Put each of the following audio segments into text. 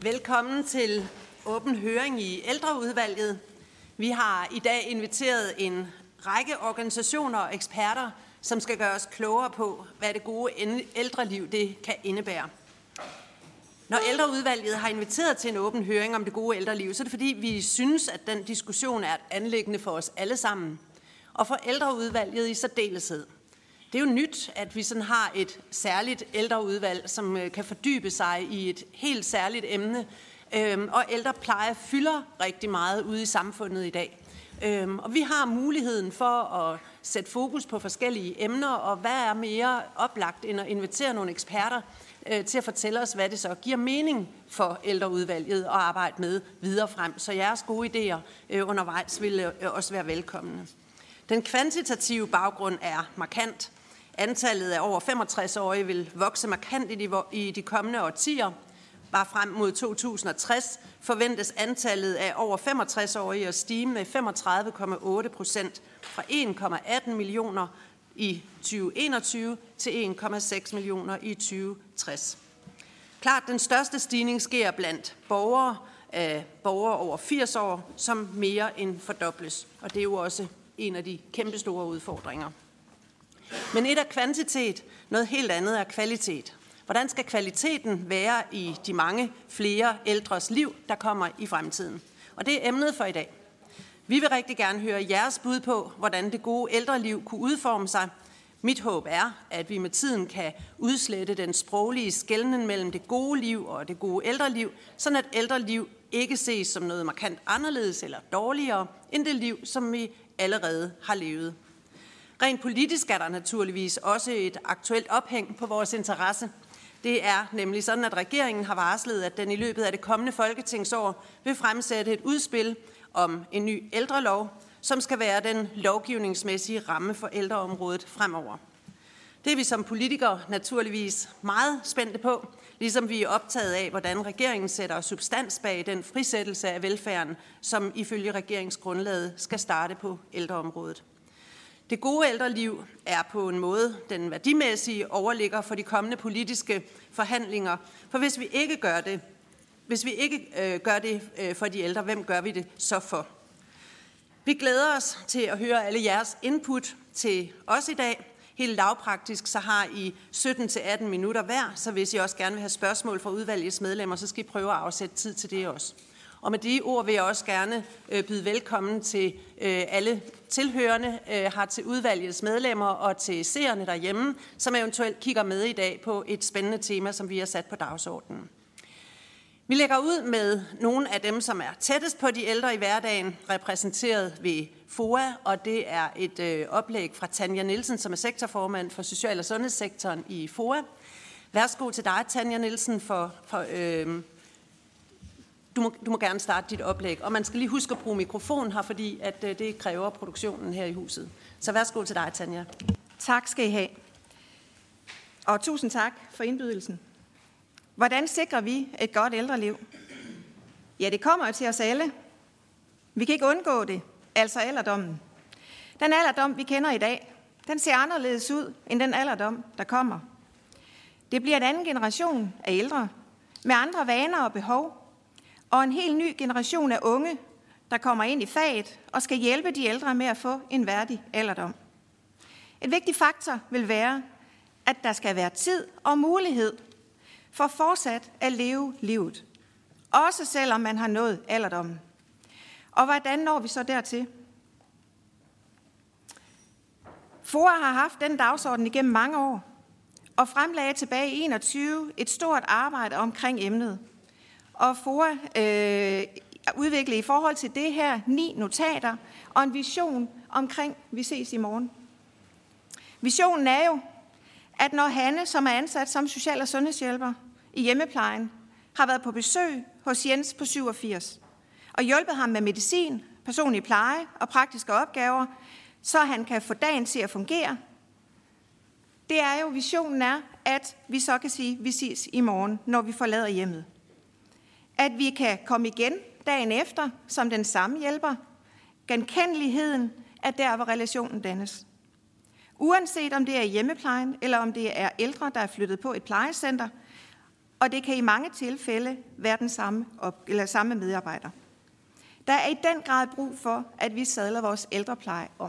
Velkommen til åben høring i ældreudvalget. Vi har i dag inviteret en række organisationer og eksperter, som skal gøre os klogere på, hvad det gode ældreliv det kan indebære. Når ældreudvalget har inviteret til en åben høring om det gode ældreliv, så er det fordi, vi synes, at den diskussion er et anliggende for os alle sammen. Og for ældreudvalget i særdeleshed. Det er jo nyt, at vi sådan har et særligt ældreudvalg, som kan fordybe sig i et helt særligt emne. Og ældrepleje fylder rigtig meget ude i samfundet i dag. Og vi har muligheden for at sætte fokus på forskellige emner, og hvad er mere oplagt end at invitere nogle eksperter til at fortælle os, hvad det så giver mening for ældreudvalget at arbejde med videre frem. Så jeres gode idéer undervejs vil også være velkomne. Den kvantitative baggrund er markant. Antallet af over 65-årige vil vokse markant i de kommende årtier. Bare frem mod 2060 forventes antallet af over 65-årige at stige med 35,8% fra 1,18 millioner i 2021 til 1,6 millioner i 2060. Klart den største stigning sker blandt borgere over 80 år, som mere end fordobles. Og det er jo også en af de kæmpestore udfordringer. Men et er kvantitet, noget helt andet er kvalitet. Hvordan skal kvaliteten være i de mange flere ældres liv, der kommer i fremtiden? Og det er emnet for i dag. Vi vil rigtig gerne høre jeres bud på, hvordan det gode ældreliv kunne udforme sig. Mit håb er, at vi med tiden kan udslette den sproglige skelnen mellem det gode liv og det gode ældreliv, sådan at ældreliv ikke ses som noget markant anderledes eller dårligere end det liv, som vi allerede har levet. Rent politisk er der naturligvis også et aktuelt ophæng på vores interesse. Det er nemlig sådan, at regeringen har varslet, at den i løbet af det kommende folketingsår vil fremsætte et udspil om en ny ældrelov, som skal være den lovgivningsmæssige ramme for ældreområdet fremover. Det er vi som politikere naturligvis meget spændte på, ligesom vi er optaget af, hvordan regeringen sætter substans bag den frisættelse af velfærden, som ifølge regeringsgrundlaget skal starte på ældreområdet. Det gode ældreliv er på en måde den værdimæssige overligger for de kommende politiske forhandlinger. For hvis vi ikke gør det for de ældre, hvem gør vi det så for? Vi glæder os til at høre alle jeres input til os i dag. Helt lavpraktisk, så har I 17-18 minutter hver, så hvis I også gerne vil have spørgsmål fra udvalgets medlemmer, så skal I prøve at afsætte tid til det også. Og med de ord vil jeg også gerne byde velkommen til alle tilhørende her til udvalgets medlemmer og til seerne derhjemme, som eventuelt kigger med i dag på et spændende tema, som vi har sat på dagsordenen. Vi lægger ud med nogle af dem, som er tættest på de ældre i hverdagen, repræsenteret ved FOA, og det er et oplæg fra Tanja Nielsen, som er sektorformand for social- og sundhedssektoren i FOA. Værsgo til dig, Tanja Nielsen, Du må gerne starte dit oplæg, og man skal lige huske at bruge mikrofon her, fordi at det kræver produktionen her i huset. Så værsgo til dig, Tanja. Tak skal I have. Og tusind tak for indbydelsen. Hvordan sikrer vi et godt ældreliv? Ja, det kommer jo til os alle. Vi kan ikke undgå det, altså alderdommen. Den alderdom, vi kender i dag, den ser anderledes ud end den alderdom, der kommer. Det bliver en anden generation af ældre, med andre vaner og behov, og en helt ny generation af unge, der kommer ind i faget og skal hjælpe de ældre med at få en værdig alderdom. En vigtig faktor vil være, at der skal være tid og mulighed for fortsat at leve livet, også selvom man har nået alderdommen. Og hvordan når vi så dertil? FOA har haft den dagsorden igennem mange år, og fremlagde tilbage i 2021 et stort arbejde omkring emnet. Og FOA udviklede i forhold til det her 9 notater og en vision omkring, vi ses i morgen. Visionen er jo, at når Hanne, som er ansat som social- og sundhedshjælper i hjemmeplejen, har været på besøg hos Jens på 87 og hjulpet ham med medicin, personlig pleje og praktiske opgaver, så han kan få dagen til at fungere. Det er jo, visionen er, at vi så kan sige, at vi ses i morgen, når vi forlader hjemmet. At vi kan komme igen dagen efter som den samme hjælper. Genkendeligheden er der, hvor relationen dannes. Uanset om det er i hjemmeplejen, eller om det er ældre, der er flyttet på et plejecenter, og det kan i mange tilfælde være den samme medarbejder. Der er i den grad brug for, at vi sadler vores ældrepleje om.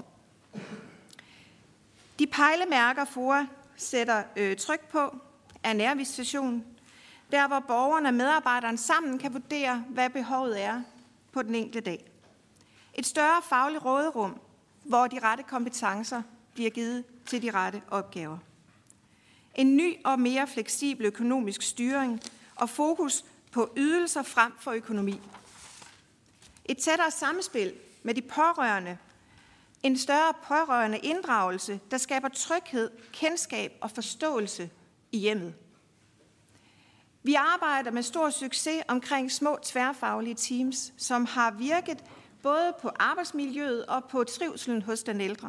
De pejlemærker, FOA sætter tryk på, er nærvisitation, der hvor borgerne og medarbejderen sammen kan vurdere, hvad behovet er på den enkelte dag. Et større fagligt råderum, hvor de rette kompetencer bliver givet til de rette opgaver. En ny og mere fleksibel økonomisk styring og fokus på ydelser frem for økonomi. Et tættere samspil med de pårørende. En større pårørende inddragelse, der skaber tryghed, kendskab og forståelse i hjemmet. Vi arbejder med stor succes omkring små tværfaglige teams, som har virket både på arbejdsmiljøet og på trivselen hos den ældre.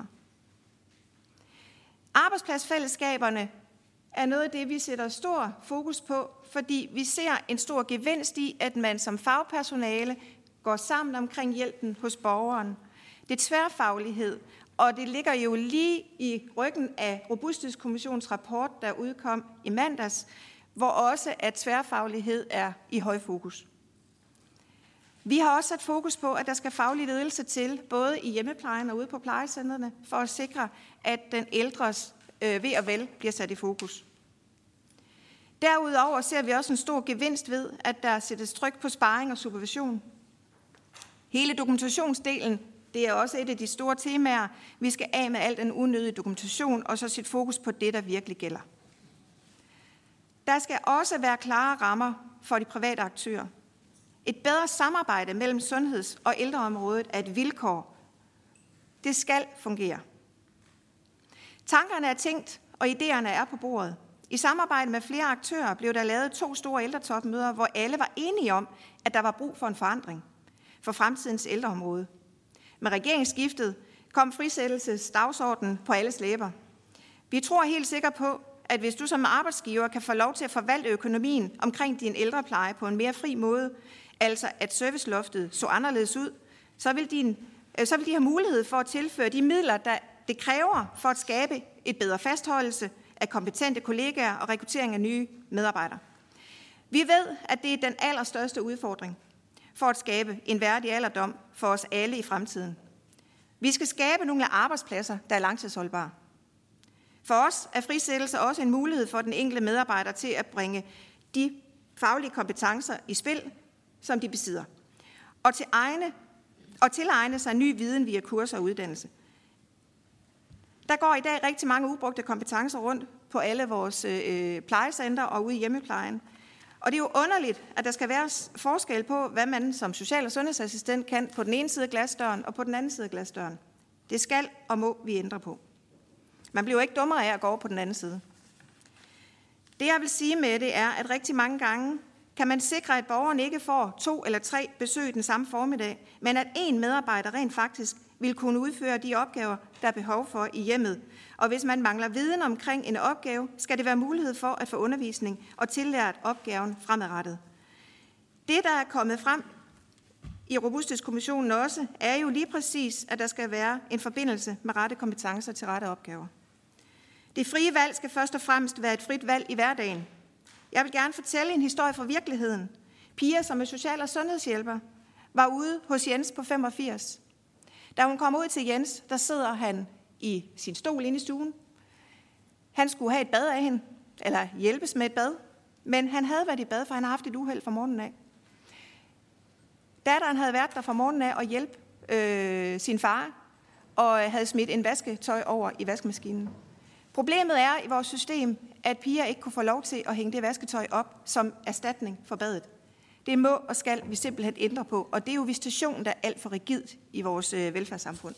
Arbejdspladsfællesskaberne er noget af det, vi sætter stor fokus på, fordi vi ser en stor gevinst i, at man som fagpersonale går sammen omkring hjælpen hos borgeren. Det er tværfaglighed, og det ligger jo lige i ryggen af Robusthedskommissionens rapport, der udkom i mandags, hvor også at tværfaglighed er i højfokus. Vi har også sat fokus på, at der skal faglig ledelse til, både i hjemmeplejen og ude på plejecentrene, for at sikre, at den ældres ved og vel bliver sat i fokus. Derudover ser vi også en stor gevinst ved, at der sættes tryk på sparring og supervision. Hele dokumentationsdelen, det er også et af de store temaer. Vi skal af med al den unødige dokumentation, og så sætte fokus på det, der virkelig gælder. Der skal også være klare rammer for de private aktører. Et bedre samarbejde mellem sundheds- og ældreområdet er et vilkår. Det skal fungere. Tankerne er tænkt, og idéerne er på bordet. I samarbejde med flere aktører blev der lavet 2 store ældretopmøder, hvor alle var enige om, at der var brug for en forandring for fremtidens ældreområde. Med regeringsskiftet kom frisættelsesdagsordenen på alles læber. Vi tror helt sikkert på, at hvis du som arbejdsgiver kan få lov til at forvalte økonomien omkring din ældrepleje på en mere fri måde, altså at serviceloftet så anderledes ud, så vil de have mulighed for at tilføre de midler, der det kræver for at skabe et bedre fastholdelse af kompetente kollegaer og rekruttering af nye medarbejdere. Vi ved, at det er den allerstørste udfordring for at skabe en værdig alderdom for os alle i fremtiden. Vi skal skabe nogle arbejdspladser, der er langtidsholdbare. For os er frisættelse også en mulighed for den enkelte medarbejder til at bringe de faglige kompetencer i spil, som de besidder, og tilegne sig ny viden via kurser og uddannelse. Der går i dag rigtig mange ubrugte kompetencer rundt på alle vores plejecentre og ude i hjemmeplejen. Og det er jo underligt, at der skal være forskel på, hvad man som social- og sundhedsassistent kan på den ene side af glasdøren og på den anden side af glasdøren. Det skal og må vi ændre på. Man bliver jo ikke dummere af at gå over på den anden side. Det jeg vil sige med det er, at rigtig mange gange kan man sikre, at borgeren ikke får 2 eller 3 besøg den samme formiddag, men at en medarbejder rent faktisk vil kunne udføre de opgaver, der er behov for i hjemmet. Og hvis man mangler viden omkring en opgave, skal det være mulighed for at få undervisning og tillært opgaven fremadrettet. Det, der er kommet frem i Robusthedskommissionen også, er jo lige præcis, at der skal være en forbindelse med rette kompetencer til rette opgaver. Det frie valg skal først og fremmest være et frit valg i hverdagen. Jeg vil gerne fortælle en historie fra virkeligheden. Pia, som er social- og sundhedshjælper, var ude hos Jens på 85. Da hun kom ud til Jens, der sidder han i sin stol inde i stuen. Han skulle have et bad af hende, eller hjælpes med et bad, men han havde været i bad, for han har haft et uheld fra morgenen af. Datteren havde været der fra morgenen af og hjælpe sin far, og havde smidt en vasketøj over i vaskemaskinen. Problemet er i vores system, at Pia ikke kunne få lov til at hænge det vasketøj op som erstatning for badet. Det må og skal vi simpelthen ændre på, og det er jo visitation, der er alt for rigidt i vores velfærdssamfund.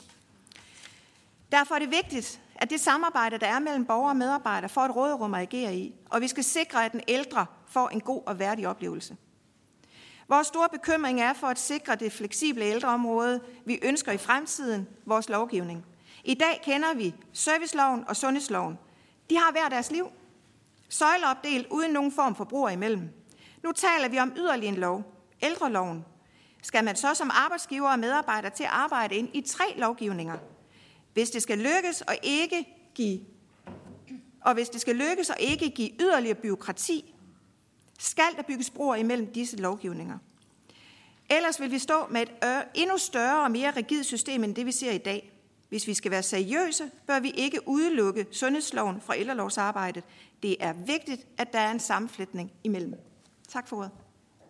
Derfor er det vigtigt, at det samarbejde, der er mellem borgere og medarbejdere, får et råderum at agere i, og vi skal sikre, at den ældre får en god og værdig oplevelse. Vores store bekymring er for at sikre det fleksible ældreområde, vi ønsker i fremtiden, vores lovgivning. I dag kender vi serviceloven og sundhedsloven. De har hver deres liv, søjleopdelt uden nogen form for broer imellem. Nu taler vi om yderligere en lov, ældreloven. Skal man så som arbejdsgiver og medarbejder til at arbejde ind i 3 lovgivninger? Hvis det skal lykkes og ikke give yderligere bureaukrati, Skal der bygges broer imellem disse lovgivninger? Ellers vil vi stå med et endnu større og mere rigidt system, end det vi ser i dag. Hvis vi skal være seriøse, bør vi ikke udelukke sundhedsloven fra ældrelovsarbejdet. Det er vigtigt, at der er en sammenflætning imellem. Tak for ordet.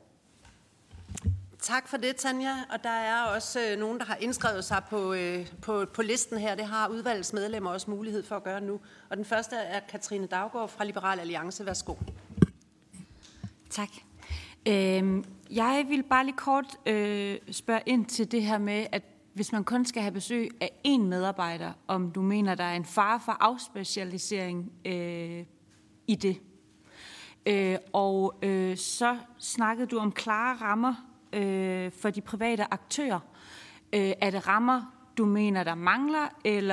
Tak for det, Tanja. Og der er også nogen, der har indskrevet sig på listen her. Det har udvalgets medlemmer også mulighed for at gøre nu. Og den første er Katrine Daugaard fra Liberal Alliance. Værsgo. Tak. Jeg vil bare lige kort spørge ind til det her med, at hvis man kun skal have besøg af én medarbejder, om du mener, der er en fare for afspecialisering i det. Så snakkede du om klare rammer for de private aktører. Er det rammer, du mener, der mangler,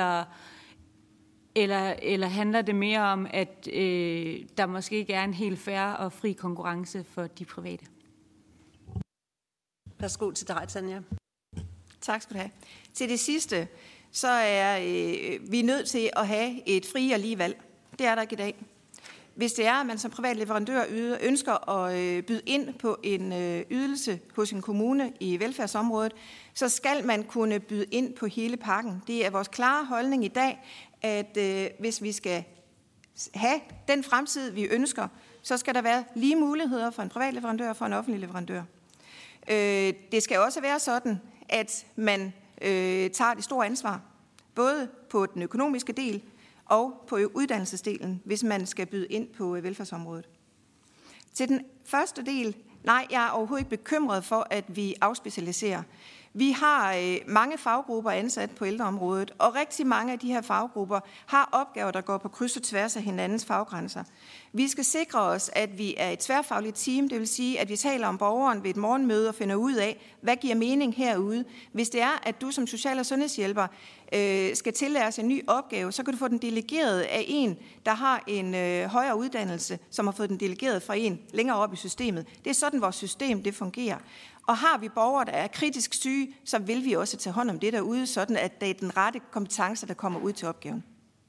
eller handler det mere om, at der måske ikke er en helt fair og fri konkurrence for de private? Værsgo til dig, Tanja. Tak skal du have. Til det sidste, så er vi nødt til at have et fri og lige valg. Det er der ikke i dag. Hvis det er, at man som privat leverandør ønsker at byde ind på en ydelse hos en kommune i velfærdsområdet, så skal man kunne byde ind på hele pakken. Det er vores klare holdning i dag, at hvis vi skal have den fremtid, vi ønsker, så skal der være lige muligheder for en privat leverandør og for en offentlig leverandør. Det skal også være sådan, at man tager det store ansvar, både på den økonomiske del og på uddannelsesdelen, hvis man skal byde ind på velfærdsområdet. Til den første del, nej, jeg er overhovedet ikke bekymret for, at vi afspecialiserer. Vi har mange faggrupper ansat på ældreområdet, og rigtig mange af de her faggrupper har opgaver, der går på kryds og tværs af hinandens faggrænser. Vi skal sikre os, at vi er et tværfagligt team, det vil sige, at vi taler om borgeren ved et morgenmøde og finder ud af, hvad giver mening herude. Hvis det er, at du som social- og sundhedshjælper skal tillæres en ny opgave, så kan du få den delegeret af en, der har en højere uddannelse, som har fået den delegeret fra en længere op i systemet. Det er sådan, vores system det fungerer. Og har vi borgere, der er kritisk syge, så vil vi også tage hånd om det derude, sådan at det er den rette kompetence, der kommer ud til opgaven.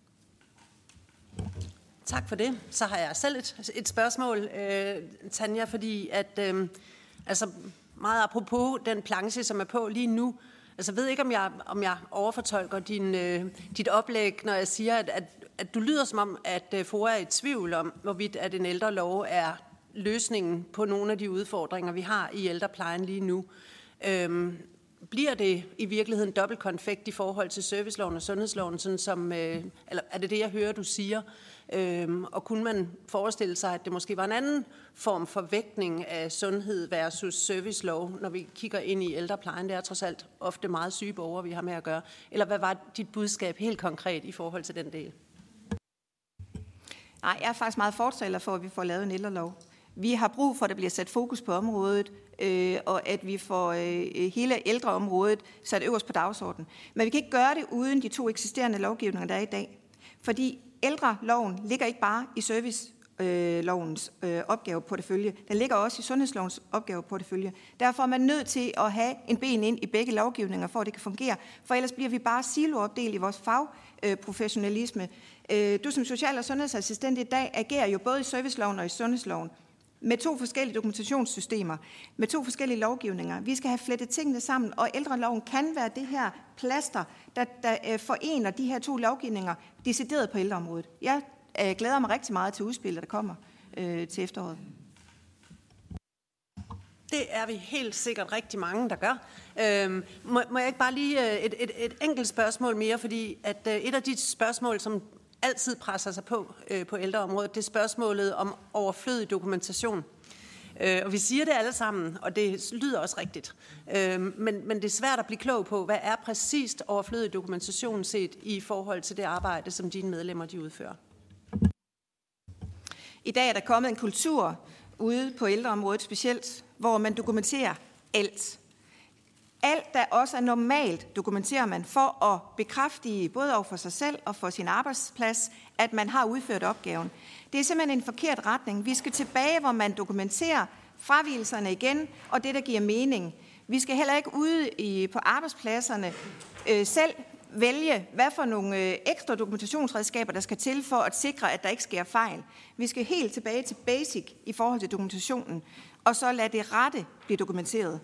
Tak for det. Så har jeg selv et spørgsmål, Tanja, fordi at meget apropos den planche, som er på lige nu. Altså, jeg ved ikke, om jeg overfortolker dit oplæg, når jeg siger, at du lyder som om, at FOA er i tvivl om, hvorvidt at en ældrelov er løsningen på nogle af de udfordringer, vi har i ældreplejen lige nu. Bliver det i virkeligheden dobbeltkonfekt i forhold til serviceloven og sundhedsloven, sådan som, eller er det det, jeg hører, du siger? Og kunne man forestille sig, at det måske var en anden form for vægtning af sundhed versus servicelov, når vi kigger ind i ældreplejen? Det er trods alt ofte meget syge borgere, vi har med at gøre. Eller hvad var dit budskab helt konkret i forhold til den del? Nej, jeg er faktisk meget fortaler for, at vi får lavet en ældrelov. Vi har brug for, at der bliver sat fokus på området, og at vi får hele ældreområdet sat øverst på dagsordenen. Men vi kan ikke gøre det uden de to eksisterende lovgivninger, der er i dag. Fordi ældreloven ligger ikke bare i servicelovens opgaveportefølje. Den ligger også i sundhedslovens opgaveportefølje. Derfor er man nødt til at have en ben ind i begge lovgivninger, for at det kan fungere. For ellers bliver vi bare siloopdelt i vores fagprofessionalisme. Du som social- og sundhedsassistent i dag agerer jo både i serviceloven og i sundhedsloven. Med to forskellige dokumentationssystemer, med to forskellige lovgivninger. Vi skal have flettet tingene sammen, og ældreloven kan være det her plaster, der forener de her to lovgivninger decideret på ældreområdet. Jeg glæder mig rigtig meget til udspillet, der kommer til efteråret. Det er vi helt sikkert rigtig mange, der gør. Må jeg ikke bare lige et enkelt spørgsmål mere, fordi at et af de spørgsmål, som altid presser sig på ældreområdet, det er spørgsmålet om overflødig dokumentation. Og vi siger det alle sammen, og det lyder også rigtigt. Men det er svært at blive klog på, hvad er præcist overflødig dokumentation set i forhold til det arbejde, som dine medlemmer de udfører? I dag er der kommet en kultur ude på ældreområdet specielt, hvor man dokumenterer alt. Alt, der også er normalt, dokumenterer man for at bekræftige både over for sig selv og for sin arbejdsplads, at man har udført opgaven. Det er simpelthen en forkert retning. Vi skal tilbage, hvor man dokumenterer fravigelserne igen, og det, der giver mening. Vi skal heller ikke ude på arbejdspladserne selv vælge, hvad for nogle ekstra dokumentationsredskaber, der skal til for at sikre, at der ikke sker fejl. Vi skal helt tilbage til basic i forhold til dokumentationen, og så lade det rette blive dokumenteret.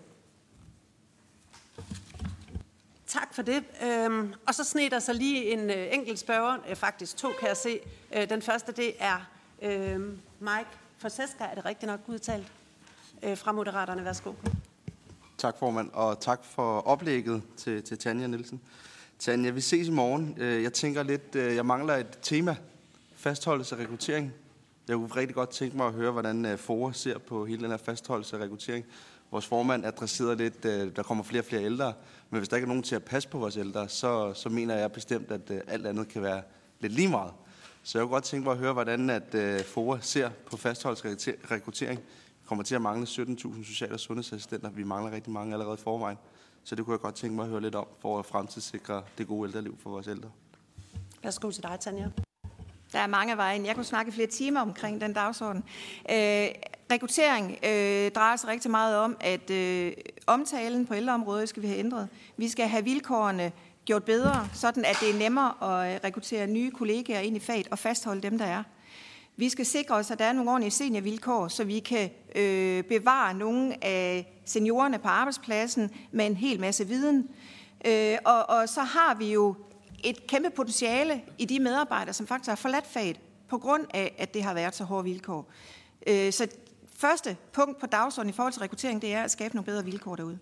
Tak for det. Og så sned der så lige en enkelt spørger, faktisk 2 kan jeg se. Den første, det er Mike Forseska, er det rigtigt nok udtalt, fra Moderaterne. Værsgo. Tak, formand, og tak for oplægget til Tanja Nielsen. Tanja, vi ses i morgen. Jeg tænker lidt, jeg mangler et tema. Fastholdelse og rekruttering. Jeg kunne rigtig godt tænke mig at høre, hvordan FOA ser på hele den her fastholdelse og rekruttering. Vores formand adresserede lidt, der kommer flere og flere ældre, men hvis der ikke er nogen til at passe på vores ældre, så mener jeg bestemt, at alt andet kan være lidt lige meget. Så jeg kunne godt tænke mig at høre, hvordan at FOA ser på fastholdelse og rekruttering. Vi kommer til at mangle 17.000 social- og sundhedsassistenter. Vi mangler rigtig mange allerede i forvejen. Så det kunne jeg godt tænke mig at høre lidt om, for at fremtidssikre det gode ældreliv for vores ældre. Værsgo til dig, Tanja. Der er mange veje. Jeg kunne snakke flere timer omkring den dagsorden. Rekruttering drejer sig rigtig meget om, at omtalen på ældreområdet skal vi have ændret. Vi skal have vilkårene gjort bedre, sådan at det er nemmere at rekruttere nye kollegaer ind i faget og fastholde dem, der er. Vi skal sikre os, at der er nogle ordentlige seniorvilkår, så vi kan bevare nogle af seniorerne på arbejdspladsen med en hel masse viden. Og så har vi jo et kæmpe potentiale i de medarbejdere, som faktisk har forladt faget, på grund af, at det har været så hårde vilkår. Så første punkt på dagsordenen i forhold til rekruttering, det er at skabe nogle bedre vilkår derude.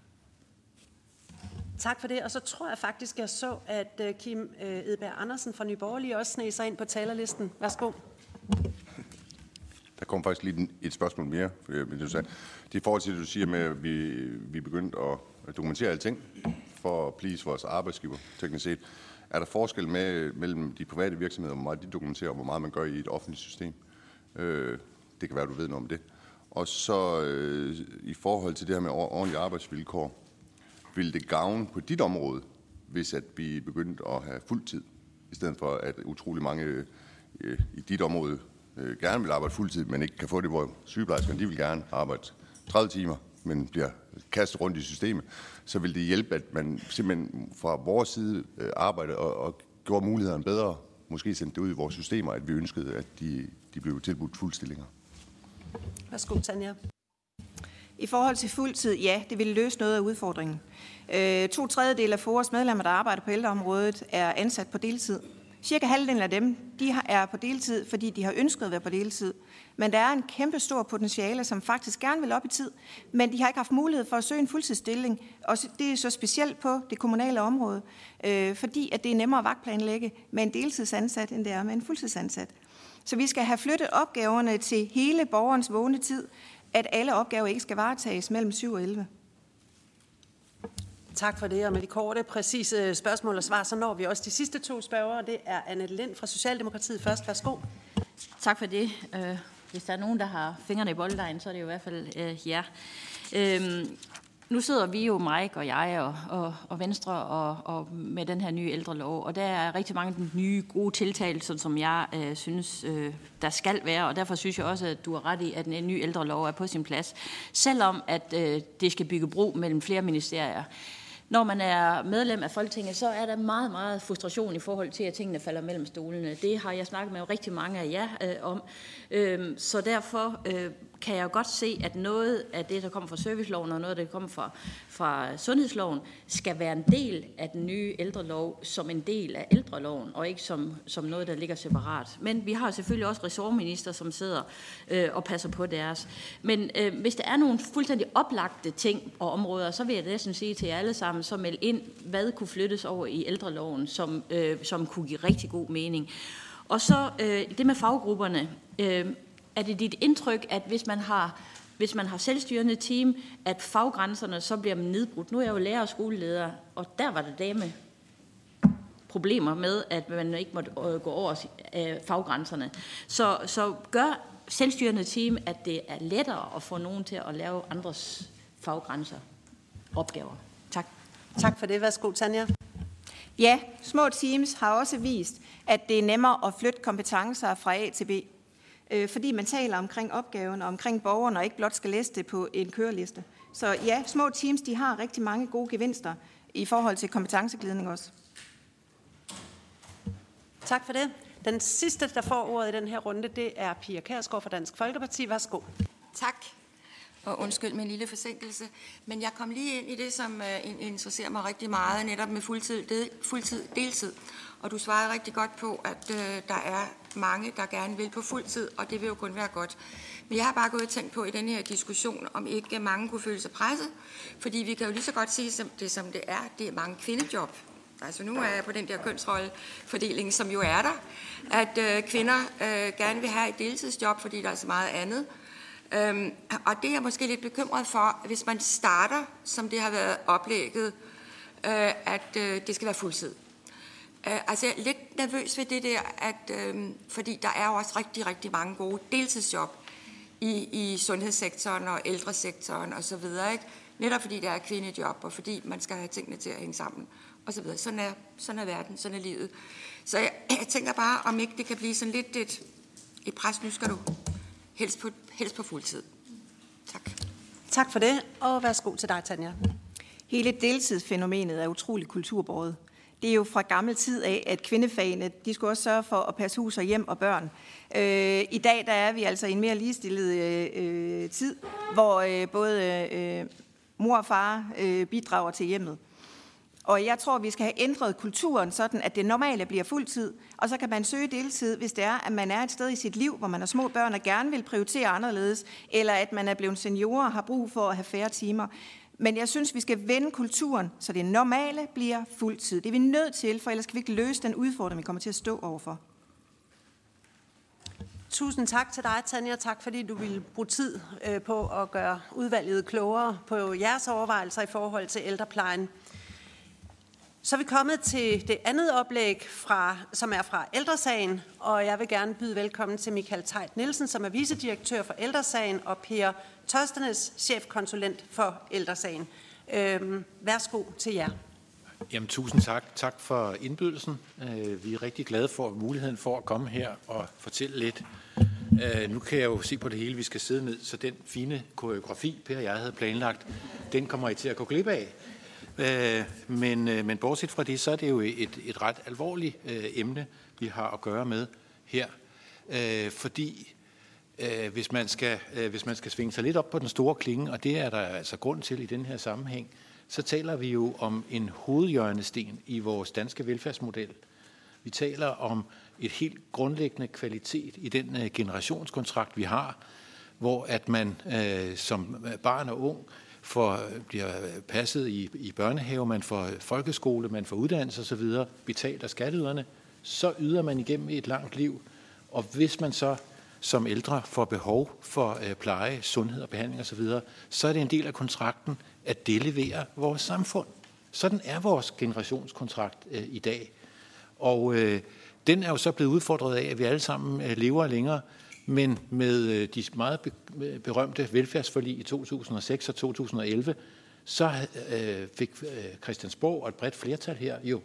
Tak for det, og så tror jeg faktisk, jeg så, at Kim Edberg Andersen fra Nye Borgerlige også sneg sig ind på talerlisten. Værsgo. Der kom faktisk lige et spørgsmål mere. Det er i forhold til det, du siger med, at vi er begyndt at dokumentere alting for at please vores arbejdsgiver, teknisk set. Er der forskel mellem de private virksomheder, hvor meget de dokumenterer, og hvor meget man gør i et offentligt system? Det kan være, du ved noget om det. Og så i forhold til det her med ordentlige arbejdsvilkår, vil det gavne på dit område, hvis at vi begyndte at have fuldtid, i stedet for at utrolig mange i dit område gerne vil arbejde fuldtid, men ikke kan få det, hvor sygeplejerskerne, de vil gerne arbejde 30 timer, men bliver kastet rundt i systemet, så vil det hjælpe, at man simpelthen fra vores side arbejder og gjorde mulighederne bedre, måske sendte det ud i vores systemer, at vi ønskede, at de blev tilbudt fuldstillinger. Værsgo, Tanja. I forhold til fuldtid, ja, det vil løse noget af udfordringen. 2/3 af FOAs medlemmer, der arbejder på ældreområdet, er ansat på deltid. Cirka halvdelen af dem, er på deltid, fordi de har ønsket at være på deltid. Men der er en kæmpe stor potentiale, som faktisk gerne vil op i tid, men de har ikke haft mulighed for at søge en fuldtidsstilling. Og det er så specielt på det kommunale område, fordi at det er nemmere at vagtplanlægge med en deltidsansat, end det er med en fuldtidsansat. Så vi skal have flyttet opgaverne til hele borgerens vågne tid, at alle opgaver ikke skal varetages mellem 7 og 11. Tak for det, og med de korte, præcise spørgsmål og svar, så når vi også de sidste 2 spørgere. Det er Annette Lind fra Socialdemokratiet først. Værsgo. Tak for det. Hvis der er nogen, der har fingrene i bolddejen, så er det jo i hvert fald jer. Nu sidder vi jo, Mike og jeg og Venstre og med den her nye ældrelov, og der er rigtig mange nye gode tiltag, som jeg synes, der skal være, og derfor synes jeg også, at du har ret i, at en ny ældrelov er på sin plads, selvom at det skal bygge bro mellem flere ministerier. Når man er medlem af Folketinget, så er der meget, meget frustration i forhold til, at tingene falder mellem stolene. Det har jeg snakket med rigtig mange af jer om. Så derfor kan jeg godt se, at noget af det, der kommer fra serviceloven, og noget af det, der kommer fra sundhedsloven, skal være en del af den nye ældrelov, som en del af ældreloven, og ikke som noget, der ligger separat. Men vi har selvfølgelig også ressortminister, som sidder og passer på deres. Men hvis der er nogle fuldstændig oplagte ting og områder, så vil jeg næsten sige til jer alle sammen, så meld ind, hvad kunne flyttes over i ældreloven, som kunne give rigtig god mening. Og så det med faggrupperne. Er det dit indtryk, at hvis man har selvstyrende team, at faggrænserne så bliver nedbrudt? Nu er jeg jo lærer og skoleleder, og der var det med problemer med, at man ikke måtte gå over faggrænserne. Så gør selvstyrende team, at det er lettere at få nogen til at lave andres faggrænser opgaver. Tak. Tak for det. Værsgo, Tanja. Ja, små teams har også vist, at det er nemmere at flytte kompetencer fra A til B. Fordi man taler omkring opgaven og omkring borgerne, og ikke blot skal læse det på en køreliste. Så ja, små teams, de har rigtig mange gode gevinster i forhold til kompetenceglidning også. Tak for det. Den sidste, der får ordet i den her runde, det er Pia Kjærsgaard fra Dansk Folkeparti. Værsgo. Tak. Og undskyld med en lille forsinkelse. Men jeg kom lige ind i det, som interesserer mig rigtig meget, netop med fuldtid, deltid. Og du svarede rigtig godt på, at der er mange, der gerne vil på fuldtid, og det vil jo kun være godt. Men jeg har bare gået og tænkt på i den her diskussion, om ikke mange kunne føle sig presset. Fordi vi kan jo lige så godt sige som det er. Det er mange kvindejob. Altså nu er jeg på den der kønsrollefordeling, som jo er der. At kvinder gerne vil have et deltidsjob, fordi der er så meget andet. Og det er jeg måske lidt bekymret for, hvis man starter, som det har været oplægget, at det skal være fuldtid. Altså jeg er lidt nervøs ved det der, fordi der er jo også rigtig, rigtig mange gode deltidsjob i sundhedssektoren og ældresektoren og så videre, ikke? Netop fordi der er kvindejob, og fordi man skal have tingene til at hænge sammen og så videre. Sådan er verden, sådan er livet. Så jeg tænker bare, om ikke det kan blive sådan lidt et pres. Nu skal du helst på fuldtid. Tak. Tak for det, og værsgo til dig, Tanja. Hele deltidsfænomenet er utroligt kulturbåret. Det er jo fra gammel tid af, at kvindefagene, de skulle også sørge for at passe hus og hjem og børn. I dag der er vi altså i en mere ligestillet tid, hvor både mor og far bidrager til hjemmet. Og jeg tror, vi skal have ændret kulturen sådan, at det normale bliver fuldtid, og så kan man søge deltid, hvis det er, at man er et sted i sit liv, hvor man har små børn og gerne vil prioritere anderledes, eller at man er blevet senior og har brug for at have færre timer. Men jeg synes, vi skal vende kulturen, så det normale bliver fuldtid. Det er vi nødt til, for ellers kan vi ikke løse den udfordring, vi kommer til at stå overfor. Tusind tak til dig, Tanja. Tak fordi du ville bruge tid på at gøre udvalget klogere på jeres overvejelser i forhold til ældreplejen. Så er vi kommet til det andet oplæg, som er fra Ældresagen, og jeg vil gerne byde velkommen til Michael Teit Nielsen, som er vicedirektør for Ældresagen, og Per Tørstenes, chefkonsulent for Ældresagen. Værsgo til jer. Jamen, tusind tak. Tak for indbydelsen. Vi er rigtig glade for muligheden for at komme her og fortælle lidt. Nu kan jeg jo se på det hele, vi skal sidde ned, så den fine koreografi, Per og jeg havde planlagt, den kommer I til at gå glip af. Men bortset fra det, så er det jo et ret alvorligt emne, vi har at gøre med her. Fordi hvis man skal svinge sig lidt op på den store klinge, og det er der altså grund til i den her sammenhæng, så taler vi jo om en hovedhjørnesten i vores danske velfærdsmodel. Vi taler om et helt grundlæggende kvalitet i den generationskontrakt, vi har, hvor at man som barn og ung bliver passet i børnehave, man får folkeskole, man får uddannelse osv., betalt af skatteyderne, så yder man igennem et langt liv. Og hvis man så som ældre får behov for pleje, sundhed og behandling osv., så er det en del af kontrakten, at det leverer vores samfund. Sådan er vores generationskontrakt i dag. Og den er jo så blevet udfordret af, at vi alle sammen lever længere, men med de meget berømte velfærdsforlig i 2006 og 2011, så fik Christiansborg og et bredt flertal her jo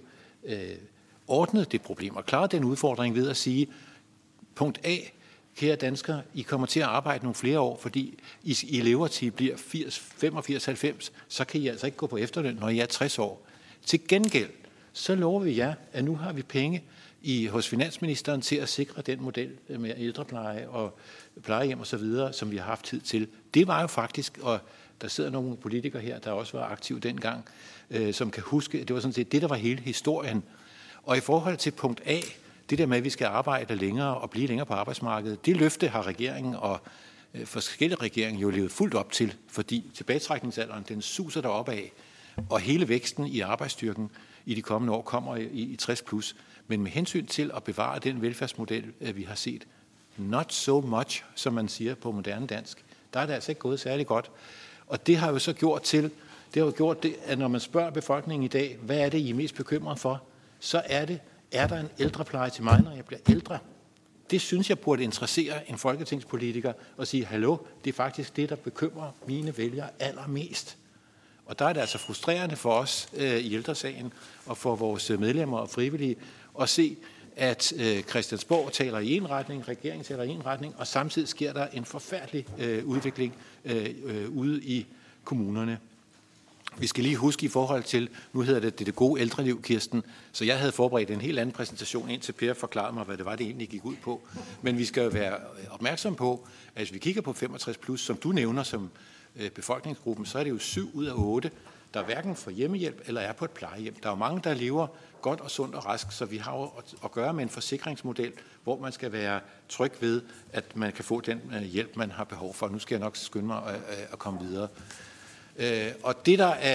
ordnet det problem og klaret den udfordring ved at sige, punkt A, kære danskere, I kommer til at arbejde nogle flere år, fordi I levetid bliver 80, 85, 90, så kan I altså ikke gå på efterløn, når I er 60 år. Til gengæld, så lover vi jer, at nu har vi penge hos finansministeren til at sikre den model med ældrepleje og plejehjem og så videre, som vi har haft tid til. Det var jo faktisk, og der sidder nogle politikere her, der også var aktive dengang, som kan huske, at det var sådan set det, der var hele historien. Og i forhold til punkt A, det der med, at vi skal arbejde længere og blive længere på arbejdsmarkedet, det løfte har regeringen og forskellige regeringer jo levet fuldt op til, fordi tilbagetrækningsalderen, den suser derop af, og hele væksten i arbejdsstyrken i de kommende år kommer i 60 plus. Men med hensyn til at bevare den velfærdsmodel, vi har set, not so much, som man siger på moderne dansk, der er det altså ikke gået særlig godt. Og det har jo så gjort det, at når man spørger befolkningen i dag, hvad er det, I er mest bekymret for, så er der en ældrepleje til mig, når jeg bliver ældre? Det synes jeg burde interessere en folketingspolitiker at sige, hallo, det er faktisk det, der bekymrer mine vælgere allermest. Og der er det altså frustrerende for os i Ældresagen og for vores medlemmer og frivillige at se, at Christiansborg taler i en retning, regeringen taler i en retning, og samtidig sker der en forfærdelig udvikling ude i kommunerne. Vi skal lige huske i forhold til, nu hedder det gode ældreliv, Kirsten, så jeg havde forberedt en helt anden præsentation, indtil Per forklarede mig, hvad det var, det egentlig gik ud på. Men vi skal jo være opmærksom på, at hvis vi kigger på 65+, som du nævner som befolkningsgruppen, så er det jo 7 ud af 8, der hverken får hjemmehjælp eller er på et plejehjem. Der er jo mange, der lever godt og sundt og rask, så vi har jo at gøre med en forsikringsmodel, hvor man skal være tryg ved, at man kan få den hjælp, man har behov for. Nu skal jeg nok skynde mig at komme videre. Og det, der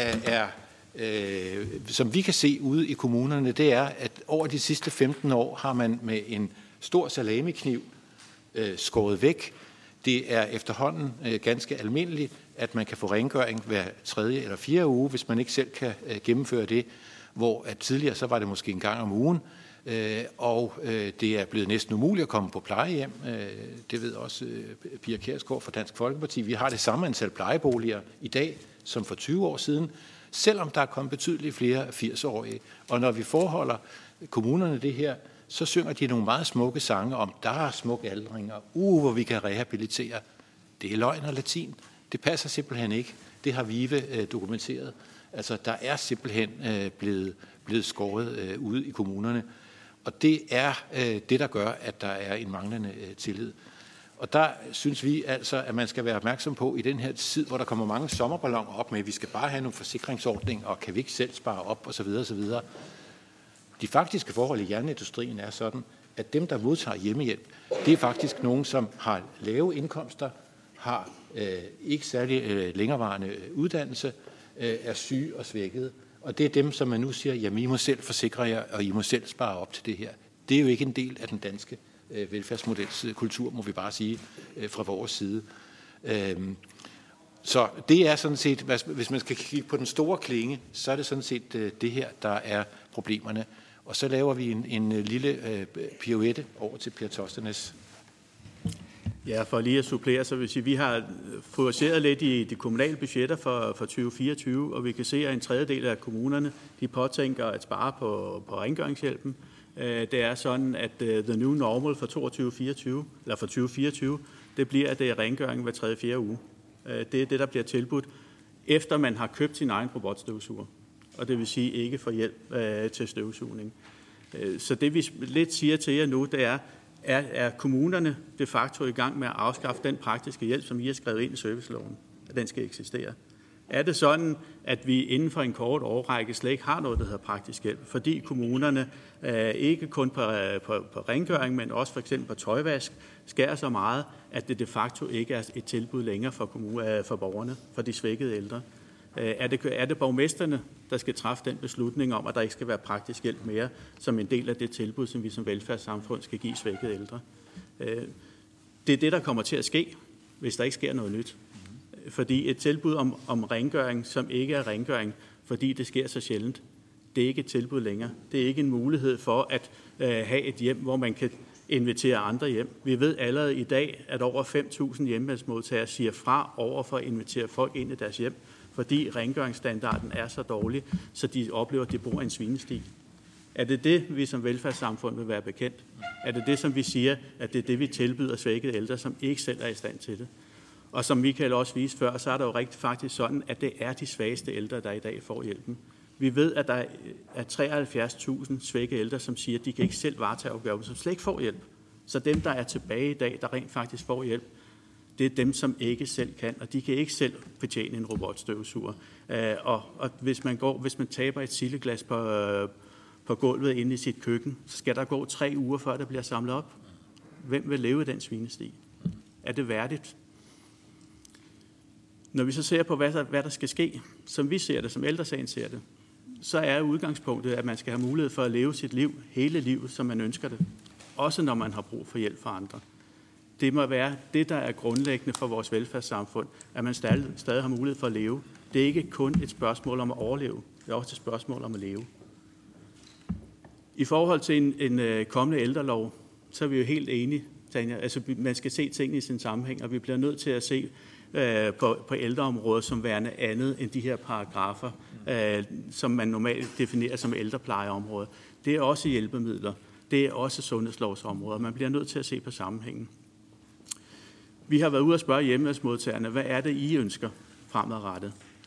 som vi kan se ude i kommunerne, det er, at over de sidste 15 år har man med en stor salamikniv skåret væk. Det er efterhånden ganske almindeligt, at man kan få rengøring hver 3. eller 4. uge, hvis man ikke selv kan gennemføre det, hvor at tidligere så var det måske en gang om ugen, og det er blevet næsten umuligt at komme på plejehjem. Det ved også Pia Kjærsgaard fra Dansk Folkeparti. Vi har det samme antal plejeboliger i dag som for 20 år siden, selvom der er kommet betydeligt flere 80-årige. Og når vi forholder kommunerne det her, så synger de nogle meget smukke sange om, der er smukke aldringer, hvor vi kan rehabilitere. Det er løgn og latin. Det passer simpelthen ikke. Det har VIVE dokumenteret. Altså, der er simpelthen blevet skåret ude i kommunerne. Og det er det, der gør, at der er en manglende tillid. Og der synes vi altså, at man skal være opmærksom på i den her tid, hvor der kommer mange sommerballoner op med, at vi skal bare have nogle forsikringsordninger, og kan vi ikke selv spare op, osv. osv. De faktiske forhold i jernindustrien er sådan, at dem, der modtager hjemmehjælp, det er faktisk nogen, som har lave indkomster, har ikke særlig længerevarende uddannelse, er syge og svækkede. Og det er dem, som man nu siger, jamen I må selv forsikre jer, og I må selv spare op til det her. Det er jo ikke en del af den danske velfærdsmodels kultur, må vi bare sige, fra vores side. Så det er sådan set, hvis man skal kigge på den store klinge, så er det sådan set det her, der er problemerne. Og så laver vi en lille pirouette over til Per Tosternes. Ja, for lige at supplere, så vil sige, vi har fokuseret lidt i de kommunale budgetter for 2024, og vi kan se, at en tredjedel af kommunerne, de påtænker at spare på rengøringshjælpen. Det er sådan, at the new normal for 2024, det bliver, at det er rengøring hver 3. 4. uge. Det er det, der bliver tilbudt, efter man har købt sin egen robotstøvsuger. Og det vil sige ikke får hjælp til støvsugning. Så det vi lidt siger til jer nu, det er kommunerne de facto i gang med at afskaffe den praktiske hjælp, som I har skrevet ind i serviceloven, at den skal eksistere. Er det sådan, at vi inden for en kort årrække slet ikke har noget, der hedder praktisk hjælp, fordi kommunerne ikke kun på rengøring, men også for eksempel på tøjvask, skærer så meget, at det de facto ikke er et tilbud længere for borgerne, for de svækkede ældre? Er det borgmesterne, der skal træffe den beslutning om, at der ikke skal være praktisk hjælp mere, som en del af det tilbud, som vi som velfærdssamfund skal give svækkede ældre? Det er det, der kommer til at ske, hvis der ikke sker noget nyt. Fordi et tilbud om rengøring, som ikke er rengøring, fordi det sker så sjældent, det er ikke et tilbud længere. Det er ikke en mulighed for at have et hjem, hvor man kan invitere andre hjem. Vi ved allerede i dag, at over 5.000 hjemmehjælpsmodtagere siger fra over for at invitere folk ind i deres hjem, fordi rengøringsstandarden er så dårlig, så de oplever, at de bor i en svinestig. Er det det, vi som velfærdssamfund vil være bekendt? Er det det, som vi siger, at det er det, vi tilbyder svækkede ældre, som ikke selv er i stand til det? Og som Michael også viste før, så er der jo faktisk sådan, at det er de svageste ældre, der i dag får hjælpen. Vi ved, at der er 73.000 svækkede ældre, som siger, at de kan ikke selv varetage opgaven, som slet ikke får hjælp. Så dem, der er tilbage i dag, der rent faktisk får hjælp, det er dem, som ikke selv kan, og de kan ikke selv betjene en robotstøvsuger. Og hvis man taber et sildeglas på gulvet inde i sit køkken, så skal der gå 3 uger, før det bliver samlet op. Hvem vil leve i den svinestig? Er det værdigt? Når vi så ser på, hvad der skal ske, som vi ser det, som Ældresagen ser det, så er udgangspunktet, at man skal have mulighed for at leve sit liv, hele livet, som man ønsker det. Også når man har brug for hjælp fra andre. Det må være det, der er grundlæggende for vores velfærdssamfund, at man stadig har mulighed for at leve. Det er ikke kun et spørgsmål om at overleve, det er også et spørgsmål om at leve. I forhold til en kommende ældrelov, så er vi jo helt enige, Tanja. Altså, man skal se tingene i sin sammenhæng, og vi bliver nødt til at se på ældreområdet som værende andet end de her paragrafer, som man normalt definerer som ældreplejeområde. Det er også hjælpemidler. Det er også sundhedslovsområder. Man bliver nødt til at se på sammenhængen. Vi har været ude og spørge hjemmehjælpsmodtagerne, hvad er det, I ønsker fremadrettet?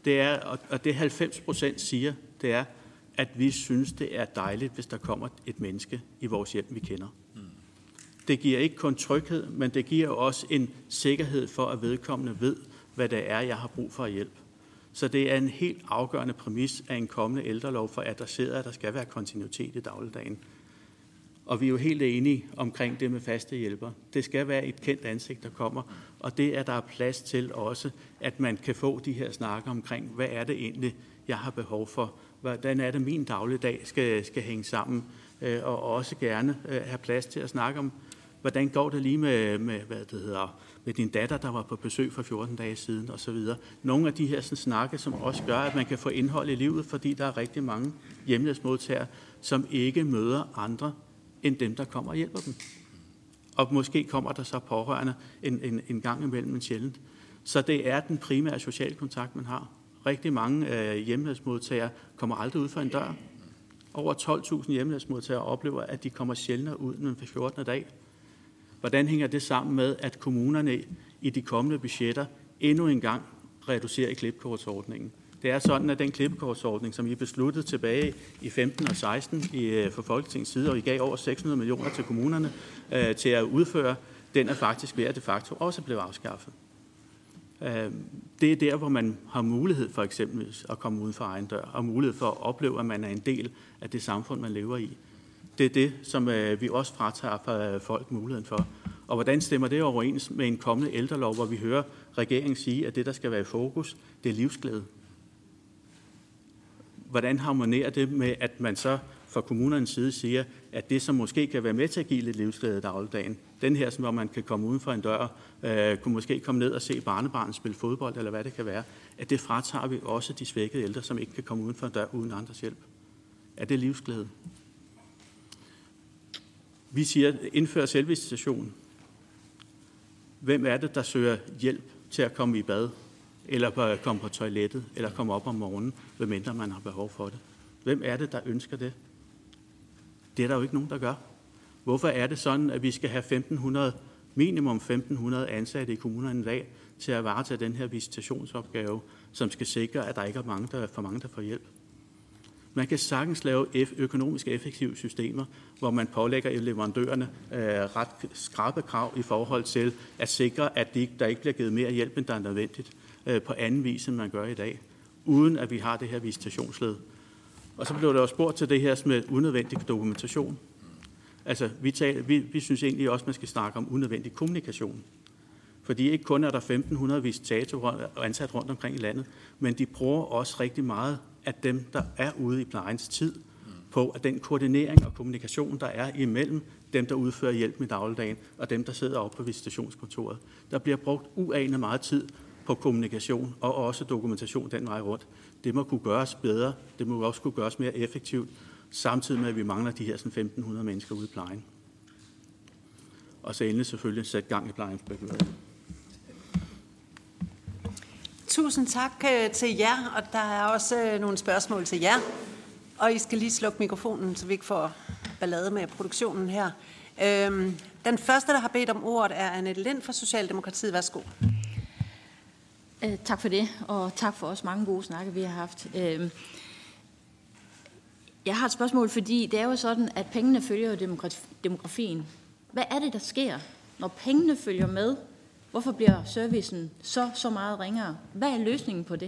det er, og det 90% siger, det er, at vi synes, det er dejligt, hvis der kommer et menneske i vores hjem, vi kender. Det giver ikke kun tryghed, men det giver også en sikkerhed for, at vedkommende ved, hvad det er, jeg har brug for hjælp. Så det er en helt afgørende præmis af en kommende ældrelov for adresseret, at der skal være kontinuitet i dagligdagen. Og vi er jo helt enige omkring det med faste hjælper. Det skal være et kendt ansigt, der kommer, og det er der plads til også, at man kan få de her snakker omkring, hvad er det egentlig, jeg har behov for? Hvordan er det, min dagligdag skal hænge sammen? Og også gerne have plads til at snakke om, hvordan går det lige med din datter, der var på besøg for 14 dage siden osv. Nogle af de her snakke, som også gør, at man kan få indhold i livet, fordi der er rigtig mange hjemløsmodtagere, som ikke møder andre end dem, der kommer og hjælper dem. Og måske kommer der så pårørende en gang imellem, men sjældent. Så det er den primære sociale kontakt, man har. Rigtig mange hjemløsmodtagere kommer aldrig ud for en dør. Over 12.000 hjemløsmodtagere oplever, at de kommer sjældnere ud end for 14. dag. Hvordan hænger det sammen med, at kommunerne i de kommende budgetter endnu en gang reducerer i klippekortsordningen? Det er sådan, at den klippekortsordning, som I besluttede tilbage i 15 og 16 fra Folketingets side, og I gav over 600 millioner til kommunerne til at udføre, den er faktisk ved at de facto også blevet afskaffet. Det er der, hvor man har mulighed for eksempel at komme uden for egen dør, og mulighed for at opleve, at man er en del af det samfund, man lever i. Det er det, som vi også fratager fra folk muligheden for. Og hvordan stemmer det overens med en kommende ældrelov, hvor vi hører regeringen sige, at det, der skal være i fokus, det er livsglæde? Hvordan harmonerer det med, at man så fra kommunernes side siger, at det, som måske kan være med til at give lidt livsglæde i dagligdagen, den her, hvor man kan komme uden for en dør, kunne måske komme ned og se barnebarnet spille fodbold, eller hvad det kan være, at det fratager vi også de svækkede ældre, som ikke kan komme uden for en dør uden andres hjælp. Er det livsglæde? Vi siger, indfør selvvisitation. Hvem er det, der søger hjælp til at komme i bad, eller komme på toilettet, eller komme op om morgenen, medmindre man har behov for det? Hvem er det, der ønsker det? Det er der jo ikke nogen, der gør. Hvorfor er det sådan, at vi skal have minimum 1.500 ansatte i kommunerne i dag til at varetage den her visitationsopgave, som skal sikre, at der ikke er for mange, der får hjælp? Man kan sagtens lave økonomisk effektive systemer, hvor man pålægger leverandørerne ret skrappe krav i forhold til at sikre, at der ikke bliver givet mere hjælp, end der er nødvendigt på anden vis, end man gør i dag, uden at vi har det her visitationsled. Og så blev der jo spurgt til det her med unødvendig dokumentation. Altså, vi synes egentlig også, at man skal snakke om unødvendig kommunikation. Fordi ikke kun er der 1.500 visitatorer ansat rundt omkring i landet, men de bruger også rigtig meget af dem, der er ude i plejens tid, på at den koordinering og kommunikation, der er imellem dem, der udfører hjælp i dagligdagen, og dem, der sidder oppe på visitationskontoret. Der bliver brugt uanet meget tid på kommunikation og også dokumentation den vej rundt. Det må kunne gøres bedre, det må også kunne gøres mere effektivt, samtidig med, at vi mangler de her 1.500 mennesker ude i plejen. Og så endelig selvfølgelig sætte gang i plejeinspektøren. Tusind tak til jer, og der er også nogle spørgsmål til jer. Og I skal lige slukke mikrofonen, så vi ikke får ballade med produktionen her. Den første, der har bedt om ordet, er Annette Lind fra Socialdemokratiet. Værsgo. Tak for det, og tak for også mange gode snakke, vi har haft. Jeg har et spørgsmål, fordi det er jo sådan, at pengene følger demografien. Hvad er det, der sker, når pengene følger med? Hvorfor bliver servicen så meget ringere? Hvad er løsningen på det?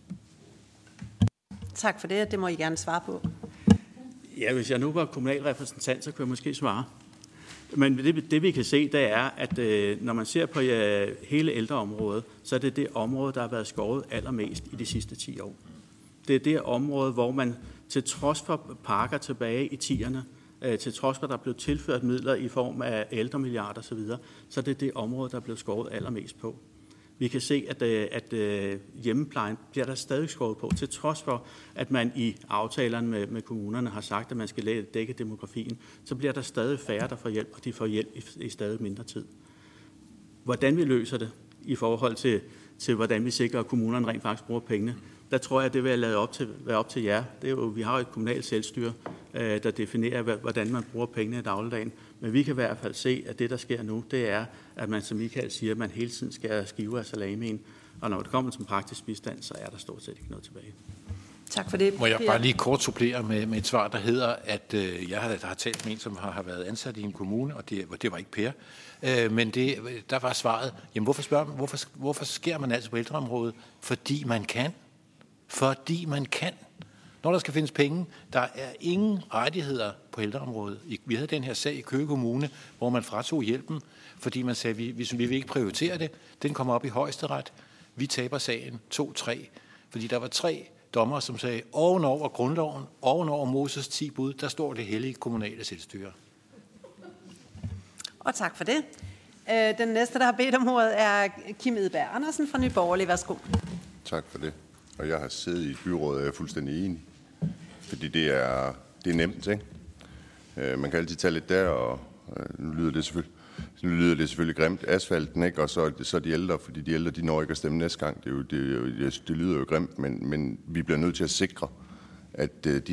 Tak for det, det må I gerne svare på. Ja, hvis jeg nu var kommunalrepræsentant, så kunne jeg måske svare. Men det vi kan se, det er, at når man ser på hele ældreområdet, så er det det område, der har været skåret allermest i de sidste 10 år. Det er det område, hvor man til trods for pakker tilbage i 10'erne, til trods for, at der blev tilført midler i form af ældremilliarder osv., så er det det område, der er blevet skåret allermest på. Vi kan se, at hjemmeplejen bliver der stadig skåret på, til trods for, at man i aftalerne med kommunerne har sagt, at man skal dække demografien, så bliver der stadig færre, der får hjælp, og de får hjælp i stadig mindre tid. Hvordan vi løser det i forhold til hvordan vi sikrer, at kommunerne rent faktisk bruger pengene, der tror jeg, det vil være op til jer. Det er jo, vi har jo et kommunalt selvstyre, der definerer, hvordan man bruger pengene i dagligdagen. Men vi kan i hvert fald se, at det, der sker nu, det er, at man, som Michael siger, man hele tiden skal skive af salamien. Og når det kommer til praktisk bistand, så er der stort set ikke noget tilbage. Tak for det. Må jeg bare lige kort supplere med et svar, der hedder, at jeg har talt med en, som har været ansat i en kommune, og det var ikke Per, men der var svaret, jamen hvorfor sker man altså på ældreområdet? Fordi man kan. Fordi man kan. Når der skal findes penge, der er ingen rettigheder på ældreområdet. Vi havde den her sag i Køge Kommune, hvor man fratog hjælpen, fordi man sagde, vi vil ikke prioritere det. Den kommer op i højesteret. Vi taber sagen 2-3, fordi der var 3 dommere, som sagde, ovenover grundloven, ovenover Moses 10 bud, der står det hellige kommunale selvstyre. Og tak for det. Den næste, der har bedt om ordet, er Kim Edberg Andersen fra Nye Borgerlige. Værsgo. Tak for det. Og jeg har siddet i et byråd, og jeg er fuldstændig enig. Fordi det er nemt, ikke? Man kan altid tage lidt der, og nu lyder det selvfølgelig grimt, asfalten, ikke? Og så de ældre, fordi de ældre, de når ikke at stemme næste gang. Det lyder jo grimt, men vi bliver nødt til at sikre, at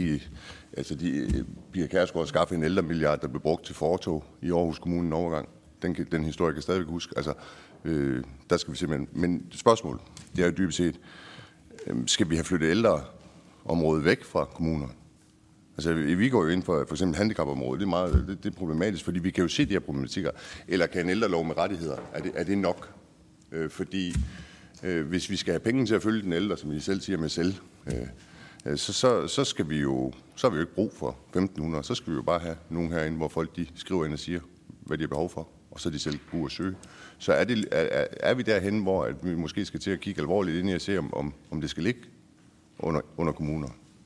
Pia Kjærsgaard skaffe en ældremilliard, der blev brugt til fortog i Aarhus Kommune en overgang. Den historie kan jeg stadigvæk huske. Altså, der skal vi simpelthen... Men spørgsmålet, det er jo dybest set, skal vi have flyttet ældreområdet væk fra kommunerne? Altså, vi går jo ind for eksempel handicapområdet. Det er problematisk, fordi vi kan jo se de her problematikker. Eller kan en ældrelov med rettigheder, er det nok? Fordi hvis vi skal have penge til at følge den ældre, som I selv siger med selv, så har vi jo ikke brug for 1.500. Så skal vi jo bare have nogen herinde, hvor folk de skriver ind og siger, hvad de har behov for, og så er de selv gode at søge. Så er vi derhen, hvor at vi måske skal til at kigge alvorligt ind i at se, om det skal ligge under kommuner.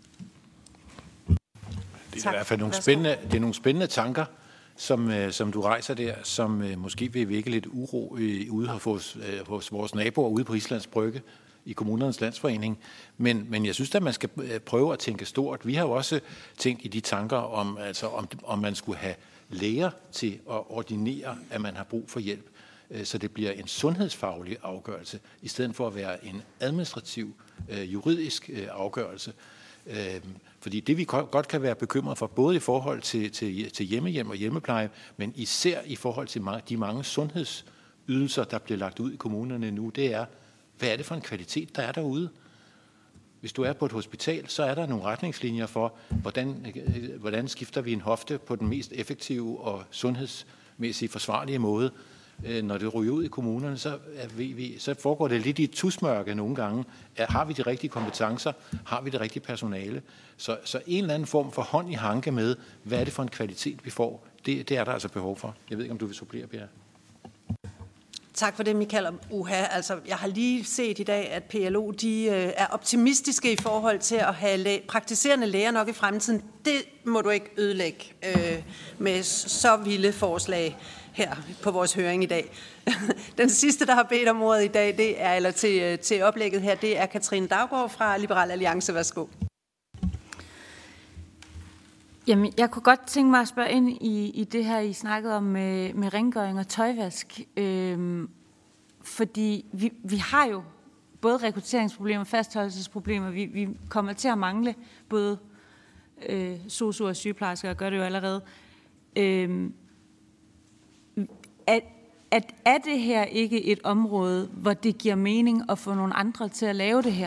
Det er i hvert fald nogle spændende tanker, som du rejser der, som måske vil vække lidt uro ude hos vores naboer ude på Islands Brygge i Kommunernes Landsforening. Men jeg synes, at man skal prøve at tænke stort. Vi har jo også tænkt i de tanker om man skulle have læger til at ordinere, at man har brug for hjælp, så det bliver en sundhedsfaglig afgørelse, i stedet for at være en administrativ, juridisk afgørelse. Fordi det vi godt kan være bekymret for, både i forhold til hjemmehjem og hjemmepleje, men især i forhold til de mange sundhedsydelser, der bliver lagt ud i kommunerne nu, det er, hvad er det for en kvalitet, der er derude? Hvis du er på et hospital, så er der nogle retningslinjer for, hvordan skifter vi en hofte på den mest effektive og sundhedsmæssigt forsvarlige måde. Når det ryger ud i kommunerne, så foregår det lidt i et tusmørke nogle gange. Har vi de rigtige kompetencer? Har vi det rigtige personale? Så en eller anden form for hånd i hanke med, hvad er det for en kvalitet, vi får? Det er der altså behov for. Jeg ved ikke, om du vil supplere, Bjerre. Tak for det, Michael. Altså, jeg har lige set i dag, at PLO de er optimistiske i forhold til at have praktiserende læger nok i fremtiden. Det må du ikke ødelægge med så vilde forslag her på vores høring i dag. Den sidste, der har bedt om ordet i dag, det er, eller til oplægget her, det er Katrine Daugaard fra Liberal Alliance. Værsgo. Jamen, jeg kunne godt tænke mig at spørge ind i det her, I snakkede om med rengøring og tøjvask. Fordi vi har jo både rekrutteringsproblemer, fastholdelsesproblemer. Vi kommer til at mangle både sosu'er og sygeplejersker, og gør det jo allerede. Er det her ikke et område, hvor det giver mening at få nogle andre til at lave det her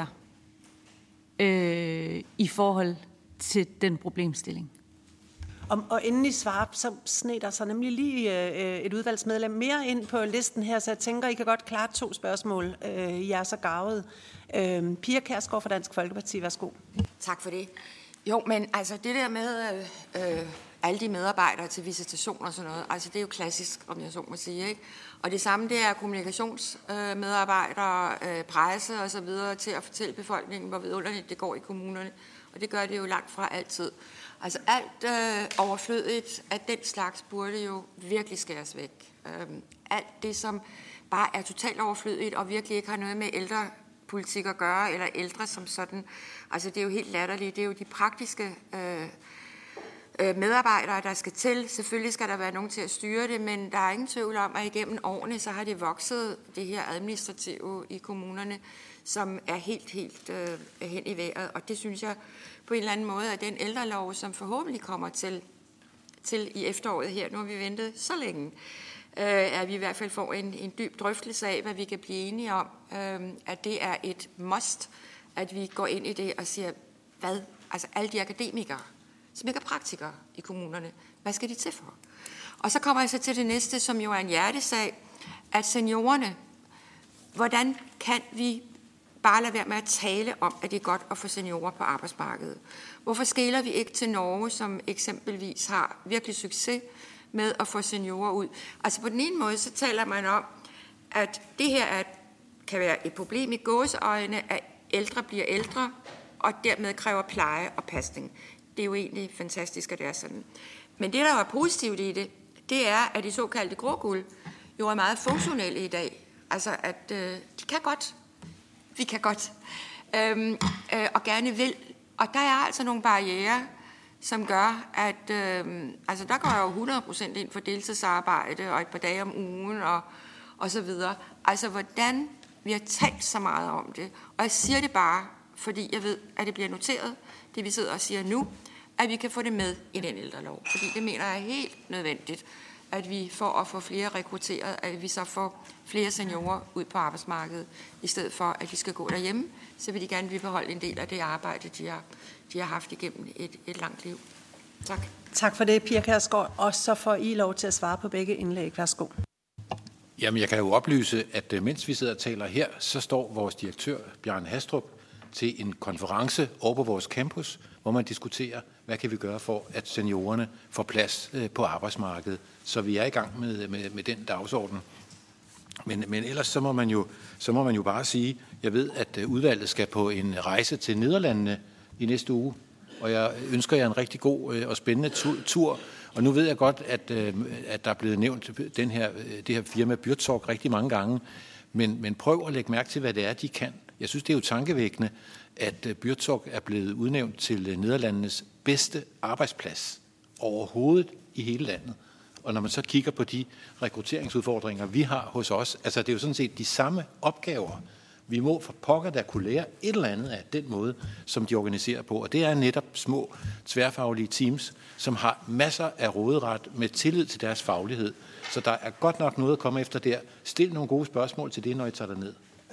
i forhold til den problemstilling? Og inden I svarer, så sned der sig nemlig lige et udvalgsmedlem mere ind på listen her, så jeg tænker, I kan godt klare 2 spørgsmål. I er så garvede. Pia Kjærsgaard fra Dansk Folkeparti, værsgo. Tak for det. Jo, men altså det der med alle de medarbejdere til visitation og sådan noget, altså det er jo klassisk, om jeg så må sige, ikke? Og det samme, det er kommunikationsmedarbejdere, presse og så videre til at fortælle befolkningen, hvor vidunderligt det går i kommunerne. Og det gør det jo langt fra altid. Altså alt overflødigt af den slags burde jo virkelig skæres væk. Alt det, som bare er totalt overflødigt og virkelig ikke har noget med ældrepolitik at gøre, eller ældre som sådan. Altså det er jo helt latterligt. Det er jo de praktiske medarbejdere, der skal til. Selvfølgelig skal der være nogen til at styre det, men der er ingen tvivl om, at igennem årene, så har det vokset, det her administrative i kommunerne, som er helt hen i vejret. Og det synes jeg på en eller anden måde, at den ældrelov, som forhåbentlig kommer til i efteråret her, nu har vi ventet så længe, at vi i hvert fald får en dyb drøftelse af, hvad vi kan blive enige om, at det er et must, at vi går ind i det og siger, hvad, altså alle de akademikere, som ikke er praktikere i kommunerne, hvad skal de til for? Og så kommer jeg så til det næste, som jo er en hjertesag, at seniorerne, hvordan kan vi bare lade være med at tale om, at det er godt at få seniorer på arbejdsmarkedet? Hvorfor skeler vi ikke til Norge, som eksempelvis har virkelig succes med at få seniorer ud? Altså på den ene måde, så taler man om, at det her kan være et problem i gåseøjne, at ældre bliver ældre, og dermed kræver pleje og pasning. Det er jo egentlig fantastisk, at det er sådan. Men det, der er positivt i det, det er, at de såkaldte gråguld jo er meget funktionelle i dag. Altså, at de kan godt. Vi kan godt. Og gerne vil. Og der er altså nogle barrierer, som gør, at altså, der går jo 100% ind for deltidsarbejde og et par dage om ugen og så videre. Altså, hvordan vi har talt så meget om det. Og jeg siger det bare, fordi jeg ved, at det bliver noteret, det vi sidder og siger nu, at vi kan få det med i den ældrelov. Fordi det mener jeg er helt nødvendigt, at vi for at få flere rekrutteret, at vi så får flere seniorer ud på arbejdsmarkedet, i stedet for, at de skal gå derhjemme, så vil de gerne beholde en del af det arbejde, de har haft igennem et langt liv. Tak. Tak for det, Pia Kjærsgaard. Og så får I lov til at svare på begge indlæg. Værsgo. Jamen, jeg kan jo oplyse, at mens vi sidder og taler her, så står vores direktør, Bjarne Hastrup, til en konference over på vores campus, hvor man diskuterer, hvad kan vi gøre for, at seniorerne får plads på arbejdsmarkedet. Så vi er i gang med den dagsorden. Men ellers så må man jo bare sige, jeg ved, at udvalget skal på en rejse til Nederlandene i næste uge, og jeg ønsker jer en rigtig god og spændende tur. Og nu ved jeg godt, at der er blevet nævnt det her firma Buurtzorg rigtig mange gange, men prøv at lægge mærke til, hvad det er, de kan. Jeg synes, det er jo tankevækkende, at Buurtzorg er blevet udnævnt til Nederlandenes bedste arbejdsplads overhovedet i hele landet. Og når man så kigger på de rekrutteringsudfordringer, vi har hos os, altså det er jo sådan set de samme opgaver. Vi må for pokker der kunne lære et eller andet af den måde, som de organiserer på. Og det er netop små tværfaglige teams, som har masser af råderet med tillid til deres faglighed. Så der er godt nok noget at komme efter der. Stil nogle gode spørgsmål til det, når I tager derned.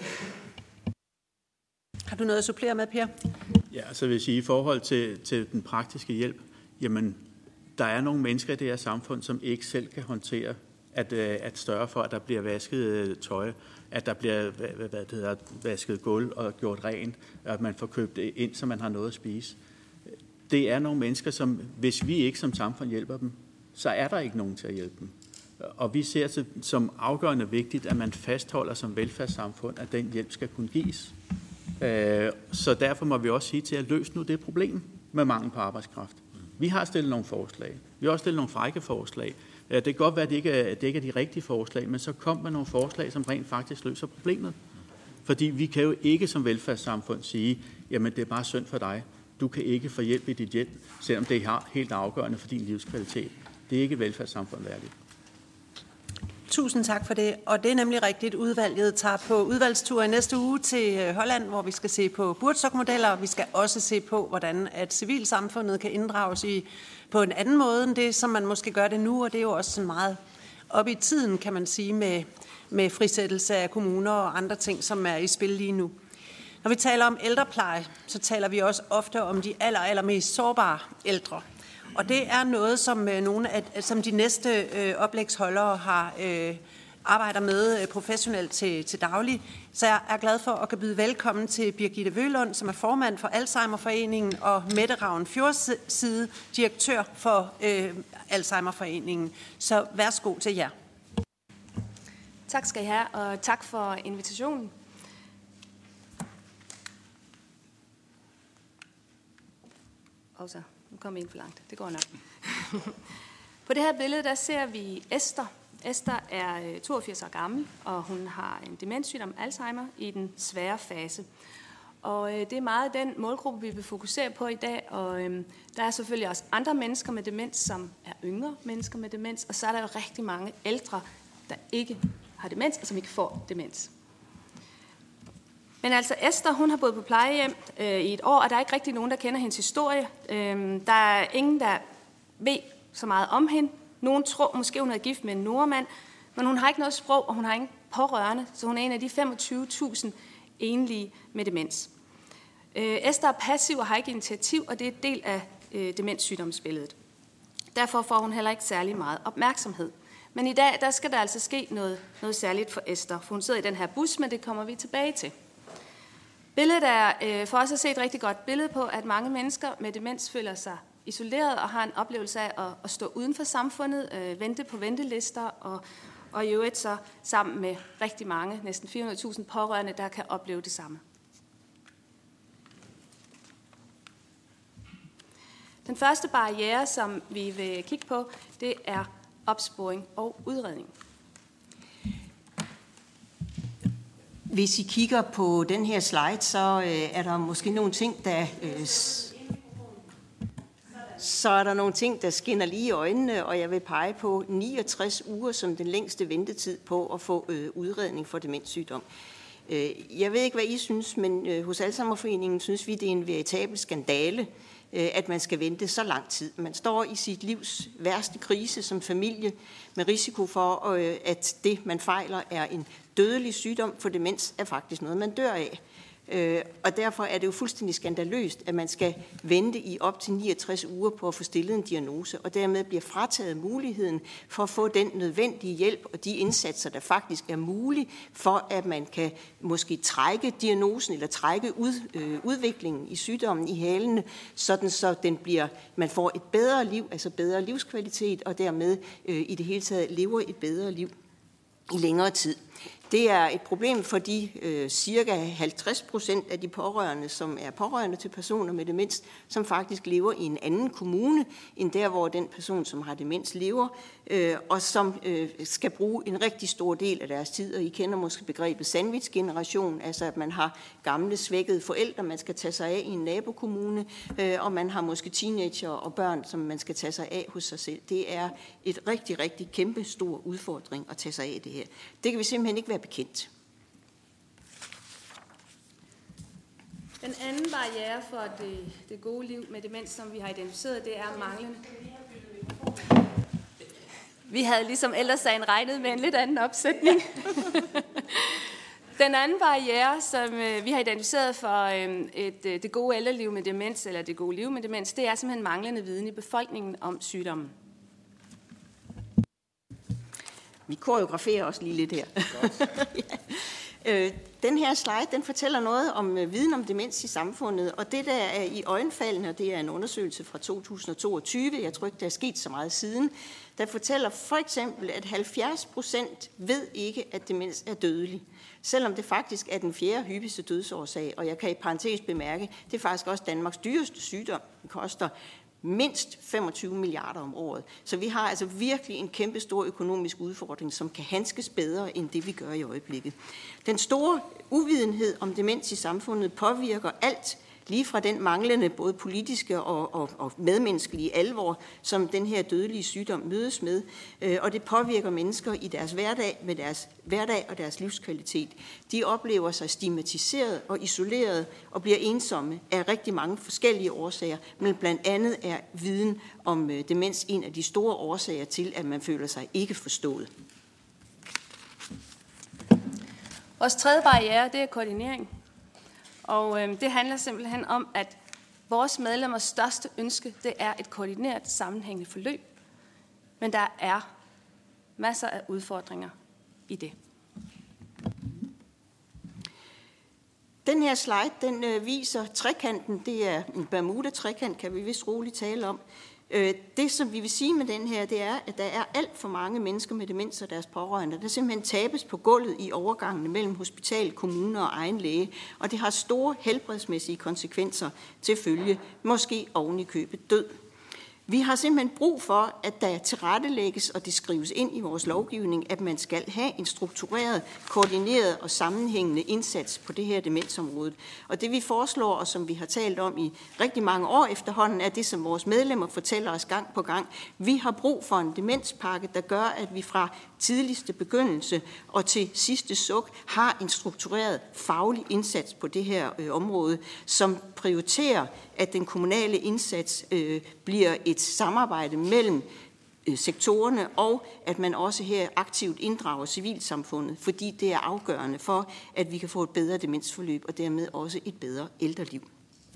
Har du noget at supplere med, Per? Ja, så vil jeg sige, i forhold til den praktiske hjælp, jamen, der er nogle mennesker i det her samfund, som ikke selv kan håndtere at sørge for, at der bliver vasket tøj, at der bliver vasket gulv og gjort rent, at man får købt ind, så man har noget at spise. Det er nogle mennesker, som, hvis vi ikke som samfund hjælper dem, så er der ikke nogen til at hjælpe dem. Og vi ser det som afgørende vigtigt, at man fastholder som velfærdssamfund, at den hjælp skal kunne gives. Så derfor må vi også sige til at løse nu det problem med mangel på arbejdskraft. Vi har stillet nogle forslag. Vi har også stillet nogle frække forslag. Det kan godt være, at det ikke er de rigtige forslag, men så kom med nogle forslag, som rent faktisk løser problemet. Fordi vi kan jo ikke som velfærdssamfund sige, jamen det er bare synd for dig. Du kan ikke få hjælp i dit hjem, selvom det er helt afgørende for din livskvalitet. Det er ikke velfærdssamfund værdigt. Tusind tak for det. Og det er nemlig rigtigt, udvalget tager på udvalgstur i næste uge til Holland, hvor vi skal se på Buurtzorg-modeller, og vi skal også se på, hvordan at civilsamfundet kan inddrages på en anden måde end det, som man måske gør det nu, og det er jo også sådan meget op i tiden, kan man sige, med frisættelse af kommuner og andre ting, som er i spil lige nu. Når vi taler om ældrepleje, så taler vi også ofte om de allermest sårbare ældre. Og det er noget, som de næste oplægsholdere arbejder med professionelt til daglig. Så jeg er glad for at kan byde velkommen til Birgitte Vølund, som er formand for Alzheimerforeningen, og Mette Ravn Fjordside, direktør for Alzheimerforeningen. Så værsgo til jer. Tak skal I have, og tak for invitationen. Og så, nu kommer vi ind for langt. Det går nok. På det her billede, der ser vi Esther. Esther er 82 år gammel, og hun har en demenssygdom, Alzheimer, i den svære fase. Og det er meget den målgruppe, vi vil fokusere på i dag. Og der er selvfølgelig også andre mennesker med demens, som er yngre mennesker med demens. Og så er der jo rigtig mange ældre, der ikke har demens, og som ikke får demens. Men altså Esther, hun har boet på plejehjem i et år, og der er ikke rigtig nogen, der kender hendes historie. Der er ingen, der ved så meget om hende. Nogen tror måske, hun er gift med en nordmand, Men hun har ikke noget sprog, og hun har ingen pårørende, så hun er en af de 25.000 enlige med demens. Esther er passiv og har ikke initiativ, og det er en del af demenssygdomsbilledet. Derfor får hun heller ikke særlig meget opmærksomhed. Men i dag, der skal der altså ske noget særligt for Esther, for hun sidder i den her bus, men det kommer vi tilbage til. Billedet er for os at se et rigtig godt billede på, at mange mennesker med demens føler sig isoleret og har en oplevelse af at stå uden for samfundet, vente på ventelister og i øvrigt så sammen med rigtig mange, næsten 400.000 pårørende, der kan opleve det samme. Den første barriere, som vi vil kigge på, det er opsporing og udredning. Hvis I kigger på den her slide, så er der måske nogle ting, der skinner lige i øjnene, og jeg vil pege på 69 uger som den længste ventetid på at få udredning for demenssygdom. Jeg ved ikke, hvad I synes, men hos Alzheimerforeningen synes vi, det er en veritabel skandale, at man skal vente så lang tid. Man står i sit livs værste krise som familie med risiko for, at det, man fejler, er en dødelig sygdom, for demens er faktisk noget, man dør af. Og derfor er det jo fuldstændig skandaløst, at man skal vente i op til 69 uger på at få stillet en diagnose, og dermed bliver frataget muligheden for at få den nødvendige hjælp og de indsatser, der faktisk er mulige, for at man kan måske trække diagnosen eller trække udviklingen i sygdommen i hælene, sådan så man får et bedre liv, altså bedre livskvalitet, og dermed i det hele taget lever et bedre liv i længere tid. Det er et problem for de cirka 50% af de pårørende, som er pårørende til personer med demens, som faktisk lever i en anden kommune, end der, hvor den person, som har demens, lever, og som skal bruge en rigtig stor del af deres tid. Og I kender måske begrebet sandwich-generation, altså at man har gamle, svækkede forældre, man skal tage sig af i en nabokommune, og man har måske teenager og børn, som man skal tage sig af hos sig selv. Det er et rigtig, rigtig kæmpe stor udfordring at tage sig af det her. Det kan vi simpelthen ikke være bekendt. Den anden barriere for det gode liv med demens, som vi har identificeret, det er manglende. Vi havde ligesom Ældresagen regnet med en lidt anden opsætning. Den anden barriere, som vi har identificeret for det gode ældreliv med demens, eller det gode liv med demens, det er simpelthen manglende viden i befolkningen om sygdommen. Vi koreograferer også lige lidt her. Ja. Den her slide, den fortæller noget om viden om demens i samfundet, og det der er i øjenfaldene, det er en undersøgelse fra 2022, jeg tror ikke, der er sket så meget siden, der fortæller for eksempel, at 70% ved ikke, at demens er dødelig, selvom det faktisk er den 4. hyppigste dødsårsag, og jeg kan i parentes bemærke, det er faktisk også Danmarks dyreste sygdom. Den koster mindst 25 milliarder om året. Så vi har altså virkelig en kæmpe stor økonomisk udfordring, som kan handskes bedre end det, vi gør i øjeblikket. Den store uvidenhed om demens i samfundet påvirker alt, lige fra den manglende både politiske og medmenneskelige alvor, som den her dødelige sygdom mødes med, og det påvirker mennesker i deres hverdag, med deres hverdag og deres livskvalitet. De oplever sig stigmatiseret og isoleret og bliver ensomme af rigtig mange forskellige årsager, men blandt andet er viden om demens en af de store årsager til, at man føler sig ikke forstået. Vores tredje barriere, det er koordinering. Og det handler simpelthen om, at vores medlemmers største ønske, det er et koordineret, sammenhængende forløb. Men der er masser af udfordringer i det. Den her slide, den viser trekanten. Det er en Bermuda-trekant, kan vi vist roligt tale om. Det, som vi vil sige med den her, det er, at der er alt for mange mennesker med demens og deres pårørende, der simpelthen tabes på gulvet i overgangene mellem hospital, kommune og egen læge, og det har store helbredsmæssige konsekvenser til følge, måske oven i købet død. Vi har simpelthen brug for, at der tilrettelægges, og det skrives ind i vores lovgivning, at man skal have en struktureret, koordineret og sammenhængende indsats på det her demensområde. Og det vi foreslår, og som vi har talt om i rigtig mange år efterhånden, er det, som vores medlemmer fortæller os gang på gang. Vi har brug for en demenspakke, der gør, at vi fra tidligste begyndelse og til sidste suk har en struktureret faglig indsats på det her område, som prioriterer, at den kommunale indsats bliver et samarbejde mellem sektorerne, og at man også her aktivt inddrager civilsamfundet, fordi det er afgørende for, at vi kan få et bedre demensforløb, og dermed også et bedre ældreliv.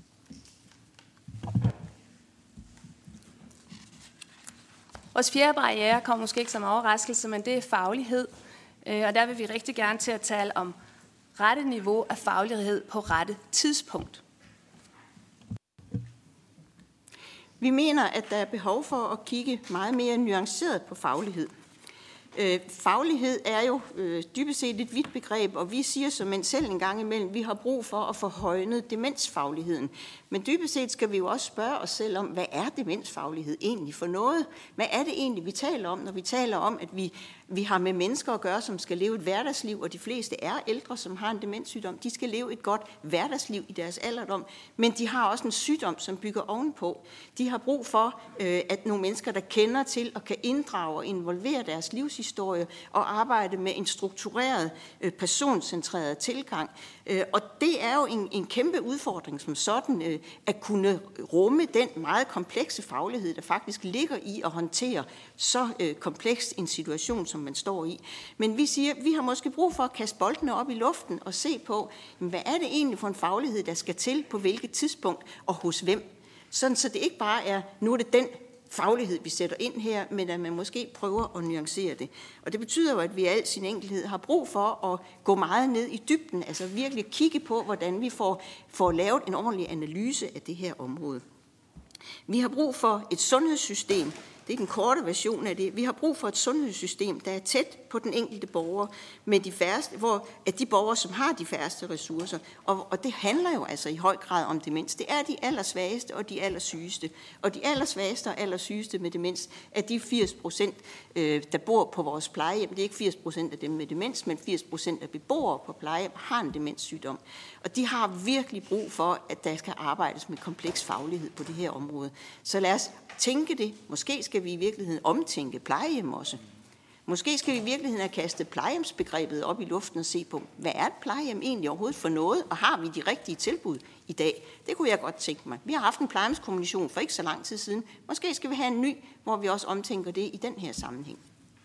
Vores fjerde barriere kommer måske ikke som overraskelse, men det er faglighed. Og der vil vi rigtig gerne til at tale om rette niveau af faglighed på rette tidspunkt. Vi mener, at der er behov for at kigge meget mere nuanceret på faglighed. Faglighed er jo dybest set et vidt begreb, og vi siger som selv en gang imellem, at vi har brug for at få højnet demensfagligheden. Men dybest set skal vi jo også spørge os selv om, hvad er demensfaglighed egentlig for noget? Hvad er det egentlig, vi taler om, når vi taler om, at vi har med mennesker at gøre, som skal leve et hverdagsliv, og de fleste er ældre, som har en demenssygdom. De skal leve et godt hverdagsliv i deres alderdom, men de har også en sygdom, som bygger ovenpå. De har brug for, at nogle mennesker, der kender til og kan inddrage og involvere deres livshistorie og arbejde med en struktureret, personcentreret tilgang. Og det er jo en kæmpe udfordring som sådan, at kunne rumme den meget komplekse faglighed, der faktisk ligger i at håndtere så kompleks en situation, som man står i. Men vi siger, at vi har måske brug for at kaste boldene op i luften og se på, hvad er det egentlig for en faglighed, der skal til på hvilket tidspunkt og hos hvem. Sådan så det ikke bare er, nu er det den faglighed, vi sætter ind her, men at man måske prøver at nuancere det. Og det betyder jo, at vi i al sin enkelhed har brug for at gå meget ned i dybden, altså virkelig kigge på, hvordan vi får lavet en ordentlig analyse af det her område. Vi har brug for et sundhedssystem. Det er den korte version af det. Vi har brug for et sundhedssystem, der er tæt på den enkelte borger, med de færreste, de borgere, som har de færreste ressourcer. Og det handler jo altså i høj grad om demens. Det er de allersvageste og de allersygeste. Og de allersvageste og allersygeste med demens er de 80%, der bor på vores plejehjem. Det er ikke 80% af dem med demens, men 80% af beboere på plejehjem har en demenssygdom. Og de har virkelig brug for, at der skal arbejdes med kompleks faglighed på det her område. Så lad os tænke det. Måske skal vi i virkeligheden omtænke plejehjem også. Måske skal vi i virkeligheden have kastet plejehjemsbegrebet op i luften og se på, hvad er et plejehjem egentlig overhovedet for noget, og har vi de rigtige tilbud i dag? Det kunne jeg godt tænke mig. Vi har haft en plejehjemskommission for ikke så lang tid siden. Måske skal vi have en ny, hvor vi også omtænker det i den her sammenhæng.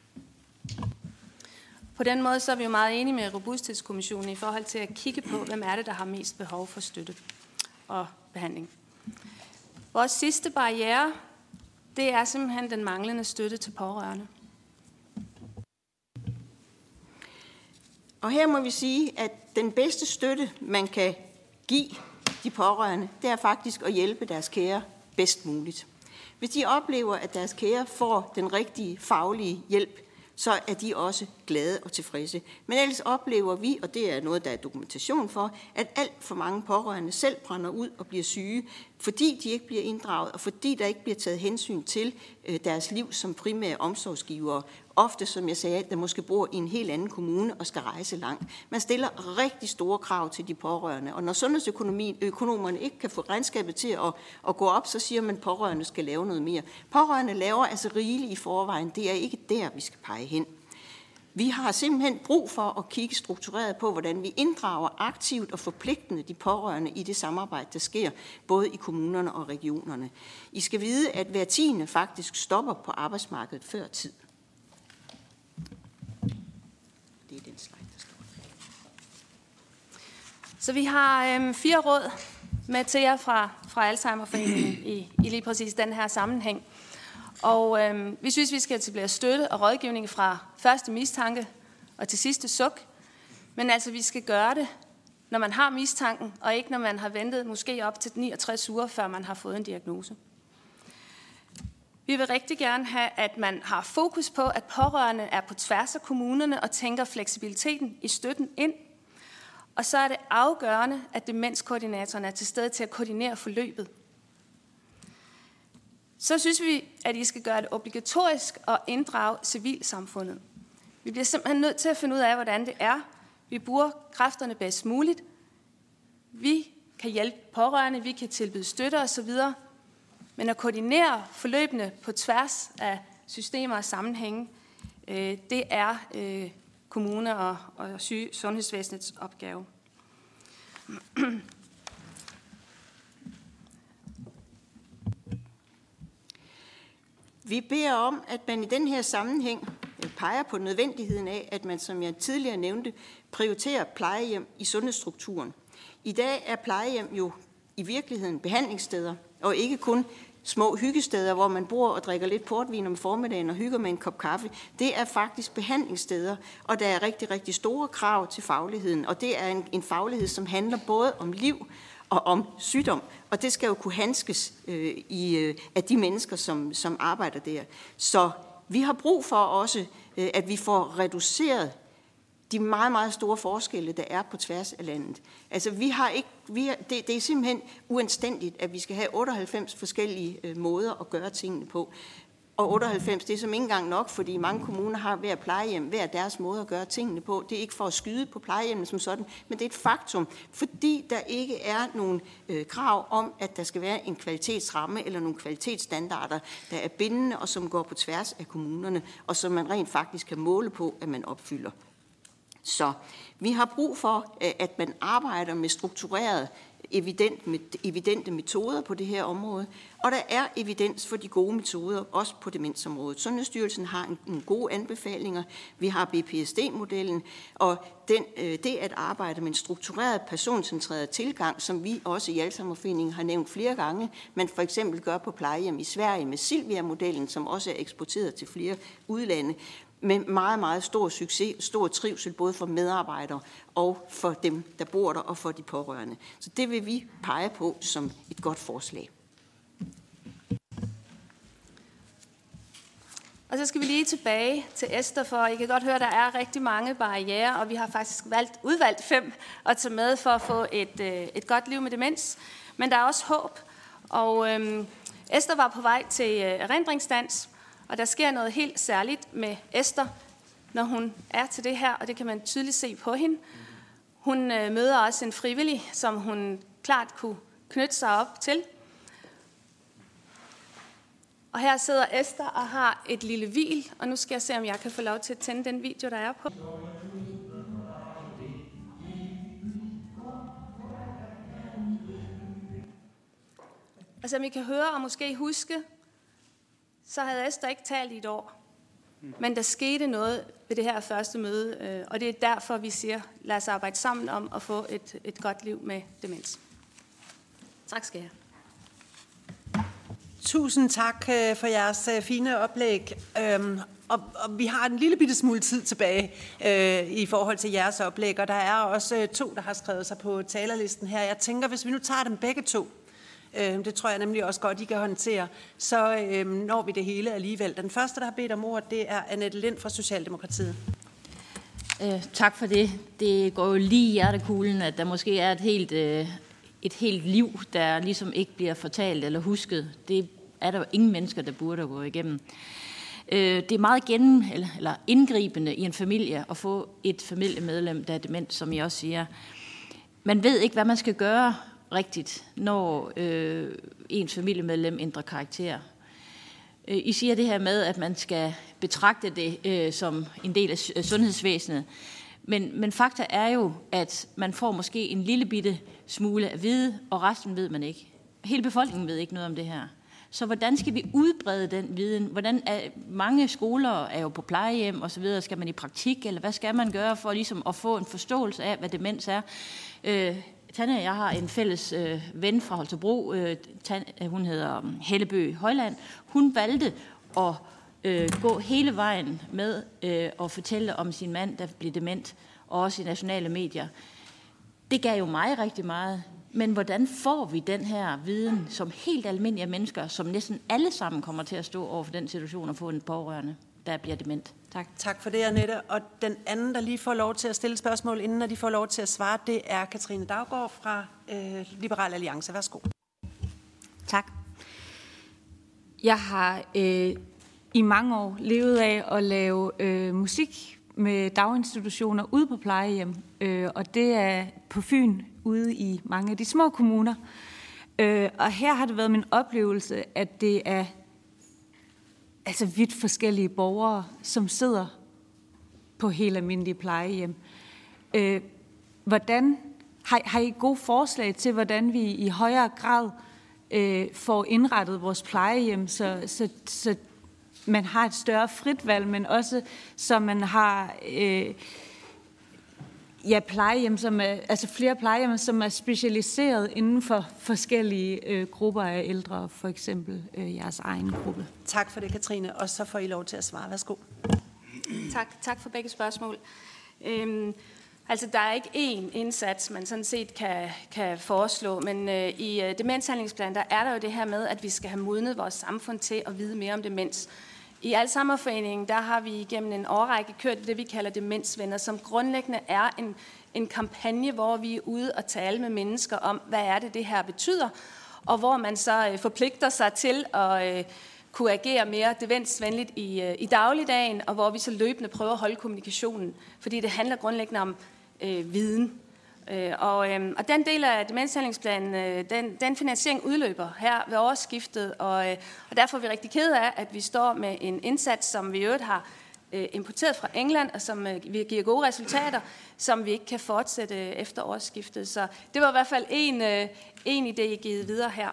På den måde så er vi jo meget enige med Robusthedskommissionen i forhold til at kigge på, hvem er det, der har mest behov for støtte og behandling. Vores sidste barriere, det er simpelthen den manglende støtte til pårørende. Og her må vi sige, at den bedste støtte, man kan give de pårørende, det er faktisk at hjælpe deres kære bedst muligt. Hvis de oplever, at deres kære får den rigtige faglige hjælp, så er de også glade og tilfredse. Men ellers oplever vi, og det er noget, der er dokumentation for, at alt for mange pårørende selv brænder ud og bliver syge, fordi de ikke bliver inddraget, og fordi der ikke bliver taget hensyn til deres liv som primære omsorgsgivere. Ofte, som jeg sagde, der måske bor i en helt anden kommune og skal rejse langt. Man stiller rigtig store krav til de pårørende, og når sundhedsøkonomerne ikke kan få regnskabet til at gå op, så siger man, at pårørende skal lave noget mere. Pårørende laver altså rigeligt i forvejen. Det er ikke der, vi skal pege hen. Vi har simpelthen brug for at kigge struktureret på, hvordan vi inddrager aktivt og forpligtende de pårørende i det samarbejde, der sker, både i kommunerne og regionerne. I skal vide, at hver 10. faktisk stopper på arbejdsmarkedet før tid. Det er den slide, der står. Så vi har 4 råd med til jer fra Alzheimerforeningen i lige præcis den her sammenhæng. Og vi synes, vi skal etablere støtte og rådgivning fra første mistanke og til sidste suk. Men altså, vi skal gøre det, når man har mistanken, og ikke når man har ventet måske op til 69 uger, før man har fået en diagnose. Vi vil rigtig gerne have, at man har fokus på, at pårørende er på tværs af kommunerne og tænker fleksibiliteten i støtten ind. Og så er det afgørende, at demenskoordinatoren er til stede til at koordinere forløbet. Så synes vi, at I skal gøre det obligatorisk at inddrage civilsamfundet. Vi bliver simpelthen nødt til at finde ud af, hvordan det er. Vi bruger kræfterne bedst muligt. Vi kan hjælpe pårørende, vi kan tilbyde støtte osv. Men at koordinere forløbene på tværs af systemer og sammenhænge, det er kommune- og sundhedsvæsenets opgave. Vi beder om, at man i den her sammenhæng peger på nødvendigheden af, at man, som jeg tidligere nævnte, prioriterer plejehjem i sundhedsstrukturen. I dag er plejehjem jo i virkeligheden behandlingssteder, og ikke kun små hyggesteder, hvor man bor og drikker lidt portvin om formiddagen og hygger med en kop kaffe. Det er faktisk behandlingssteder, og der er rigtig, rigtig store krav til fagligheden. Og det er en faglighed, som handler både om liv og om sygdom. Og det skal jo kunne handskes af de mennesker, som arbejder der. Så vi har brug for også, at vi får reduceret de meget, meget store forskelle, der er på tværs af landet. Altså, det er simpelthen uanstændigt, at vi skal have 98 forskellige måder at gøre tingene på. Og 98, det er som ikke engang nok, fordi mange kommuner har hver plejehjem, hver deres måde at gøre tingene på. Det er ikke for at skyde på plejehjemmene som sådan, men det er et faktum, fordi der ikke er nogen krav om, at der skal være en kvalitetsramme eller nogle kvalitetsstandarder, der er bindende og som går på tværs af kommunerne, og som man rent faktisk kan måle på, at man opfylder. Så vi har brug for, at man arbejder med strukturerede, evidente metoder på det her område, og der er evidens for de gode metoder, også på demensområdet. Sundhedsstyrelsen har nogle gode anbefalinger. Vi har BPSD-modellen, og det at arbejde med en struktureret, personcentreret tilgang, som vi også i Alzheimerforeningen har nævnt flere gange, man for eksempel gør på plejehjem i Sverige med Silvia-modellen, som også er eksporteret til flere udlande, med meget, meget stor succes, stor trivsel, både for medarbejdere og for dem, der bor der, og for de pårørende. Så det vil vi pege på som et godt forslag. Og så skal vi lige tilbage til Esther, for I kan godt høre, at der er rigtig mange barrierer, og vi har faktisk udvalgt 5 at tage med for at få et godt liv med demens. Men der er også håb, og Esther var på vej til erindringsdans, og der sker noget helt særligt med Esther, når hun er til det her, og det kan man tydeligt se på hende. Hun møder også en frivillig, som hun klart kunne knytte sig op til. Og her sidder Esther og har et lille hvil, og nu skal jeg se, om jeg kan få lov til at tænde den video, der er på. Og som I kan høre og måske huske, så havde Esther ikke talt i et år. Men der skete noget ved det her første møde, og det er derfor, vi siger, lad os arbejde sammen om at få et godt liv med demens. Tak skal I have. Tusind tak for jeres fine oplæg. Og vi har en lille bitte smule tid tilbage i forhold til jeres oplæg, og der er også 2, der har skrevet sig på talerlisten her. Jeg tænker, hvis vi nu tager dem begge 2, det tror jeg nemlig også godt, I kan håndtere, så når vi det hele alligevel. Den første, der har bedt om ordet, det er Annette Lind fra Socialdemokratiet. Tak for det. Det går jo lige i hjertekuglen, at der måske er et helt liv, der ligesom ikke bliver fortalt eller husket. Det er der jo ingen mennesker, der burde gå igennem. Det er meget eller indgribende i en familie at få et familiemedlem, der er dement, som I også siger. Man ved ikke, hvad man skal gøre rigtigt, når ens familiemedlem ændrer karakter. I siger det her med, at man skal betragte det som en del af sundhedsvæsenet. Men fakta er jo, at man får måske en lille bitte smule at vide, og resten ved man ikke. Hele befolkningen ved ikke noget om det her. Så hvordan skal vi udbrede den viden? Mange skoler er jo på plejehjem og så videre. Skal man i praktik, eller hvad skal man gøre for ligesom at få en forståelse af, hvad demens er? Tanja og jeg har en fælles ven fra Holstebro. Hun hedder Hellebø Højland. Hun valgte at gå hele vejen med at fortælle om sin mand, der blev dement, og også i nationale medier. Det gav jo mig rigtig meget. Men hvordan får vi den her viden som helt almindelige mennesker, som næsten alle sammen kommer til at stå over for den situation og få en pårørende, der bliver dement? Tak. Tak for det, Annette. Og den anden, der lige får lov til at stille spørgsmål, inden de får lov til at svare, det er Katrine Daugaard fra Liberal Alliance. Værsgo. Tak. Jeg har i mange år levet af at lave musik med daginstitutioner ude på plejehjem, og det er på Fyn, ude i mange af de små kommuner. Og her har det været min oplevelse, at det er altså vidt forskellige borgere, som sidder på helt almindelige plejehjem. Hvordan har I gode forslag til, hvordan vi i højere grad får indrettet vores plejehjem, så man har et større frit valg, men også så man har plejehjem, flere plejehjem, som er specialiseret inden for forskellige grupper af ældre, for eksempel jeres egen gruppe. Tak for det, Katrine, og så får I lov til at svare. Værsgo. Tak for begge spørgsmål. Altså, der er ikke én indsats, man sådan set kan foreslå, men i demenshandlingsplanen, der er der jo det her med, at vi skal have modnet vores samfund til at vide mere om demens. I Alzheimerforeningen, der har vi gennem en årrække kørt det, vi kalder demensvenner, som grundlæggende er en kampagne, hvor vi er ude og tale med mennesker om, hvad er det her betyder, og hvor man så forpligter sig til at kunne agere mere demensvenligt i dagligdagen, og hvor vi så løbende prøver at holde kommunikationen, fordi det handler grundlæggende om viden. Og den del af demenshandlingsplanen, den finansiering udløber her ved årsskiftet, og derfor er vi rigtig ked af, at vi står med en indsats, som vi i øvrigt har importeret fra England, og som giver gode resultater, som vi ikke kan fortsætte efter årsskiftet. Så det var i hvert fald en idé givet videre her.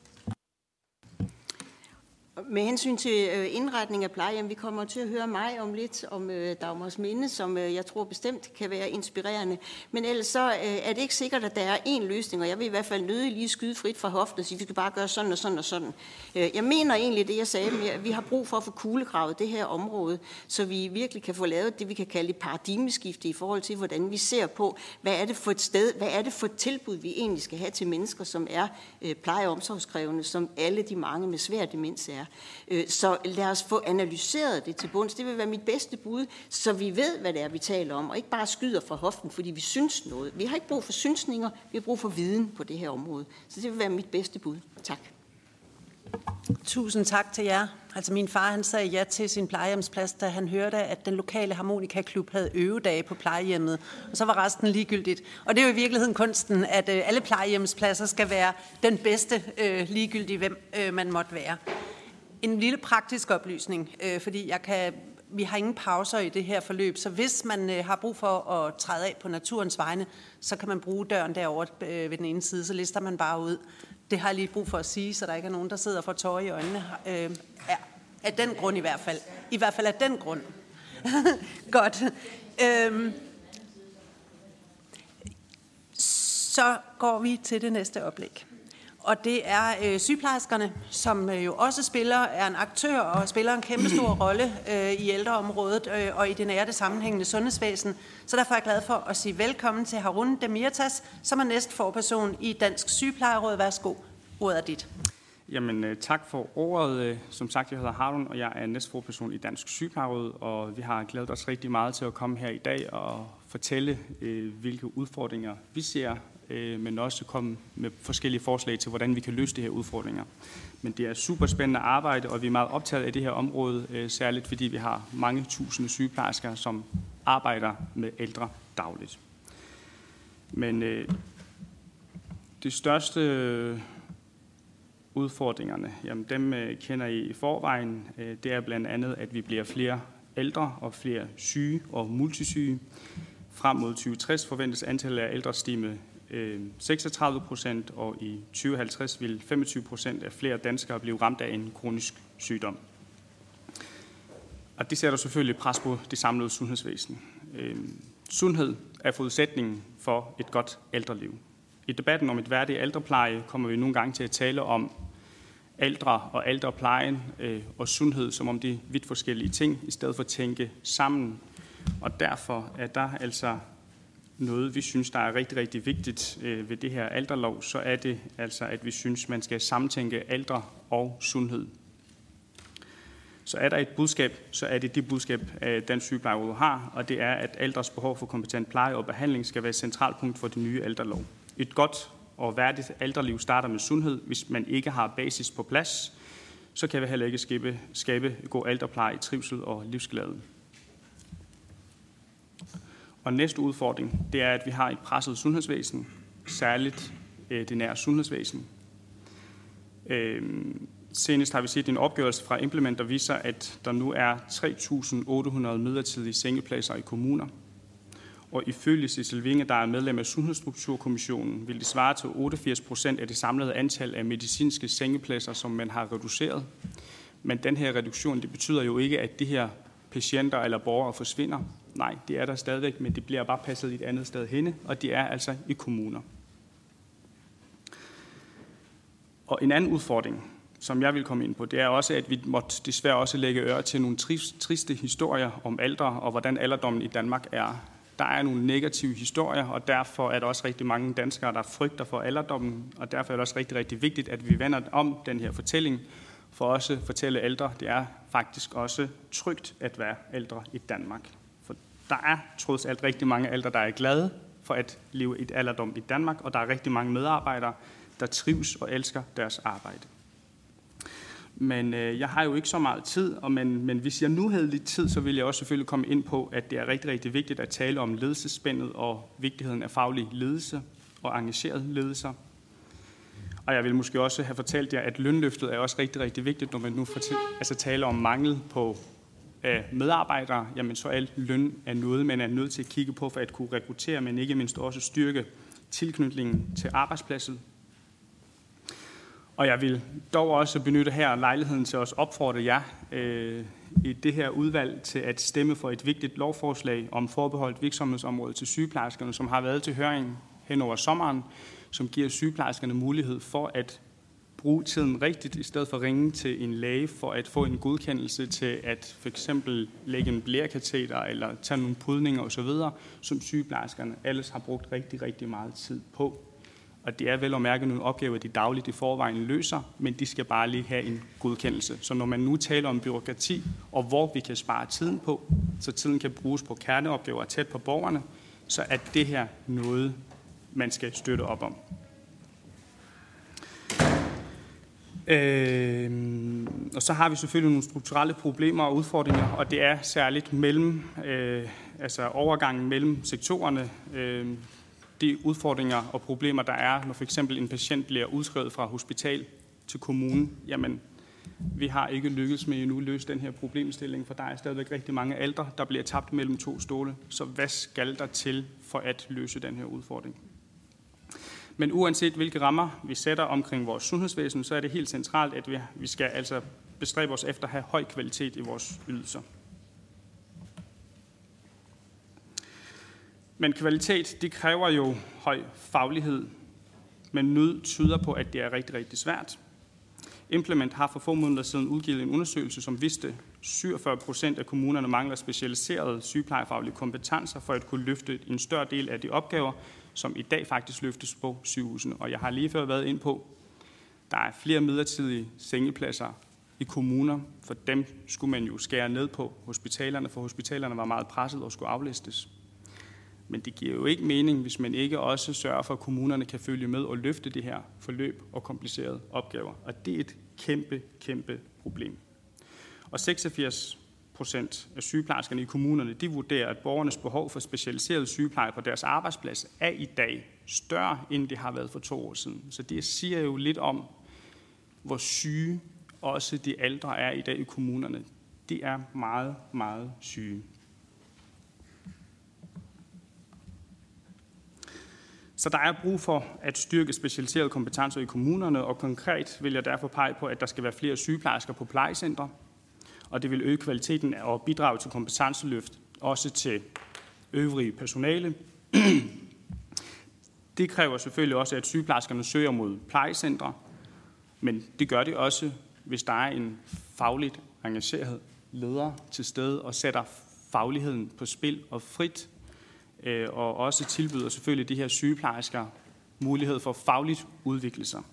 Med hensyn til indretning af plejehjem, vi kommer til at høre mig om lidt om Dagmarsminde, som jeg tror bestemt kan være inspirerende. Men ellers så er det ikke sikkert, at der er én løsning, og jeg vil i hvert fald nødig lige skyde frit fra hoften og sige, at vi skal bare gøre sådan og sådan og sådan. Jeg mener egentlig det, jeg sagde med, at vi har brug for at få kuglegravet det her område, så vi virkelig kan få lavet det, vi kan kalde et paradigmeskifte i forhold til, hvordan vi ser på, hvad er det for et sted, hvad er det for et tilbud, vi egentlig skal have til mennesker, som er pleje- og omsorgskrævende, som alle de mange med svær demens er. Så lad os få analyseret det til bunds. Det vil være mit bedste bud, så vi ved, hvad det er, vi taler om, og ikke bare skyder fra hoften, fordi vi synes noget. Vi har ikke brug for synsninger, vi har brug for viden på det her område. Så det vil være mit bedste bud. Tak. Tusind tak til jer. Altså min far, han sagde ja til sin plejehjemsplads, da han hørte, at den lokale harmonikaklub havde øvedage på plejehjemmet, og så var resten ligegyldigt. Og det er jo i virkeligheden kunsten, at alle plejehjemspladser skal være den bedste, ligegyldigt hvem man måtte være. En lille praktisk oplysning, fordi vi har ingen pauser i det her forløb, så hvis man har brug for at træde af på naturens vegne, så kan man bruge døren derovre ved den ene side, så lister man bare ud. Det har jeg lige brug for at sige, så der ikke er nogen, der sidder og får tårer i øjnene. Af den grund i hvert fald. I hvert fald af den grund. Godt. Så går vi til det næste oplæg. Og det er sygeplejerskerne, som jo også er en aktør og spiller en kæmpestor rolle i ældreområdet og i det nære det sammenhængende sundhedsvæsen. Så derfor er jeg glad for at sige velkommen til Harun Demirtas, som er næstforperson i Dansk Sygeplejeråd. Værsgo, ordet er dit. Jamen, tak for ordet. Som sagt, jeg hedder Harun, og jeg er næstforperson i Dansk Sygeplejeråd, og vi har glædet os rigtig meget til at komme her i dag og fortælle, hvilke udfordringer vi ser, men også komme med forskellige forslag til, hvordan vi kan løse de her udfordringer. Men det er super spændende arbejde, og vi er meget optaget af det her område, særligt fordi vi har mange tusinde sygeplejersker, som arbejder med ældre dagligt. Men de største udfordringerne, jamen dem kender I forvejen. Det er blandt andet, at vi bliver flere ældre og flere syge og multisyge. Frem mod 2060 forventes antallet af ældre stige med 36%, og i 2050 vil 25% af flere danskere blive ramt af en kronisk sygdom. Og det sætter selvfølgelig pres på det samlede sundhedsvæsen. Sundhed er forudsætningen for et godt ældreliv. I debatten om et værdigt ældrepleje kommer vi nogle gange til at tale om ældre og ældreplejen og sundhed, som om det er vidt forskellige ting, i stedet for at tænke sammen. Og derfor er der altså noget, vi synes, der er rigtig, rigtig vigtigt ved det her ældrelov, så er det altså, at vi synes, man skal samtænke ældre og sundhed. Så er der et budskab, så er det budskab, Dansk Sygeplejeråd har, og det er, at ældres behov for kompetent pleje og behandling skal være et centralt punkt for det nye ældrelov. Et godt og værdigt ældreliv starter med sundhed. Hvis man ikke har basis på plads, så kan vi heller ikke skabe god ældrepleje, trivsel og livsglæde. Og næste udfordring, det er, at vi har et presset sundhedsvæsen, særligt det nære sundhedsvæsen. Senest har vi set en opgørelse fra Implement, der viser, at der nu er 3.800 midlertidige sengepladser i kommuner. Og ifølge Cecil Winge, der er medlem af Sundhedsstrukturkommissionen, vil det svare til 88% af det samlede antal af medicinske sengepladser, som man har reduceret. Men den her reduktion, det betyder jo ikke, at de her patienter eller borgere forsvinder. Nej, det er der stadigvæk, men det bliver bare passet et andet sted henne, og de er altså i kommuner. Og en anden udfordring, som jeg vil komme ind på, det er også, at vi måtte desværre også lægge øre til nogle triste historier om aldre, og hvordan alderdommen i Danmark er. Der er nogle negative historier, og derfor er der også rigtig mange danskere, der frygter for alderdommen, og derfor er det også rigtig, rigtig vigtigt, at vi vender om den her fortælling, for også at fortælle ældre, det er faktisk også trygt at være ældre i Danmark. For der er trods alt rigtig mange ældre, der er glade for at leve et alderdom i Danmark, og der er rigtig mange medarbejdere, der trives og elsker deres arbejde. Men jeg har jo ikke så meget tid, men hvis jeg nu havde lidt tid, så ville jeg også selvfølgelig komme ind på, at det er rigtig, rigtig vigtigt at tale om ledelsesspændet og vigtigheden af faglig ledelse og engageret ledelser. Og jeg vil måske også have fortalt jer, at lønløftet er også rigtig, rigtig vigtigt, når man nu taler om mangel på medarbejdere. Jamen så alt løn er noget, man er nødt til at kigge på for at kunne rekruttere, men ikke mindst også styrke tilknytningen til arbejdspladsen. Og jeg vil dog også benytte her lejligheden til at opfordre jer i det her udvalg til at stemme for et vigtigt lovforslag om forbeholdt virksomhedsområde til sygeplejerskerne, som har været til høring hen over sommeren, som giver sygeplejerskerne mulighed for at bruge tiden rigtigt, i stedet for at ringe til en læge for at få en godkendelse til at for eksempel lægge en blærekateter eller tage nogle pudninger osv., som sygeplejerskerne ellers har brugt rigtig, rigtig meget tid på. Og det er vel at mærke nogle opgaver, de dagligt i forvejen løser, men de skal bare lige have en godkendelse. Så når man nu taler om byråkrati, og hvor vi kan spare tiden på, så tiden kan bruges på kerneopgaver tæt på borgerne, så er det her noget, man skal støtte op om. Og så har vi selvfølgelig nogle strukturelle problemer og udfordringer, og det er særligt mellem, overgangen mellem sektorerne, de udfordringer og problemer, der er, når for eksempel en patient bliver udskrevet fra hospital til kommune. Jamen, vi har ikke lykkedes med endnu at løse den her problemstilling, for der er stadigvæk rigtig mange ældre, der bliver tabt mellem to stole. Så hvad skal der til for at løse den her udfordring? Men uanset hvilke rammer vi sætter omkring vores sundhedsvæsen, så er det helt centralt, at vi skal altså bestræbe os efter at have høj kvalitet i vores ydelser. Men kvalitet, det kræver jo høj faglighed, men nød tyder på, at det er rigtig, rigtig svært. Implement har for få måneder siden udgivet en undersøgelse, som viste, 47% af kommunerne mangler specialiserede sygeplejefaglige kompetencer for at kunne løfte en større del af de opgaver, som i dag faktisk løftes på sygehusene. Og jeg har lige før været ind på, der er flere midlertidige sengepladser i kommuner. For dem skulle man jo skære ned på hospitalerne, for hospitalerne var meget presset og skulle aflastes. Men det giver jo ikke mening, hvis man ikke også sørger for, at kommunerne kan følge med og løfte det her forløb og komplicerede opgaver. Og det er et kæmpe, kæmpe problem. Og 86% af sygeplejerskerne i kommunerne, de vurderer, at borgernes behov for specialiseret sygepleje på deres arbejdsplads er i dag større, end det har været for 2 år siden. Så det siger jo lidt om, hvor syge også de ældre er i dag i kommunerne. De er meget, meget syge. Så der er brug for at styrke specialiserede kompetencer i kommunerne, og konkret vil jeg derfor pege på, at der skal være flere sygeplejersker på plejecentre, og det vil øge kvaliteten og bidrage til kompetenceløft, også til øvrige personale. Det kræver selvfølgelig også, at sygeplejerskerne søger mod plejecentre, men det gør det også, hvis der er en fagligt engageret leder til stede og sætter fagligheden på spil og frit, og også tilbyder selvfølgelig de her sygeplejersker mulighed for fagligt udvikle sig.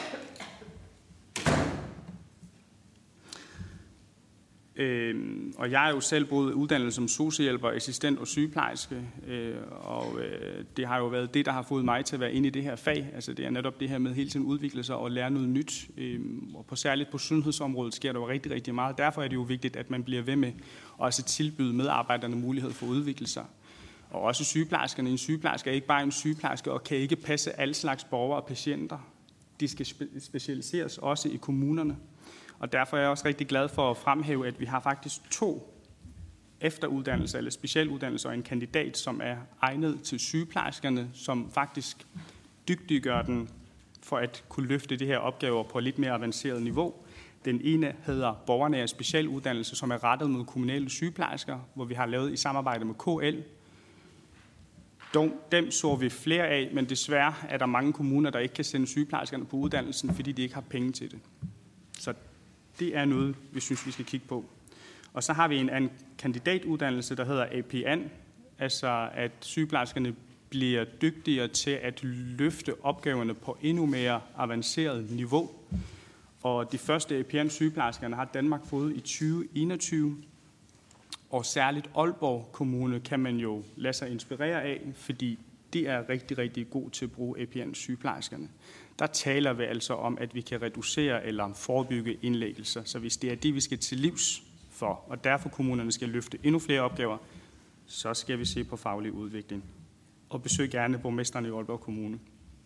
Og jeg er jo selv både uddannet som sosu-hjælper, assistent og sygeplejerske, og det har jo været det, der har fået mig til at være inde i det her fag. Altså det er netop det her med hele tiden udvikle sig og lære noget nyt. Og særligt på sundhedsområdet sker der jo rigtig, rigtig meget. Derfor er det jo vigtigt, at man bliver ved med at også tilbyde medarbejderne mulighed for at udvikle sig. Og også sygeplejerskerne. En sygeplejerske er ikke bare en sygeplejerske og kan ikke passe alle slags borgere og patienter. De skal specialiseres også i kommunerne. Og derfor er jeg også rigtig glad for at fremhæve, at vi har faktisk 2 efteruddannelser eller specialuddannelser og en kandidat, som er egnet til sygeplejerskerne, som faktisk dygtiggør den for at kunne løfte det her opgaver på et lidt mere avanceret niveau. Den ene hedder borgernær specialuddannelse, som er rettet mod kommunale sygeplejersker, hvor vi har lavet i samarbejde med KL. Dem så vi flere af, men desværre er der mange kommuner, der ikke kan sende sygeplejerskerne på uddannelsen, fordi de ikke har penge til det. Så det er noget, vi synes, vi skal kigge på. Og så har vi en kandidatuddannelse, der hedder APN, altså at sygeplejerskerne bliver dygtigere til at løfte opgaverne på endnu mere avanceret niveau. Og de første APN-sygeplejerskerne har Danmark fået i 2021. Og særligt Aalborg Kommune kan man jo lade sig inspirere af, fordi de er rigtig, rigtig gode til at bruge APN-sygeplejerskerne. Der taler vi altså om, at vi kan reducere eller forebygge indlæggelser. Så hvis det er det, vi skal til livs for, og derfor kommunerne skal løfte endnu flere opgaver, så skal vi se på faglig udvikling. Og besøg gerne borgmesteren i Aalborg Kommune.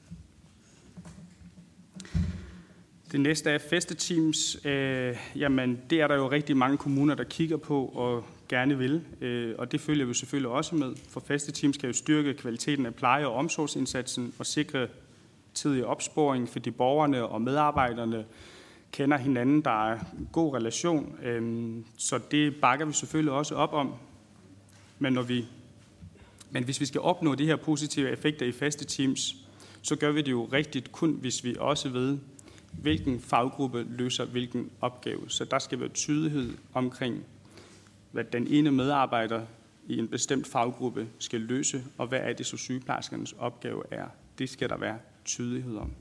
Det næste er festeteams. Jamen, det er der jo rigtig mange kommuner, der kigger på og gerne vil. Og det følger vi selvfølgelig også med. For festeteams kan jo styrke kvaliteten af pleje- og omsorgsindsatsen og sikre tidig opsporing, fordi borgerne og medarbejderne kender hinanden. Der er en god relation. Så det bakker vi selvfølgelig også op om. Men hvis vi skal opnå de her positive effekter i festeteams, så gør vi det jo rigtigt kun, hvis vi også ved, hvilken faggruppe løser hvilken opgave. Så der skal være tydelighed omkring, hvad den ene medarbejder i en bestemt faggruppe skal løse, og hvad er det så sygeplejerskernes opgave er. Det skal der være tydelighed om.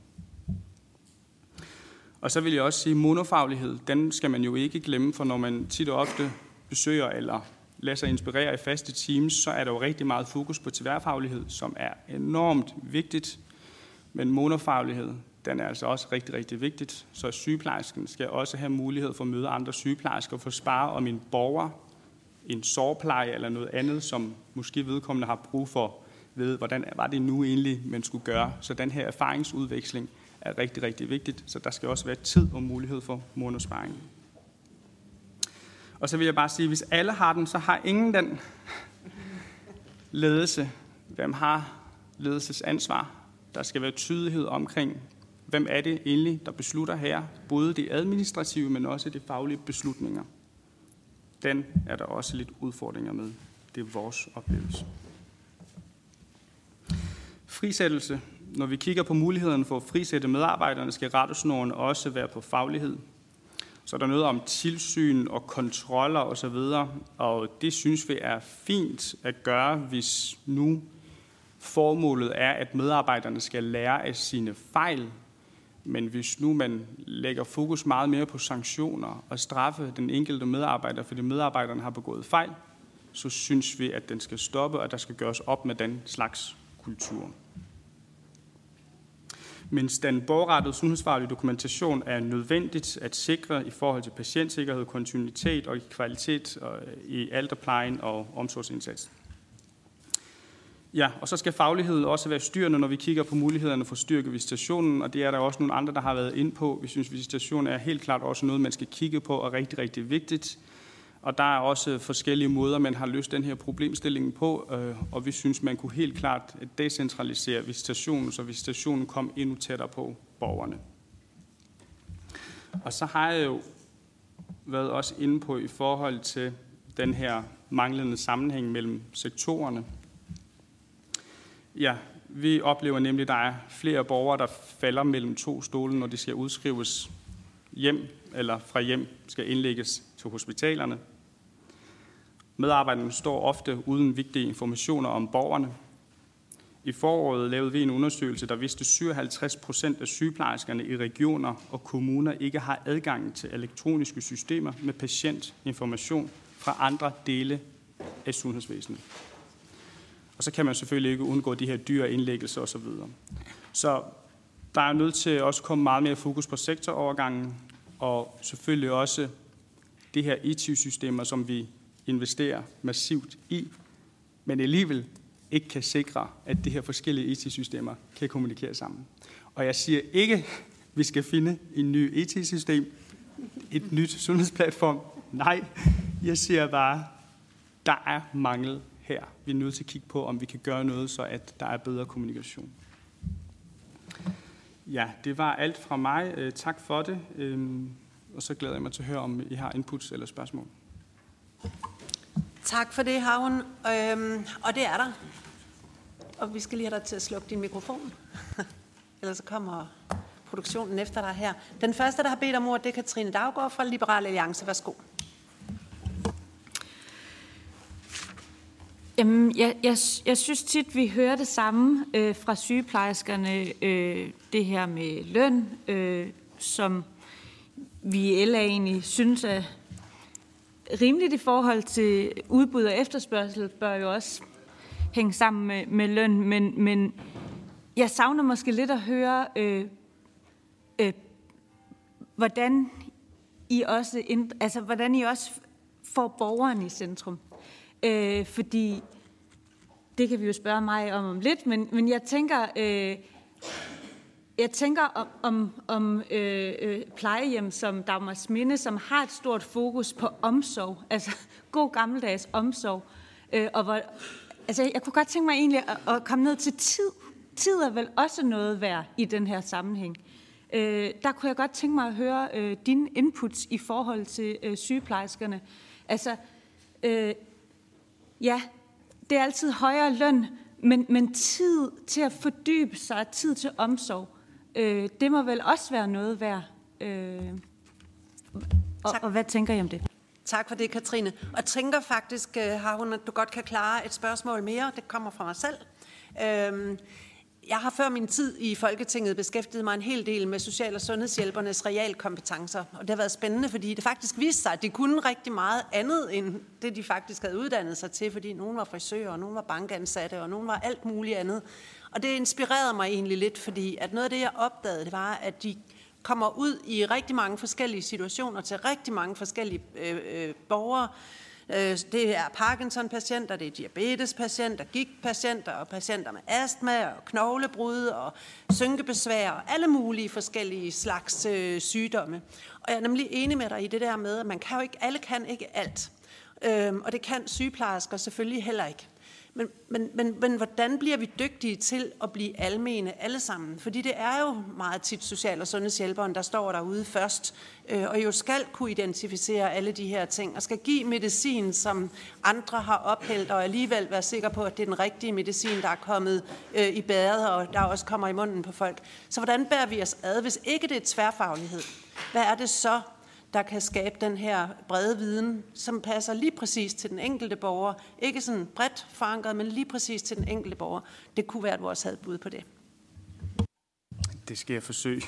Og så vil jeg også sige, monofaglighed, den skal man jo ikke glemme, for når man tit og ofte besøger eller lader sig inspirere i faste teams, så er der jo rigtig meget fokus på tværfaglighed, som er enormt vigtigt. Men monofaglighed, den er altså også rigtig, rigtig vigtigt. Så sygeplejersken skal også have mulighed for at møde andre sygeplejersker og få spare om en borger, en sårpleje eller noget andet, som måske vedkommende har brug for, ved hvordan var det nu egentlig, man skulle gøre. Så den her erfaringsudveksling er rigtig, rigtig vigtigt. Så der skal også være tid og mulighed for monosparing. Og så vil jeg bare sige, at hvis alle har den, så har ingen den. Ledelse. Hvem har ledelsesansvar? Der skal være tydelighed omkring, hvem er det egentlig, der beslutter her, både de administrative, men også de faglige beslutninger. Den er der også lidt udfordringer med. Det er vores oplevelse. Frisættelse. Når vi kigger på muligheden for at frisætte medarbejderne, skal rettesnoren også være på faglighed. Så er der noget om tilsyn og kontroller osv., og det synes vi er fint at gøre, hvis nu formålet er, at medarbejderne skal lære af sine fejl. Men hvis nu man lægger fokus meget mere på sanktioner og straffe den enkelte medarbejder, fordi medarbejderne har begået fejl, så synes vi, at den skal stoppe, og der skal gøres op med den slags kultur. Mens den borgerrettede sundhedsfaglige dokumentation er nødvendigt at sikre i forhold til patientsikkerhed, kontinuitet og kvalitet i ældreplejen og omsorgsindsatsen. Ja, og så skal faglighed også være styrende, når vi kigger på mulighederne for at styrke visitationen, og det er der også nogle andre, der har været inde på. Vi synes, visitation er helt klart også noget, man skal kigge på, og rigtig, rigtig vigtigt. Og der er også forskellige måder, man har løst den her problemstilling på, og vi synes, man kunne helt klart decentralisere visitationen, så visitationen kom endnu tættere på borgerne. Og så har jeg jo været også inde på i forhold til den her manglende sammenhæng mellem sektorerne. Ja, vi oplever nemlig, at der er flere borgere, der falder mellem to stole, når de skal udskrives hjem, eller fra hjem skal indlægges til hospitalerne. Medarbejderne står ofte uden vigtige informationer om borgerne. I foråret lavede vi en undersøgelse, der viste 57% af sygeplejerskerne i regioner og kommuner ikke har adgang til elektroniske systemer med patientinformation fra andre dele af sundhedsvæsenet. Og så kan man selvfølgelig ikke undgå de her dyre indlæggelser osv. Så der er nødt til også at komme meget mere fokus på sektorovergangen, og selvfølgelig også de her IT-systemer, som vi investerer massivt i, men alligevel ikke kan sikre, at de her forskellige IT-systemer kan kommunikere sammen. Og jeg siger ikke, at vi skal finde en ny IT-system, et nyt sundhedsplatform. Nej, jeg siger bare, der er mangel her. Vi er nødt til at kigge på, om vi kan gøre noget, så at der er bedre kommunikation. Ja, det var alt fra mig. Tak for det. Og så glæder jeg mig til at høre, om I har inputs eller spørgsmål. Tak for det, Havn. Og det er der. Og vi skal lige have dig til at slukke din mikrofon. Ellers så kommer produktionen efter dig her. Den første, der har bedt om ordet, det er Katrine Daugaard fra Liberal Alliance. Værsgo. Jeg synes tit, vi hører det samme fra sygeplejerskerne. Det her med løn, som vi i LA egentlig synes er rimeligt i forhold til udbud og efterspørgsel, bør jo også hænge sammen med løn. Men jeg savner måske lidt at høre, hvordan I også får borgeren i centrum. Fordi det kan vi jo spørge mig om lidt, men jeg tænker om plejehjem som Dagmarsminde, som har et stort fokus på omsorg, altså god gammeldags omsorg. Jeg kunne godt tænke mig egentlig at komme ned til tid. Tid er vel også noget værd i den her sammenhæng. Der kunne jeg godt tænke mig at høre dine inputs i forhold til sygeplejerskerne. Altså, ja, det er altid højere løn, men tid til at fordybe sig, tid til omsorg, det må vel også være noget værd. Og hvad tænker I om det? Tak for det, Katrine. Og tænker faktisk, Havn, at du godt kan klare et spørgsmål mere. Det kommer fra mig selv. Jeg har før min tid i Folketinget beskæftiget mig en hel del med social- og sundhedshjælpernes realkompetencer. Og det har været spændende, fordi det faktisk viste sig, at de kunne rigtig meget andet, end det de faktisk havde uddannet sig til. Fordi nogle var frisører, og nogle var bankansatte, og nogle var alt muligt andet. Og det inspirerede mig egentlig lidt, fordi at noget af det, jeg opdagede, det var, at de kommer ud i rigtig mange forskellige situationer til rigtig mange forskellige borgere. Det er Parkinson-patienter, det er diabetespatienter, gigtpatienter og patienter med astma og knoglebrud og synkebesvær og alle mulige forskellige slags sygdomme. Og jeg er nemlig enig med dig i det der med, at alle kan ikke alt. Og det kan sygeplejersker selvfølgelig heller ikke. Men hvordan bliver vi dygtige til at blive almene alle sammen? Fordi det er jo meget tit social- og sundhedshjælperen, der står derude først, og jo skal kunne identificere alle de her ting, og skal give medicin, som andre har ophældt, og alligevel være sikker på, at det er den rigtige medicin, der er kommet i badet, og der også kommer i munden på folk. Så hvordan bærer vi os ad, hvis ikke det er tværfaglighed? Hvad er det så, der kan skabe den her brede viden, som passer lige præcis til den enkelte borger. Ikke sådan bredt forankret, men lige præcis til den enkelte borger. Det kunne være, at vores havde bud på det. Det skal jeg forsøge.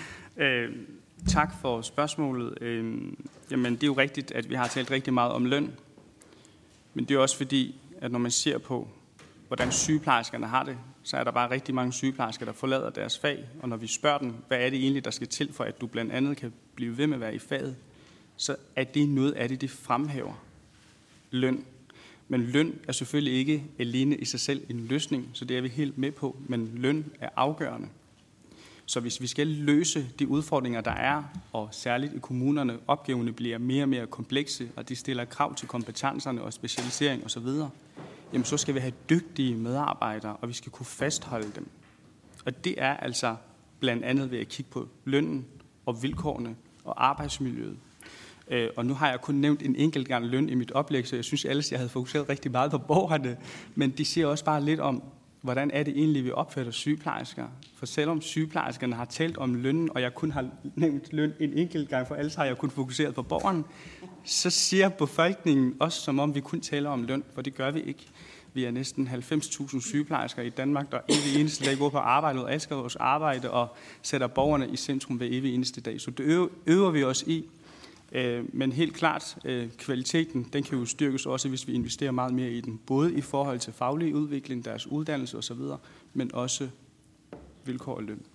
Tak for spørgsmålet. Jamen, det er jo rigtigt, at vi har talt rigtig meget om løn. Men det er også fordi, at når man ser på, hvordan sygeplejerskerne har det, så er der bare rigtig mange sygeplejersker, der forlader deres fag. Og når vi spørger dem, hvad er det egentlig, der skal til for, at du blandt andet kan blive ved med at være i faget, så er det noget af det, fremhæver løn. Men løn er selvfølgelig ikke alene i sig selv en løsning, så det er vi helt med på. Men løn er afgørende. Så hvis vi skal løse de udfordringer, der er, og særligt i kommunerne, opgaverne bliver mere og mere komplekse, og de stiller krav til kompetencerne og specialisering osv., jamen så skal vi have dygtige medarbejdere, og vi skal kunne fastholde dem. Og det er altså blandt andet ved at kigge på lønnen og vilkårene og arbejdsmiljøet. Og nu har jeg kun nævnt en enkelt gang løn i mit oplæg, så jeg synes ellers, jeg havde fokuseret rigtig meget på borgerne. Men de siger også bare lidt om, hvordan er det egentlig, vi opfatter sygeplejersker. For selvom sygeplejerskerne har talt om lønnen, og jeg kun har nævnt løn en enkelt gang, for ellers har jeg kun fokuseret på borgeren, så siger befolkningen også, som om vi kun taler om løn, for det gør vi ikke. Vi er næsten 90.000 sygeplejersker i Danmark, der evig eneste dag går på arbejde og elsker vores arbejde og sætter borgerne i centrum hver evig eneste dag. Så det øver vi os i. Men helt klart, kvaliteten, den kan jo styrkes også, hvis vi investerer meget mere i den. Både i forhold til faglig udvikling, deres uddannelse osv., men også vilkår og løn.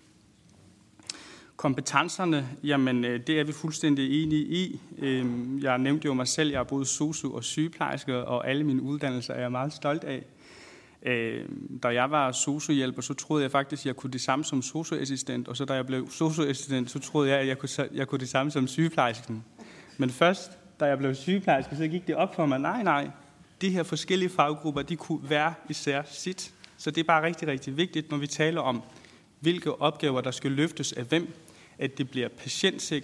Kompetencerne, jamen det er vi fuldstændig enige i. Jeg nævnte jo mig selv, jeg er både sosu og sygeplejerske, og alle mine uddannelser er jeg meget stolt af. Da jeg var sosu-hjælper, så troede jeg faktisk, at jeg kunne det samme som sosu-assistent, og så da jeg blev sosu-assistent, så troede jeg, at jeg kunne det samme som sygeplejersken. Men først, da jeg blev sygeplejerske, så gik det op for mig, nej, de her forskellige faggrupper, de kunne være især sit. Så det er bare rigtig, rigtig vigtigt, når vi taler om, hvilke opgaver, der skal løftes af hvem, at det bliver patientsikkert,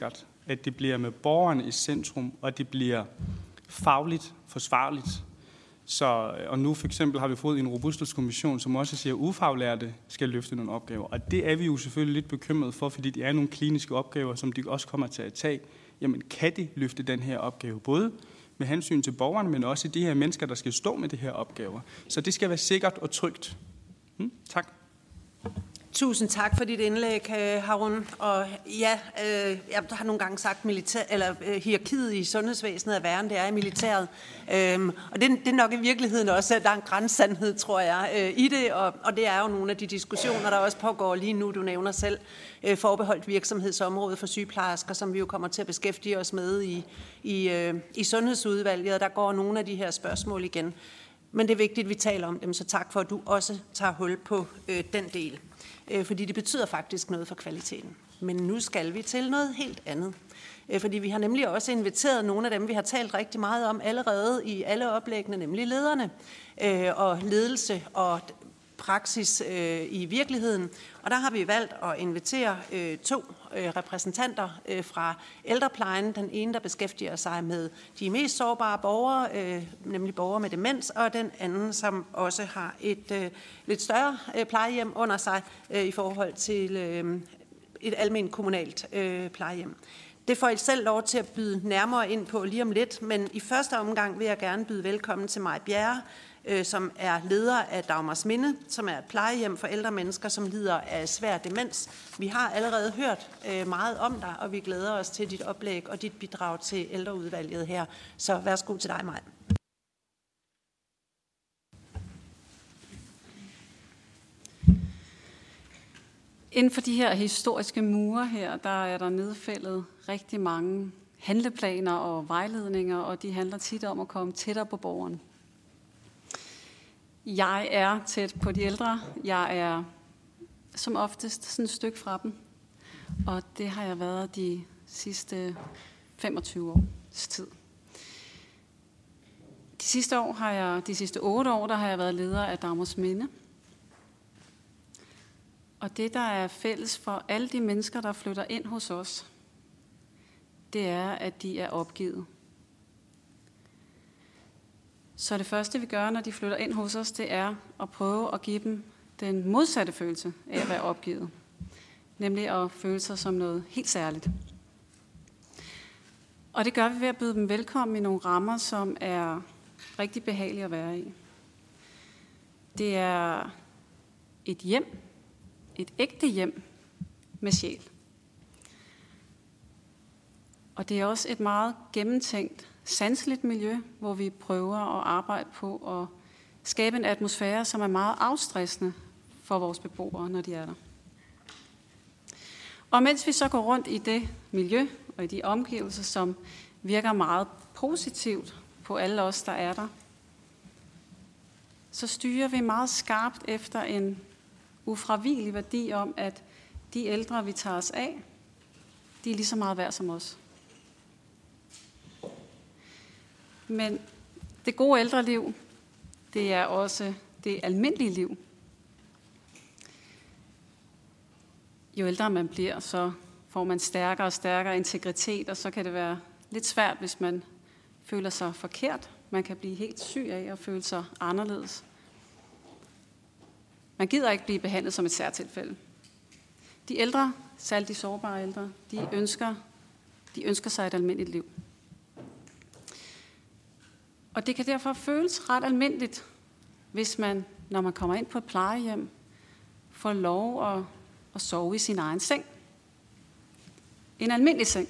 at det bliver med borgeren i centrum, og det bliver fagligt forsvarligt. Og nu for eksempel har vi fået en robusthedskommission, som også siger, at ufaglærte skal løfte nogle opgaver. Og det er vi jo selvfølgelig lidt bekymret for, fordi det er nogle kliniske opgaver, som de også kommer til at tage. Jamen, kan de løfte den her opgave? Både med hensyn til borgerne, men også de her mennesker, der skal stå med de her opgaver. Så det skal være sikkert og trygt. Tak. Tusind tak for dit indlæg, Harun. Og ja, jeg har nogle gange sagt, hierarkiet i sundhedsvæsenet er værre, end det er i militæret. Og det er nok i virkeligheden også, at der er en grænsandhed, tror jeg, i det. Og det er jo nogle af de diskussioner, der også pågår lige nu. Du nævner selv forbeholdt virksomhedsområde for sygeplejersker, som vi jo kommer til at beskæftige os med i sundhedsudvalget. Og der går nogle af de her spørgsmål igen. Men det er vigtigt, at vi taler om dem, så tak for, at du også tager hul på den del. Fordi det betyder faktisk noget for kvaliteten. Men nu skal vi til noget helt andet. Fordi vi har nemlig også inviteret nogle af dem, vi har talt rigtig meget om allerede i alle oplæggene, nemlig lederne og ledelse og praksis i virkeligheden. Og der har vi valgt at invitere 2 repræsentanter fra ældreplejen. Den ene, der beskæftiger sig med de mest sårbare borgere, nemlig borgere med demens, og den anden, som også har et lidt større plejehjem under sig i forhold til et almindeligt kommunalt plejehjem. Det får I selv lov til at byde nærmere ind på lige om lidt, men i første omgang vil jeg gerne byde velkommen til Maj Bjerre, som er leder af Dagmarsminde, som er et plejehjem for ældre mennesker, som lider af svær demens. Vi har allerede hørt meget om dig, og vi glæder os til dit oplæg og dit bidrag til ældreudvalget her. Så værsgo til dig, Maj. Inden for de her historiske mure her, der er der nedfældet rigtig mange handleplaner og vejledninger, og de handler tit om at komme tættere på borgeren. Jeg er tæt på de ældre. Jeg er som oftest sådan et stykke fra dem. Og det har jeg været de sidste 25 års tid. De sidste 8 år, der har jeg været leder af Dagmarsminde. Og det, der er fælles for alle de mennesker, der flytter ind hos os, det er, at de er opgivet. Så det første, vi gør, når de flytter ind hos os, det er at prøve at give dem den modsatte følelse af at være opgivet. Nemlig at føle sig som noget helt særligt. Og det gør vi ved at byde dem velkommen i nogle rammer, som er rigtig behagelige at være i. Det er et hjem, et ægte hjem med sjæl. Og det er også et meget gennemtænkt, sanseligt miljø, hvor vi prøver at arbejde på at skabe en atmosfære, som er meget afstressende for vores beboere, når de er der. Og mens vi så går rundt i det miljø og i de omgivelser, som virker meget positivt på alle os, der er der, så styrer vi meget skarpt efter en ufravigelig værdi om, at de ældre, vi tager os af, de er lige så meget værd som os. Men det gode ældreliv, det er også det almindelige liv. Jo ældre man bliver, så får man stærkere og stærkere integritet, og så kan det være lidt svært, hvis man føler sig forkert. Man kan blive helt syg af at føle sig anderledes. Man gider ikke blive behandlet som et særtilfælde. De ældre, særligt de sårbare ældre, de ønsker sig et almindeligt liv. Og det kan derfor føles ret almindeligt, hvis man, når man kommer ind på et plejehjem, får lov at sove i sin egen seng. En almindelig seng.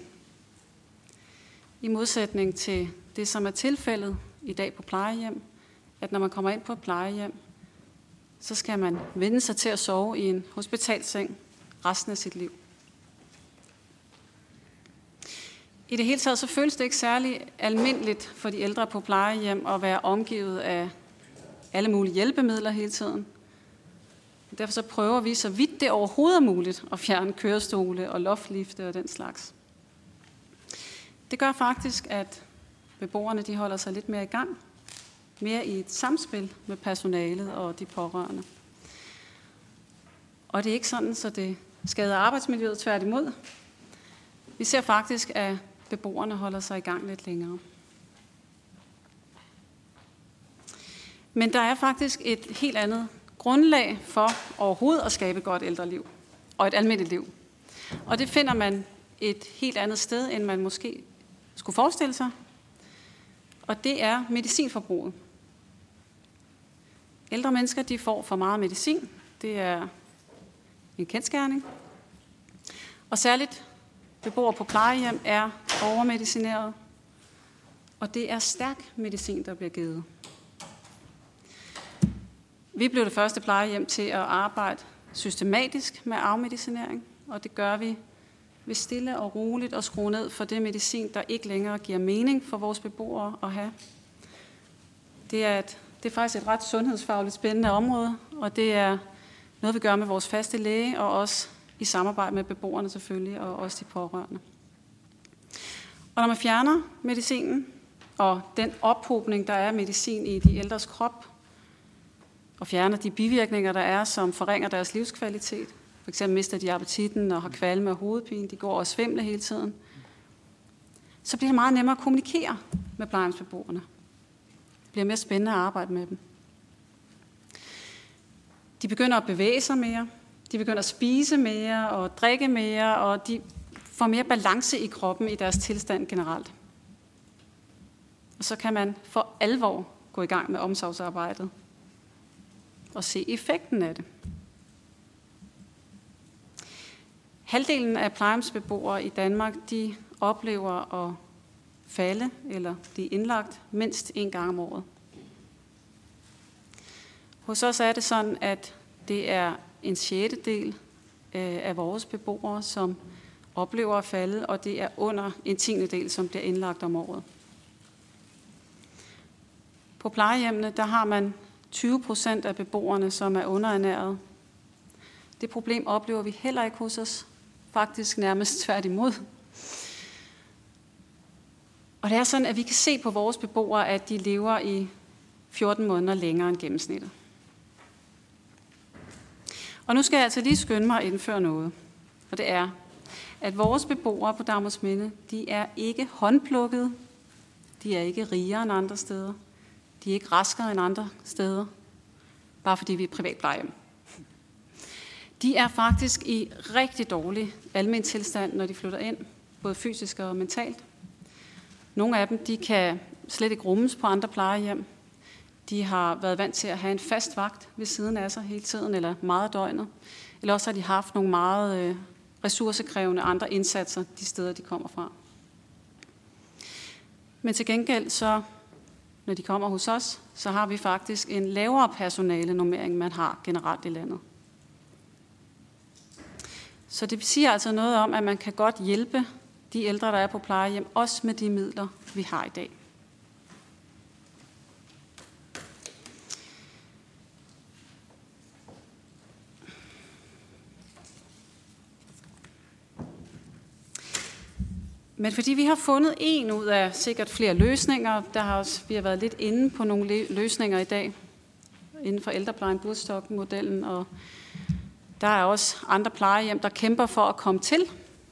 I modsætning til det, som er tilfældet i dag på plejehjem, at når man kommer ind på et plejehjem, så skal man vende sig til at sove i en hospitalseng resten af sit liv. I det hele taget så føles det ikke særlig almindeligt for de ældre på plejehjem at være omgivet af alle mulige hjælpemidler hele tiden. Derfor så prøver vi, så vidt det overhovedet er muligt, at fjerne kørestole og loftlifte og den slags. Det gør faktisk, at beboerne de holder sig lidt mere i gang, mere i et samspil med personalet og de pårørende. Og det er ikke sådan, så det skader arbejdsmiljøet, tværtimod. Vi ser faktisk, at beboerne holder sig i gang lidt længere. Men der er faktisk et helt andet grundlag for overhovedet at skabe et godt ældreliv og et almindeligt liv. Og det finder man et helt andet sted, end man måske skulle forestille sig. Og det er medicinforbruget. Ældre mennesker, de får for meget medicin. Det er en kendsgerning. Og særligt beboere på plejehjem er overmedicineret. Og det er stærk medicin, der bliver givet. Vi blev det første plejehjem til at arbejde systematisk med afmedicinering, og det gør vi ved stille og roligt at skrue ned for det medicin, der ikke længere giver mening for vores beboere at have. Det er faktisk et ret sundhedsfagligt spændende område, og det er noget, vi gør med vores faste læge, og også i samarbejde med beboerne selvfølgelig, og også de pårørende. Og når man fjerner medicinen, og den ophobning, der er af medicin i de ældres krop, og fjerner de bivirkninger, der er, som forringer deres livskvalitet. For eksempel mister de appetitten og har kvalme og hovedpine, de går og svimler hele tiden. Så bliver det meget nemmere at kommunikere med plejehjemsbeboerne. Det bliver mere spændende at arbejde med dem. De begynder at bevæge sig mere, de begynder at spise mere og drikke mere, og de får mere balance i kroppen i deres tilstand generelt. Og så kan man for alvor gå i gang med omsorgsarbejdet og se effekten af det. Halvdelen af plejehjemsbeboere i Danmark, de oplever at falde eller blive indlagt mindst en gang om året. Hos os er det sådan, at det er 1/6 af vores beboere, som oplever at falde, og det er under 1/10, som bliver indlagt om året. På plejehjemmene, der har man 20% af beboerne, som er underernæret. Det problem oplever vi heller ikke hos os. Faktisk nærmest tværtimod. Og det er sådan, at vi kan se på vores beboere, at de lever i 14 måneder længere end gennemsnittet. Og nu skal jeg altså lige skynde mig at indføre noget. Og det er, at vores beboere på Dagmarsminde, de er ikke håndplukkede. De er ikke rigere end andre steder. De er ikke raskere end andre steder. Bare fordi vi er privat plejehjem. De er faktisk i rigtig dårlig almen tilstand, når de flytter ind, både fysisk og mentalt. Nogle af dem, de kan slet ikke rummes på andre plejehjem. De har været vant til at have en fast vagt ved siden af sig hele tiden, eller meget af døgnet. Eller også har de haft nogle meget ressourcekrævende andre indsatser, de steder, de kommer fra. Men til gengæld, så, når de kommer hos os, så har vi faktisk en lavere personalenormering, man har generelt i landet. Så det siger altså noget om, at man kan godt hjælpe de ældre, der er på plejehjem, også med de midler, vi har i dag. Men fordi vi har fundet en ud af sikkert flere løsninger, vi har været lidt inde på nogle løsninger i dag, inden for ældreplejen, Bustock-modellen, og der er også andre plejehjem, der kæmper for at komme til.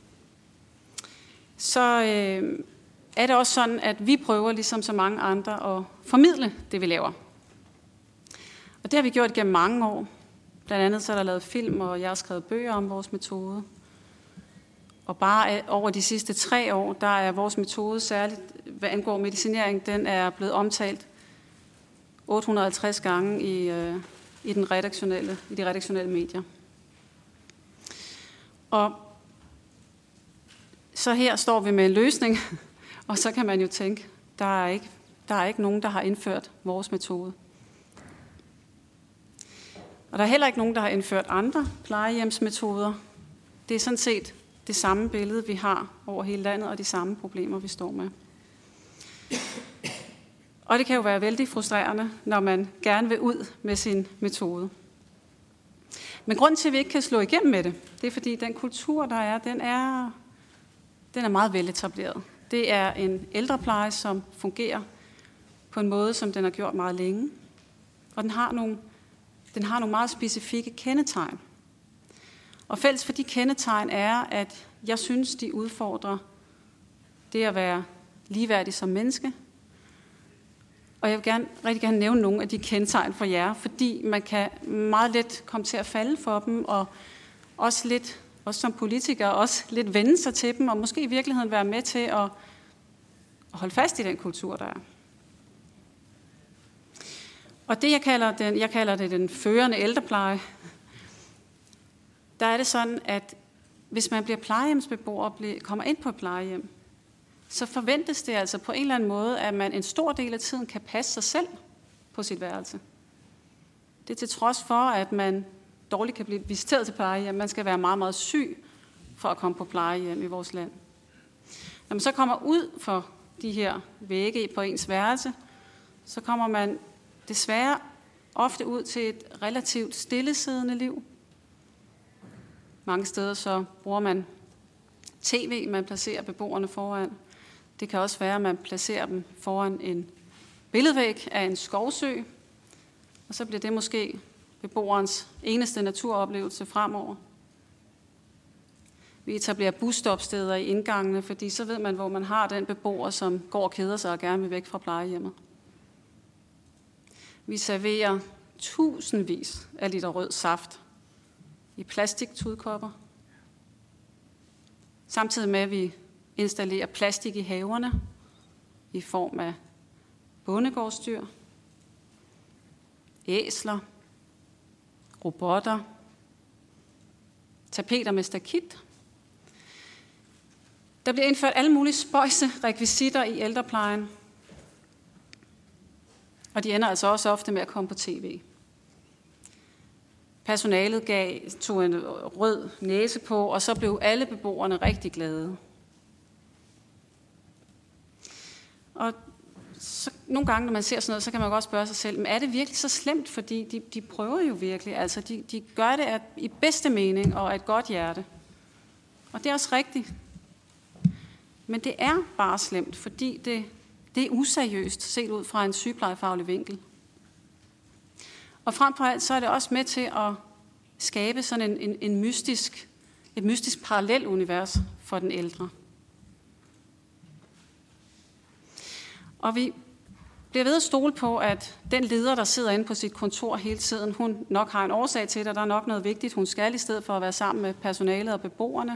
Så er det også sådan, at vi prøver, ligesom så mange andre, at formidle det, vi laver. Og det har vi gjort gennem mange år. Blandt andet så er der lavet film, og jeg har skrevet bøger om vores metode. Og bare over de sidste 3 år, der er vores metode, særligt hvad angår medicinering, den er blevet omtalt 850 gange i de redaktionelle medier. Og så her står vi med en løsning, og så kan man jo tænke, der er ikke nogen, der har indført vores metode. Og der er heller ikke nogen, der har indført andre plejehjemsmetoder. Det er sådan set det samme billede, vi har over hele landet, og de samme problemer, vi står med. Og det kan jo være vældig frustrerende, når man gerne vil ud med sin metode. Men grunden til, at vi ikke kan slå igennem med det, det er fordi den kultur, der er, den er meget veletableret. Det er en ældrepleje, som fungerer på en måde, som den har gjort meget længe. Og den har nogle meget specifikke kendetegn. Og fælles for de kendetegn er, at Jeg synes, de udfordrer det at være ligeværdig som menneske. Og jeg vil rigtig gerne nævne nogle af de kendetegn for jer, fordi man kan meget let komme til at falde for dem, og også som politiker, også lidt vende sig til dem, og måske i virkeligheden være med til at holde fast i den kultur, der er. Og det, jeg kalder det den førende ældrepleje, der er det sådan, at hvis man bliver plejehjemsbeboer og kommer ind på et plejehjem, så forventes det altså på en eller anden måde, at man en stor del af tiden kan passe sig selv på sit værelse. Det er til trods for, at man dårligt kan blive visiteret til plejehjem. Man skal være meget, meget syg for at komme på plejehjem i vores land. Når man så kommer ud for de her vægge på ens værelse, så kommer man desværre ofte ud til et relativt stillesiddende liv. Mange steder så bruger man tv, man placerer beboerne foran. Det kan også være, at man placerer dem foran en billedvæg af en skovsø, og så bliver det måske beboerens eneste naturoplevelse fremover. Vi etablerer busstopsteder i indgangene, fordi så ved man, hvor man har den beboer, som går og keder sig og gerne vil væk fra plejehjemmet. Vi serverer tusindvis af liter rød saft i plastiktudkopper. Samtidig med, at vi installerer plastik i haverne i form af bondegårdsdyr, æsler, robotter, tapeter med stakit. Der bliver indført alle mulige spøjse rekvisitter i ældreplejen, og de ender altså også ofte med at komme på tv. Personalet tog en rød næse på, og så blev alle beboerne rigtig glade. Og så, nogle gange, når man ser sådan noget, så kan man godt spørge sig selv, men er det virkelig så slemt? Fordi de prøver jo virkelig. Altså, de gør det i bedste mening og af et godt hjerte. Og det er også rigtigt. Men det er bare slemt, fordi det er useriøst set ud fra en sygeplejefaglig vinkel. Og frem for alt, så er det også med til at skabe sådan et mystisk parallelunivers for den ældre. Og vi bliver ved at stole på, at den leder, der sidder inde på sit kontor hele tiden, hun nok har en årsag til det, og der er nok noget vigtigt, hun skal i stedet for at være sammen med personalet og beboerne.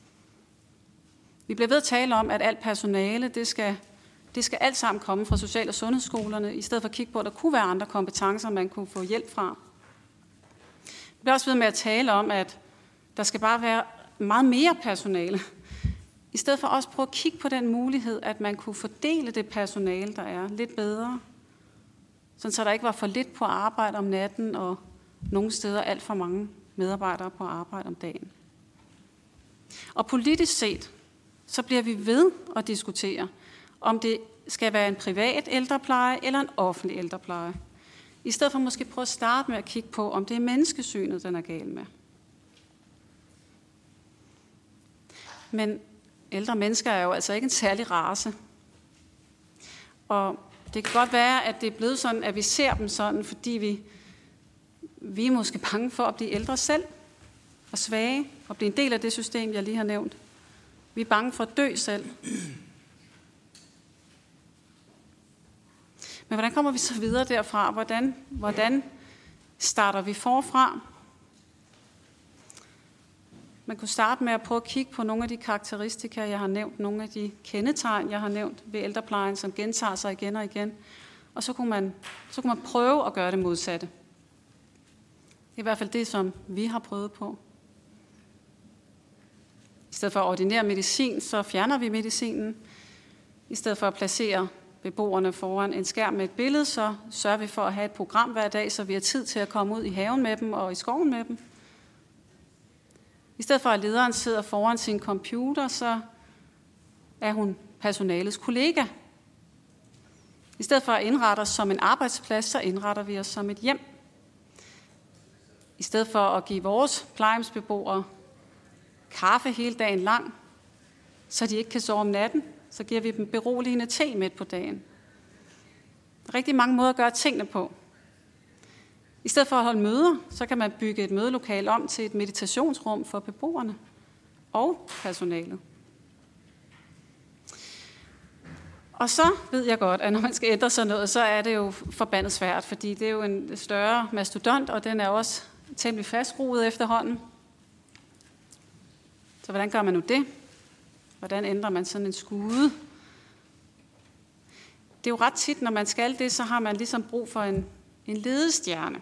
Vi bliver ved at tale om, at alt personale, det skal alt sammen komme fra social- og sundhedsskolerne, i stedet for at kigge på, at der kunne være andre kompetencer, man kunne få hjælp fra. Vi bliver også ved med at tale om, at der skal bare være meget mere personale, i stedet for også prøve at kigge på den mulighed, at man kunne fordele det personale, der er, lidt bedre, sådan så der ikke var for lidt på arbejde om natten, og nogle steder alt for mange medarbejdere på arbejde om dagen. Og politisk set, så bliver vi ved at diskutere, om det skal være en privat ældrepleje eller en offentlig ældrepleje. I stedet for måske prøve at starte med at kigge på, om det er menneskesynet, den er gal med. Men ældre mennesker er jo altså ikke en særlig race. Og det kan godt være, at det er blevet sådan, at vi ser dem sådan, fordi vi er måske bange for at blive ældre selv og svage og blive en del af det system, jeg lige har nævnt. Vi er bange for at dø selv. Men hvordan kommer vi så videre derfra? Hvordan starter vi forfra? Man kunne starte med at prøve at kigge på nogle af de karakteristika, jeg har nævnt, nogle af de kendetegn, jeg har nævnt ved ældreplejen, som gentager sig igen og igen. Og så kunne man prøve at gøre det modsatte. Det er i hvert fald det, som vi har prøvet på. I stedet for at ordinere medicin, så fjerner vi medicinen. I stedet for at placere beboerne foran en skærm med et billede, så sørger vi for at have et program hver dag, så vi har tid til at komme ud i haven med dem og i skoven med dem. I stedet for at lederen sidder foran sin computer, så er hun personalets kollega. I stedet for at indrette os som en arbejdsplads, så indretter vi os som et hjem. I stedet for at give vores plejehjemsbeboere kaffe hele dagen lang, så de ikke kan sove om natten, så giver vi dem beroligende te midt på dagen. Der er rigtig mange måder at gøre tingene på. I stedet for at holde møder, så kan man bygge et mødelokale om til et meditationsrum for beboerne. og personalet. Og så ved jeg godt, at når man skal ændre sådan noget, så er det jo forbandet svært, fordi det er jo en større mastodont, og den er også temmelig fastgroet efterhånden. Så hvordan gør man nu det? Hvordan ændrer man sådan en skude? Det er jo ret tit, når man skal det, så har man ligesom brug for en ledestjerne.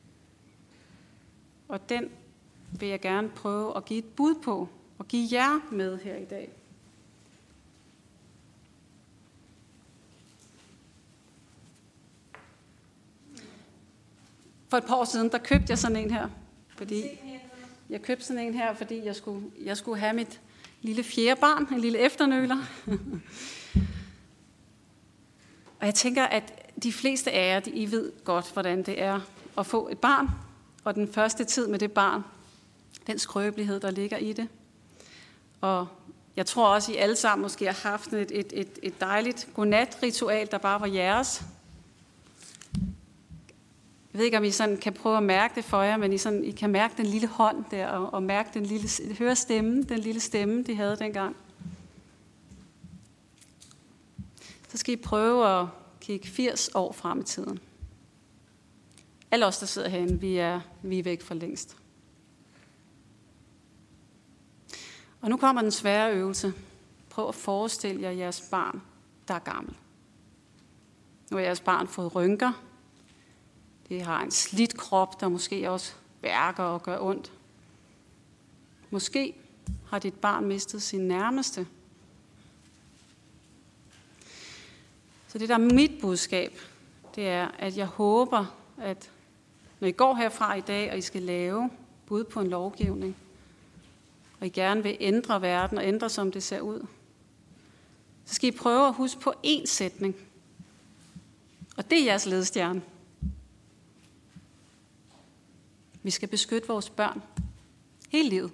Og den vil jeg gerne prøve at give et bud på, og give jer med her i dag. For et par år siden, der købte jeg sådan en her, fordi jeg skulle have mit lille fjerde barn, en lille efternøler. Og jeg tænker, at de fleste af jer, I ved godt, hvordan det er at få et barn, og den første tid med det barn, den skrøbelighed, der ligger i det. Og jeg tror også, I alle sammen måske har haft et dejligt godnatritual, der bare var jeres. Jeg ved ikke, om I sådan kan prøve at mærke det for jer, men I kan mærke den lille hånd der, og mærke høre stemmen, den lille stemme, de havde dengang. Så skal I prøve at kigge 80 år frem i tiden. Alle os, der sidder herinde, vi er væk for længst. Og nu kommer den svære øvelse. Prøv at forestille jer jeres barn, der er gammel. Nu har jeres barn fået rynker. Det har en slidt krop, der måske også værker og gør ondt. Måske har dit barn mistet sin nærmeste. Så det, der er mit budskab, det er, at jeg håber, at når I går herfra i dag, og I skal lave bud på en lovgivning, og I gerne vil ændre verden og ændre, som det ser ud, så skal I prøve at huske på én sætning. Og det er jeres ledestjerne. Vi skal beskytte vores børn hele livet.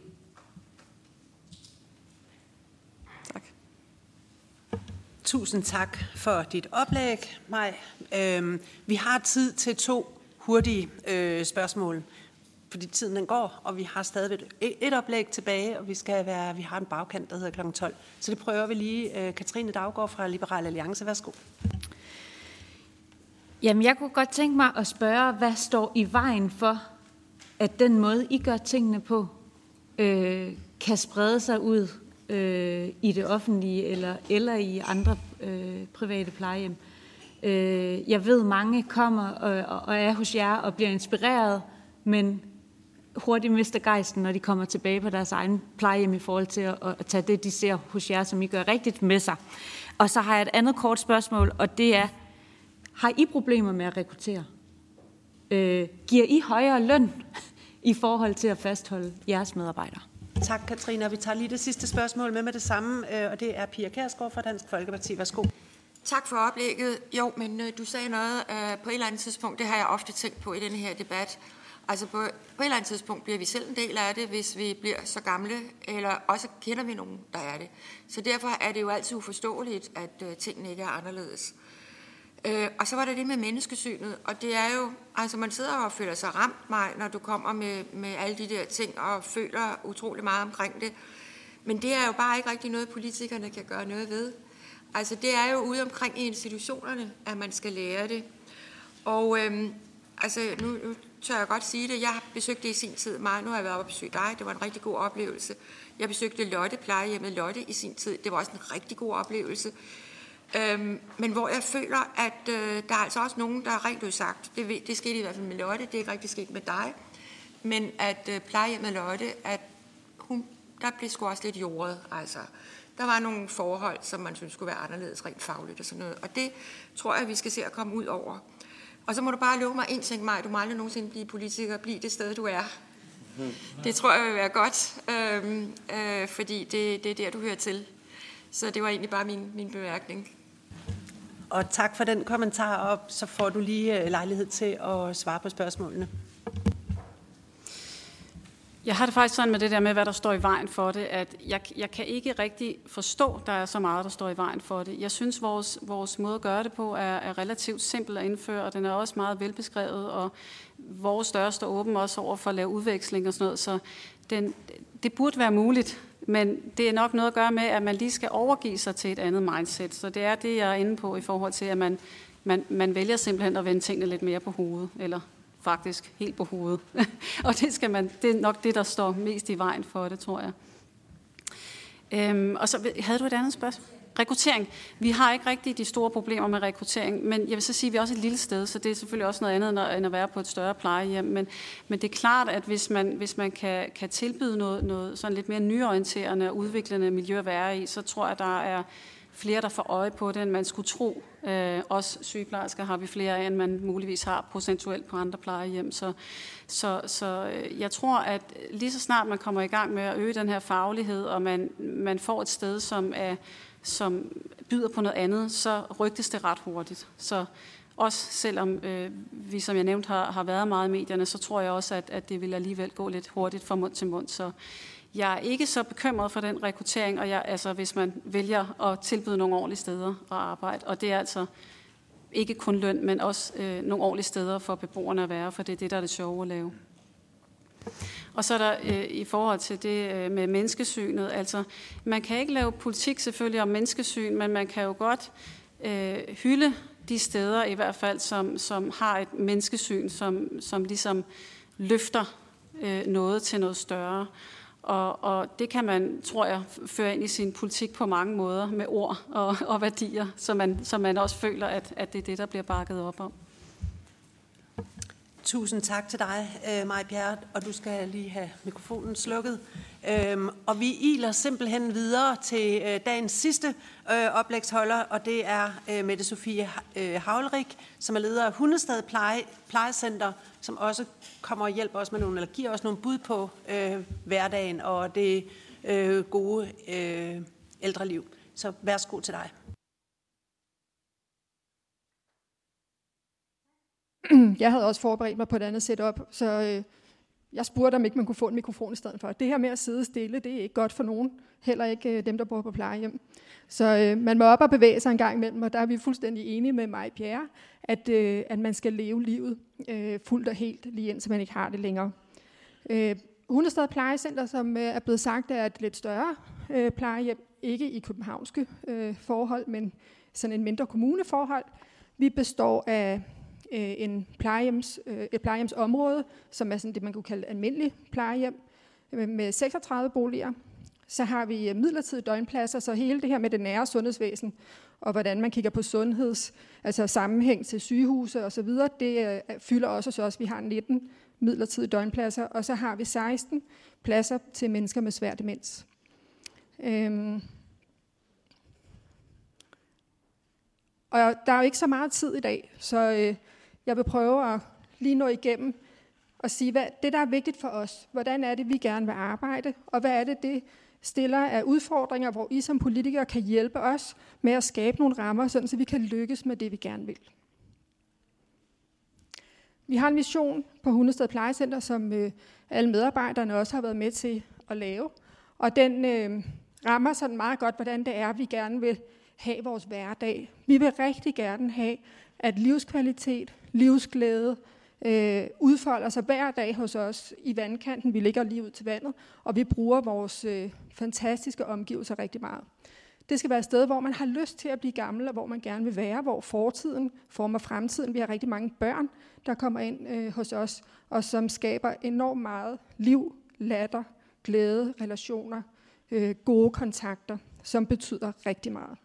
Tak. Tusind tak for dit oplæg, Maj. Vi har tid til 2 hurtige spørgsmål, fordi tiden den går, og vi har stadig et oplæg tilbage, og vi har en bagkant, der hedder kl. 12. Så det prøver vi lige. Katrine Daugaard fra Liberal Alliance. Værsgo. Jamen, jeg kunne godt tænke mig at spørge, hvad står i vejen for, at den måde, I gør tingene på, kan sprede sig ud i det offentlige eller i andre private plejehjem. Jeg ved, mange kommer og er hos jer og bliver inspireret, men hurtigt mister gejsten, når de kommer tilbage på deres egen plejehjem i forhold til at tage det, de ser hos jer, som I gør rigtigt med sig. Og så har jeg et andet kort spørgsmål, og det er, har I problemer med at rekruttere? Giver I højere løn i forhold til at fastholde jeres medarbejdere? Tak, Katrine. Og vi tager lige det sidste spørgsmål med det samme, og det er Pia Kjærsgaard fra Dansk Folkeparti. Værsgo. Tak for oplægget. Jo, men du sagde noget på et eller andet tidspunkt, det har jeg ofte tænkt på i denne her debat. Altså på et eller andet tidspunkt bliver vi selv en del af det, hvis vi bliver så gamle, eller også kender vi nogen, der er det. Så derfor er det jo altid uforståeligt, at tingene ikke er anderledes. Og så var det med menneskesynet, og det er jo, altså man sidder og føler sig ramt, Maj, når du kommer med alle de der ting, og føler utrolig meget omkring det. Men det er jo bare ikke rigtig noget, politikerne kan gøre noget ved. Altså det er jo ude omkring i institutionerne, at man skal lære det. Og altså nu tør jeg godt sige det, jeg besøgte i sin tid meget, nu har jeg været oppe og besøgt dig, det var en rigtig god oplevelse. Jeg besøgte Lotte, plejehjemmet Lotte i sin tid, det var også en rigtig god oplevelse. Men hvor jeg føler, at der er altså også nogen, der har rent ud sagt, det skete i hvert fald med Lotte, det er ikke rigtig sket med dig, men at plejehjemmet Lotte, at der blev sgu også lidt jordet, altså. Der var nogle forhold, som man synes skulle være anderledes rent fagligt og sådan noget, og det tror jeg, vi skal se at komme ud over. Og så må du bare love mig en ting, Maj, du må aldrig nogensinde blive politiker, bliv det sted, du er. Det tror jeg vil være godt, fordi det er der, du hører til. Så det var egentlig bare min bemærkning. Og tak for den kommentar, og så får du lige lejlighed til at svare på spørgsmålene. Jeg har det faktisk sådan med det der med, hvad der står i vejen for det, at jeg kan ikke rigtig forstå, at der er så meget, der står i vejen for det. Jeg synes, vores måde at gøre det på er relativt simpel at indføre, og den er også meget velbeskrevet, og vores dør står åben også over for at lave udveksling og sådan noget, så det burde være muligt. Men det er nok noget at gøre med, at man lige skal overgive sig til et andet mindset. Så det er det, jeg er inde på i forhold til, at man vælger simpelthen at vende tingene lidt mere på hovedet, eller faktisk helt på hovedet. Og det er nok det, der står mest i vejen for det, tror jeg. Og så havde du et andet spørgsmål? Rekruttering. Vi har ikke rigtig de store problemer med rekruttering, men jeg vil så sige, at vi er også et lille sted, så det er selvfølgelig også noget andet end at være på et større plejehjem. Men det er klart, at hvis man kan tilbyde noget sådan lidt mere nyorienterende og udviklende miljø at være i, så tror jeg, der er flere, der får øje på det, end man skulle tro. Også sygeplejersker har vi flere af, end man muligvis har procentuelt på andre plejehjem. Så jeg tror, at lige så snart man kommer i gang med at øge den her faglighed, og man får et sted, som byder på noget andet, så rygtes det ret hurtigt. Så også selvom vi, som jeg nævnte, har været meget i medierne, så tror jeg også, at det vil alligevel gå lidt hurtigt fra mund til mund. Så jeg er ikke så bekymret for den rekruttering, og hvis man vælger at tilbyde nogle ordentlige steder at arbejde. Og det er altså ikke kun løn, men også nogle ordentlige steder for beboerne at være, for det er det, der er det sjove at lave. Og så er der i forhold til det med menneskesynet, altså man kan ikke lave politik selvfølgelig om menneskesyn, men man kan jo godt hylde de steder i hvert fald, som har et menneskesyn, som ligesom løfter noget til noget større. Og det kan man, tror jeg, føre ind i sin politik på mange måder med ord og værdier, så man også føler, at det er det, der bliver bakket op om. Tusind tak til dig, Maja-Pierre, og du skal lige have mikrofonen slukket. Og vi iler simpelthen videre til dagens sidste oplægsholder, og det er Mette Sofie Havlrik, som er leder af Hundested Plejecenter, som også kommer og hjælper os med nogle, eller giver os nogle bud på hverdagen og det gode ældreliv. Så værsgo til dig. Jeg havde også forberedt mig på et andet setup, så jeg spurgte, om ikke man kunne få en mikrofon i stedet for. Det her med at sidde stille, det er ikke godt for nogen. Heller ikke dem, der bor på plejehjem. Så man må op og bevæge sig en gang imellem, og der er vi fuldstændig enige med Maja-Pierre, at man skal leve livet fuldt og helt, lige indtil man ikke har det længere. Hundested Plejecenter, som er blevet sagt, er et lidt større plejehjem, ikke i københavnske forhold, men sådan en mindre kommuneforhold. Vi består af et plejehjemsområde, som er sådan det, man kunne kalde almindelig plejehjem, med 36 boliger. Så har vi midlertidige døgnpladser, så hele det her med det nære sundhedsvæsen, og hvordan man kigger på altså sammenhæng til sygehuse osv., det fylder også hos os. Vi har 19 midlertidige døgnpladser, og så har vi 16 pladser til mennesker med svær demens. Og der er jo ikke så meget tid i dag, så jeg vil prøve at lige nå igennem og sige, hvad det, der er vigtigt for os. Hvordan er det, vi gerne vil arbejde, og hvad er det stiller af udfordringer, hvor I som politikere kan hjælpe os med at skabe nogle rammer, sådan så vi kan lykkes med det, vi gerne vil. Vi har en vision på Hundested Plejecenter, som alle medarbejderne også har været med til at lave, og den rammer sådan meget godt, hvordan det er, vi gerne vil have vores hverdag. Vi vil rigtig gerne have, at livskvalitet, livsglæde udfolder sig hver dag hos os i vandkanten. Vi ligger lige ud til vandet, og vi bruger vores fantastiske omgivelser rigtig meget. Det skal være et sted, hvor man har lyst til at blive gammel, og hvor man gerne vil være, hvor fortiden former fremtiden. Vi har rigtig mange børn, der kommer ind hos os, og som skaber enormt meget liv, latter, glæde, relationer, gode kontakter, som betyder rigtig meget.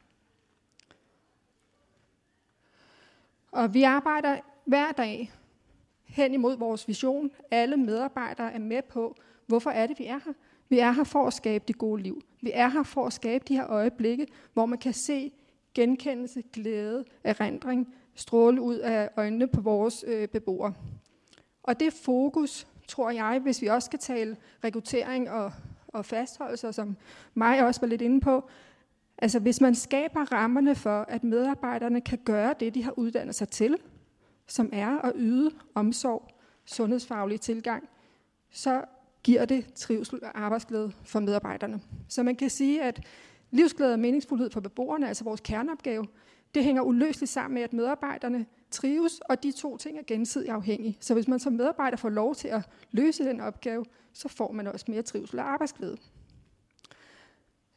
Og vi arbejder hver dag hen imod vores vision. Alle medarbejdere er med på, hvorfor er det, vi er her. Vi er her for at skabe det gode liv. Vi er her for at skabe de her øjeblikke, hvor man kan se genkendelse, glæde, erindring, stråle ud af øjnene på vores beboere. Og det fokus, tror jeg, hvis vi også skal tale rekruttering og fastholdelse, som mig også var lidt inde på, altså hvis man skaber rammerne for, at medarbejderne kan gøre det, de har uddannet sig til, som er at yde omsorg, sundhedsfaglig tilgang, så giver det trivsel og arbejdsglæde for medarbejderne. Så man kan sige, at livsglæde og meningsfuldhed for beboerne, altså vores kerneopgave, det hænger uløseligt sammen med, at medarbejderne trives, og de to ting er gensidigt afhængige. Så hvis man som medarbejder får lov til at løse den opgave, så får man også mere trivsel og arbejdsglæde.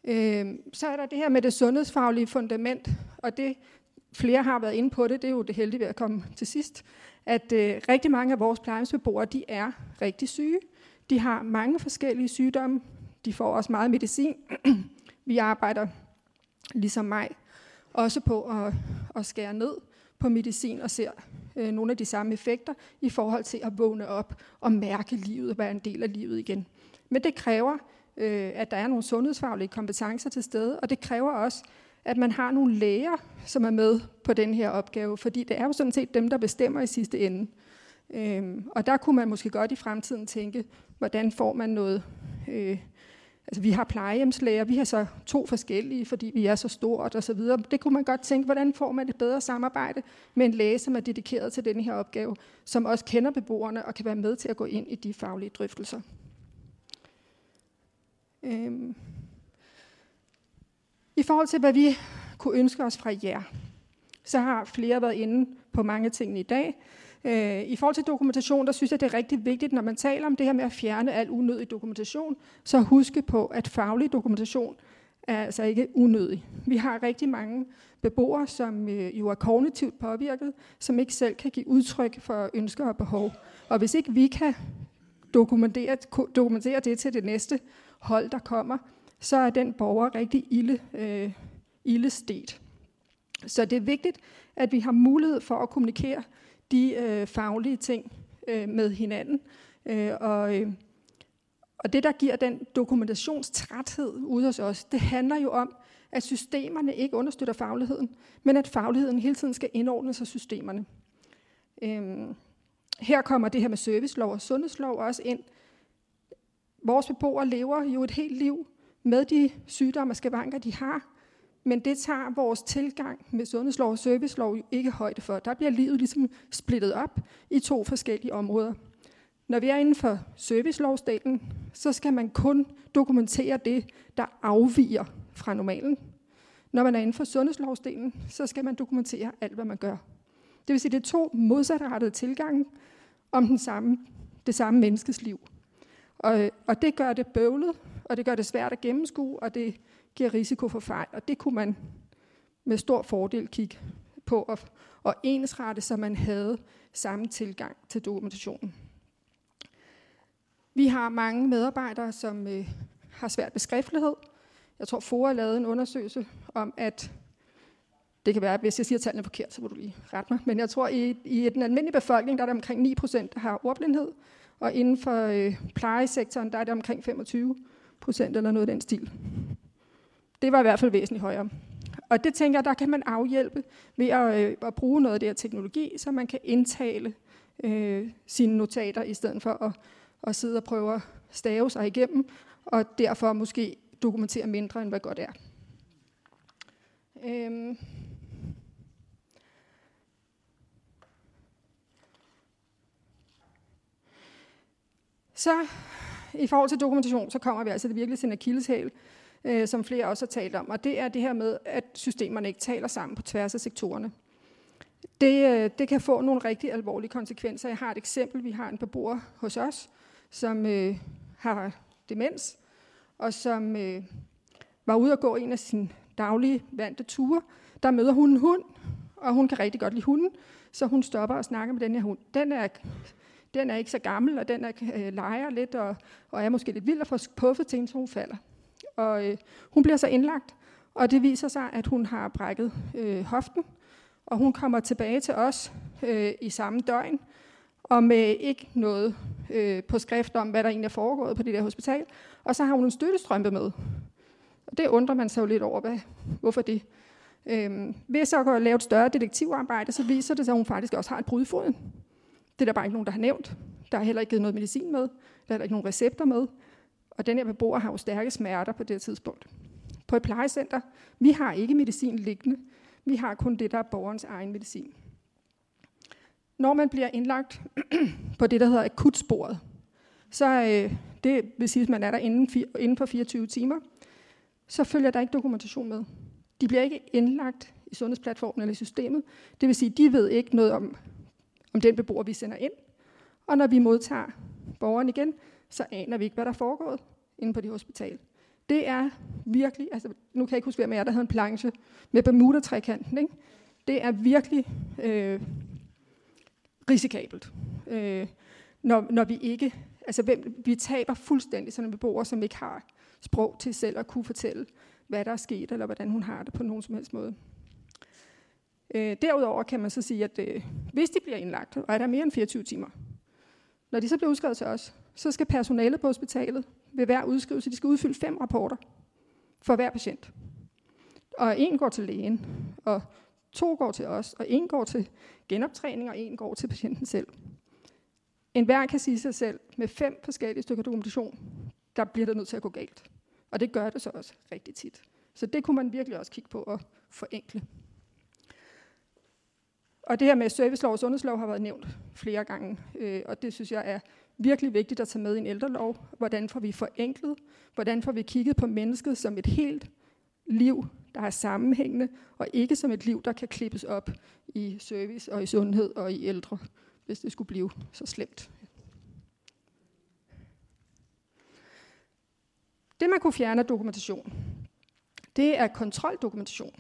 Så er der det her med det sundhedsfaglige fundament, og det flere har været inde på det er jo det heldige ved at komme til sidst, at rigtig mange af vores plejehjemsbeboere, de er rigtig syge. De har mange forskellige sygdomme. De får også meget medicin. Vi arbejder, ligesom mig, også på at skære ned på medicin og ser nogle af de samme effekter i forhold til at vågne op og mærke livet og være en del af livet igen. Men det kræver, at der er nogle sundhedsfaglige kompetencer til stede, og det kræver også, at man har nogle læger, som er med på den her opgave, fordi det er jo sådan set dem, der bestemmer i sidste ende. Og der kunne man måske godt i fremtiden tænke, hvordan får man noget. Altså vi har plejehjemslæger, vi har så 2 forskellige, fordi vi er så stort og så videre. Det kunne man godt tænke, hvordan får man et bedre samarbejde med en læge, som er dedikeret til denne her opgave, som også kender beboerne og kan være med til at gå ind i de faglige drøftelser. I forhold til, hvad vi kunne ønske os fra jer, så har flere været inde på mange ting i dag. I forhold til dokumentation, der synes jeg, det er rigtig vigtigt, når man taler om det her med at fjerne al unødig dokumentation, så huske på, at faglig dokumentation er altså ikke unødig. Vi har rigtig mange beboere, som jo er kognitivt påvirket, som ikke selv kan give udtryk for ønsker og behov. Og hvis ikke vi kan dokumentere det til det næste hold, der kommer, så er den borger rigtig ilde stedt. Så det er vigtigt, at vi har mulighed for at kommunikere de faglige ting med hinanden. Og det, der giver den dokumentationstræthed ude hos os, det handler jo om, at systemerne ikke understøtter fagligheden, men at fagligheden hele tiden skal indordne sig systemerne. Her kommer det her med servicelov og sundhedslov også ind. Vores beboere lever jo et helt liv med de sygdomme og skavanker, de har, men det tager vores tilgang med sundhedslov og servicelov jo ikke højde for. Der bliver livet ligesom splittet op i 2 forskellige områder. Når vi er inden for servicelovsdelen, så skal man kun dokumentere det, der afviger fra normalen. Når man er inden for sundhedslovsdelen, så skal man dokumentere alt, hvad man gør. Det vil sige, det er 2 modsatrettede tilgange om det samme menneskes liv. Og det gør det bøvlet, og det gør det svært at gennemskue, og det giver risiko for fejl. Og det kunne man med stor fordel kigge på og ensrette, så man havde samme tilgang til dokumentationen. Vi har mange medarbejdere, som har svært ved skriftlighed. Jeg tror, FOA lavede en undersøgelse om, at det kan være, at hvis jeg siger tallene forkert, så må du lige rette mig. Men jeg tror, i den almindelige befolkning, der er der omkring 9%, der har ordblindhed. Og inden for plejesektoren, der er det omkring 25% eller noget af den stil. Det var i hvert fald væsentligt højere. Og det tænker jeg, der kan man afhjælpe ved at bruge noget af det her teknologi, så man kan indtale sine notater, i stedet for at sidde og prøve at stave sig igennem, og derfor måske dokumentere mindre, end hvad godt er. Så i forhold til dokumentation, så kommer vi altså virkelig til en akilleshæl, som flere også har talt om, og det er det her med, at systemerne ikke taler sammen på tværs af sektorerne. Det kan få nogle rigtig alvorlige konsekvenser. Jeg har et eksempel. Vi har en beboer hos os, som har demens, og som var ude at gå en af sine daglige vante ture. Der møder hun en hund, og hun kan rigtig godt lide hunden, så hun stopper og snakker med den her hund. Den er ikke så gammel, og den leger lidt, og er måske lidt vild at få puffet til hende, så hun falder. Og hun bliver så indlagt, og det viser sig, at hun har brækket hoften, og hun kommer tilbage til os i samme døgn, og med ikke noget på skrift om, hvad der egentlig er foregået på det der hospital, og så har hun en støttestrømpe med. Og det undrer man sig jo lidt over, hvorfor det. Ved så at lave et større detektivarbejde, så viser det sig, at hun faktisk også har et brud i foden. Det er der bare ikke nogen, der har nævnt. Der er heller ikke givet noget medicin med. Der er heller ikke nogen recepter med. Og den her beboer har jo stærke smerter på det tidspunkt. På et plejecenter, vi har ikke medicin liggende. Vi har kun det, der er borgerens egen medicin. Når man bliver indlagt på det, der hedder akutsporet, så det vil sige, at man er der inden for 24 timer, så følger der ikke dokumentation med. De bliver ikke indlagt i sundhedsplatformen eller i systemet. Det vil sige, at de ved ikke noget om den beboer, vi sender ind. Og når vi modtager borgeren igen, så aner vi ikke, hvad der er foregået inde på det hospital. Det er virkelig, altså nu kan jeg ikke huske, hvem af jer, der havde en planche med Bermuda-trekanten, ikke? Det er virkelig risikabelt, når vi ikke, altså vi taber fuldstændig sådan en beboer, som ikke har sprog til selv at kunne fortælle, hvad der er sket, eller hvordan hun har det på nogen som helst måde. Derudover kan man så sige, at hvis de bliver indlagt, og er der mere end 24 timer, når de så bliver udskrevet til os, så skal personalet på hospitalet ved hver udskrivelse, de skal udfylde 5 rapporter for hver patient. Og 1 går til lægen, og 2 går til os, og 1 går til genoptræning, og 1 går til patienten selv. En hver kan sige sig selv, med 5 forskellige stykker dokumentation, der bliver det nødt til at gå galt. Og det gør det så også rigtig tit. Så det kunne man virkelig også kigge på at forenkle. Og det her med servicelov og sundhedslov har været nævnt flere gange, og det synes jeg er virkelig vigtigt at tage med i en ældrelov. Hvordan får vi forenklet? Hvordan får vi kigget på mennesket som et helt liv, der er sammenhængende, og ikke som et liv, der kan klippes op i service og i sundhed og i ældre, hvis det skulle blive så slemt. Det, man kunne fjerne af dokumentation, det er kontroldokumentation.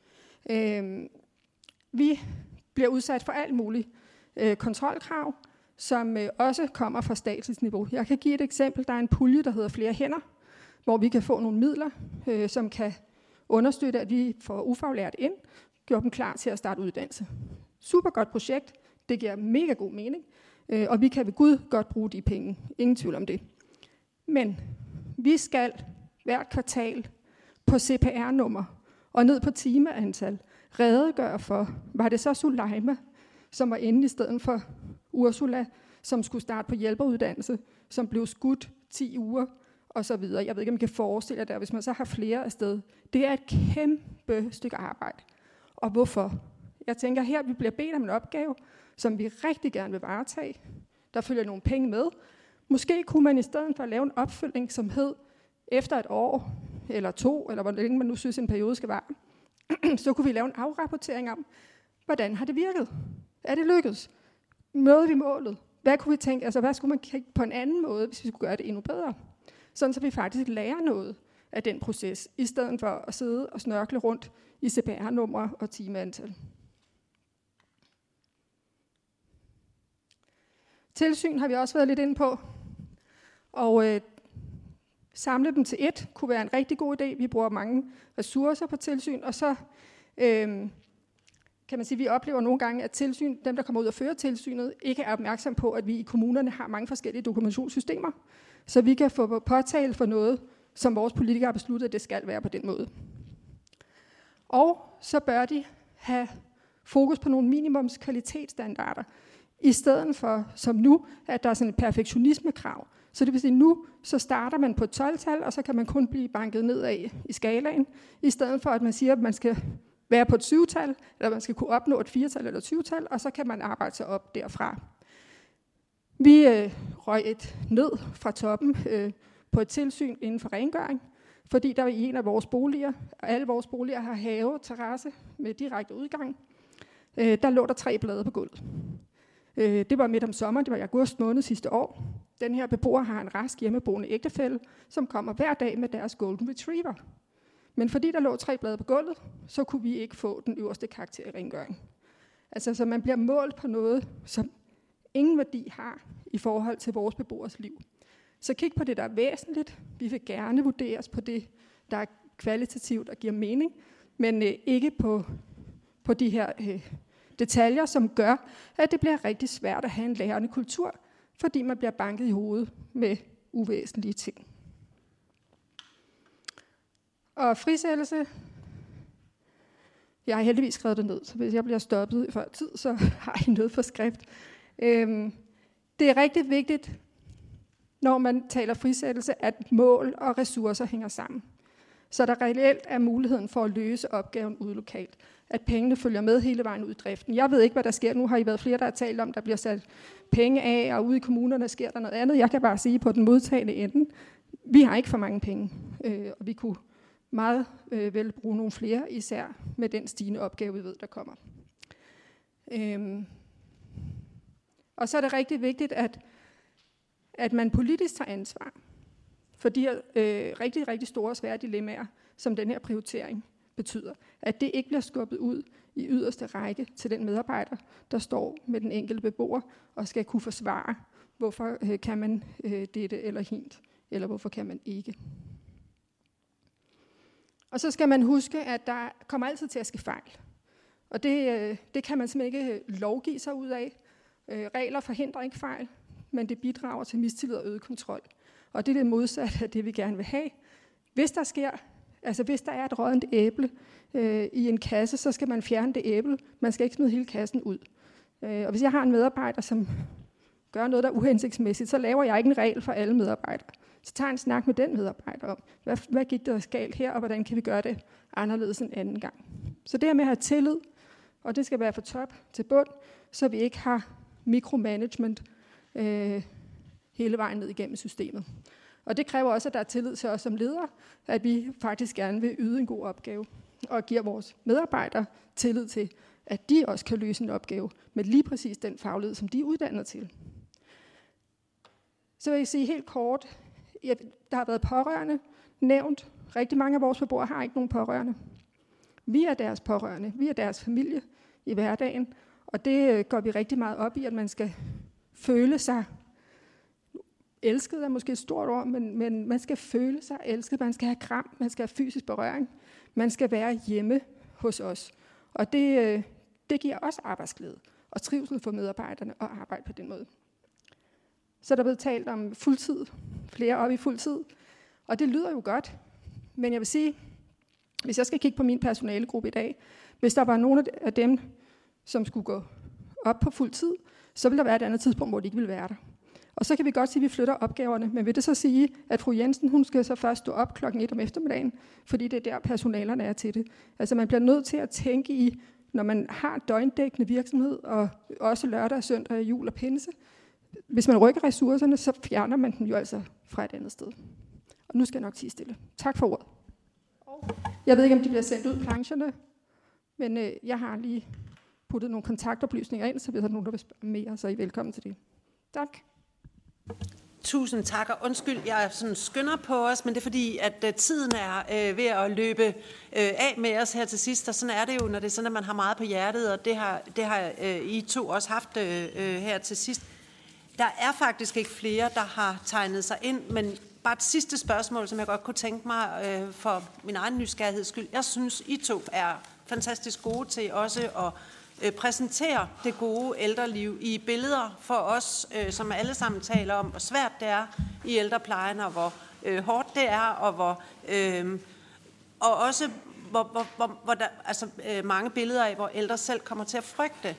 Vi bliver udsat for alt muligt kontrolkrav, som også kommer fra statsligt niveau. Jeg kan give et eksempel. Der er en pulje, der hedder Flere Hænder, hvor vi kan få nogle midler, som kan understøtte, at vi får ufaglært ind, gør dem klar til at starte uddannelse. Super godt projekt. Det giver mega god mening, og vi kan ved Gud godt bruge de penge. Ingen tvivl om det. Men vi skal hvert kvartal på CPR-nummer og ned på timeantal redegøre for, var det så Suleima, som var inde i stedet for Ursula, som skulle starte på hjælperuddannelse, som blev skudt 10 uger og så videre. Jeg ved ikke, om I kan forestille jer det, hvis man så har flere afsted. Det er et kæmpe stykke arbejde. Og hvorfor? Jeg tænker her, vi bliver bedt om en opgave, som vi rigtig gerne vil varetage. Der følger nogle penge med. Måske kunne man i stedet for at lave en opfølgning, som hed efter 1 år, eller 2, eller hvor længe man nu synes, en periode skal vare, så kunne vi lave en afrapportering om, hvordan har det virket? Er det lykkedes? Nåede vi målet? Hvad kunne vi tænke? Altså, hvad skulle man kigge på en anden måde, hvis vi skulle gøre det endnu bedre? Sådan så vi faktisk lærer noget af den proces, i stedet for at sidde og snørkle rundt i CPR-numre og timeantal. Tilsyn har vi også været lidt inde på, og samle dem til ét kunne være en rigtig god idé. Vi bruger mange ressourcer på tilsyn, og så kan man sige, at vi oplever nogle gange, at dem, der kommer ud og fører tilsynet, ikke er opmærksom på, at vi i kommunerne har mange forskellige dokumentationssystemer, så vi kan få påtale for noget, som vores politikere har besluttet, at det skal være på den måde. Og så bør de have fokus på nogle minimums kvalitetsstandarder, i stedet for, som nu, at der er sådan et perfektionismekrav. Så det vil sige, nu så starter man på et 12-tal, og så kan man kun blive banket nedad i skalaen, i stedet for, at man siger, at man skal være på et 7-tal, eller man skal kunne opnå et 4-tal eller et 20-tal, og så kan man arbejde sig op derfra. Vi røg ned fra toppen på et tilsyn inden for rengøring, fordi der var i en af vores boliger, og alle vores boliger har have, terrasse med direkte udgang, der lå der 3 blade på gulvet. Det var midt om sommeren, det var i august måned sidste år. Den her beboer har en rask hjemmeboende ægtefælle, som kommer hver dag med deres golden retriever. Men fordi der lå 3 blade på gulvet, så kunne vi ikke få den øverste karakter i rengøring. Altså, så man bliver målt på noget, som ingen værdi har i forhold til vores beboers liv. Så kig på det, der er væsentligt. Vi vil gerne vurderes på det, der er kvalitativt og giver mening, men ikke på de her detaljer, som gør, at det bliver rigtig svært at have en lærende kultur, fordi man bliver banket i hovedet med uvæsentlige ting. Og frisættelse. Jeg har heldigvis skrevet det ned, så hvis jeg bliver stoppet før tid, så har I noget for skrift. Det er rigtig vigtigt, når man taler frisættelse, at mål og ressourcer hænger sammen. Så der reelt er muligheden for at løse opgaven ude lokalt. At pengene følger med hele vejen ud i driften. Jeg ved ikke, hvad der sker. Nu har I været flere, der har talt om, der bliver sat penge af, og ude i kommunerne sker der noget andet. Jeg kan bare sige på den modtagende ende, vi har ikke for mange penge, og vi kunne meget vel bruge nogle flere, især med den stigende opgave, vi ved, der kommer. Og så er det rigtig vigtigt, at man politisk tager ansvar for de her rigtig, rigtig store og svære dilemmaer, som den her prioritering betyder. At det ikke bliver skubbet ud i yderste række til den medarbejder, der står med den enkelte beboer og skal kunne forsvare, hvorfor kan man dette eller hint, eller hvorfor kan man ikke. Og så skal man huske, at der kommer altid til at ske fejl. Og det kan man simpelthen ikke lovgive sig ud af. Regler forhindrer ikke fejl, men det bidrager til mistillid og øget kontrol. Og det er det modsatte af det, vi gerne vil have. Hvis der sker, altså hvis der er et råddent æble i en kasse, så skal man fjerne det æble. Man skal ikke smide hele kassen ud. Og hvis jeg har en medarbejder, som gør noget, der er uhensigtsmæssigt, så laver jeg ikke en regel for alle medarbejdere. Så tager en snak med den medarbejder om, hvad gik der galt her, og hvordan kan vi gøre det anderledes en anden gang. Så det her med at have tillid, og det skal være fra top til bund, så vi ikke har mikromanagement hele vejen ned igennem systemet. Og det kræver også, at der er tillid til os som ledere, at vi faktisk gerne vil yde en god opgave, og giver vores medarbejdere tillid til, at de også kan løse en opgave med lige præcis den faglighed, som de er uddannet til. Så vil jeg sige helt kort, der har været pårørende nævnt. Rigtig mange af vores beboere har ikke nogen pårørende. Vi er deres pårørende, vi er deres familie i hverdagen, og det går vi rigtig meget op i, at man skal føle sig elsket, er måske et stort ord, men man skal føle sig elsket, man skal have kram, man skal have fysisk berøring, man skal være hjemme hos os. Og det giver også arbejdsglæde og trivsel for medarbejderne at arbejde på den måde. Så er der blevet talt om fuldtid, flere op i fuldtid, og det lyder jo godt, men jeg vil sige, hvis jeg skal kigge på min personalegruppe i dag, hvis der var nogen af dem, som skulle gå op på fuld tid, så vil der være et andet tidspunkt, hvor de ikke vil være der. Og så kan vi godt sige, at vi flytter opgaverne, men vil det så sige, at fru Jensen, hun skal så først stå op 1:00 om eftermiddagen, fordi det er der personalerne er til det. Altså man bliver nødt til at tænke i, når man har døgndækkende virksomhed, og også lørdag og søndag, jul og pinse, hvis man rykker ressourcerne, så fjerner man dem jo altså fra et andet sted. Og nu skal jeg nok tie stille. Tak for ordet. Jeg ved ikke, om de bliver sendt ud, plancherne, men jeg har lige puttet nogle kontaktoplysninger ind, så hvis der er nogen, der vil spørge mere, så er I velkommen til det. Tak. Tusind tak, og undskyld, jeg sådan skynder på os, men det er fordi, at tiden er ved at løbe af med os her til sidst, og sådan er det jo, når det er sådan, at man har meget på hjertet, og det har I to også haft her til sidst. Der er faktisk ikke flere, der har tegnet sig ind, men bare et sidste spørgsmål, som jeg godt kunne tænke mig for min egen nysgerrigheds skyld. Jeg synes, I to er fantastisk gode til også at præsentere det gode ældreliv i billeder for os, som alle sammen taler om, hvor svært det er i ældreplejen, og hvor hårdt det er, og også hvor der altså mange billeder af, hvor ældre selv kommer til at frygte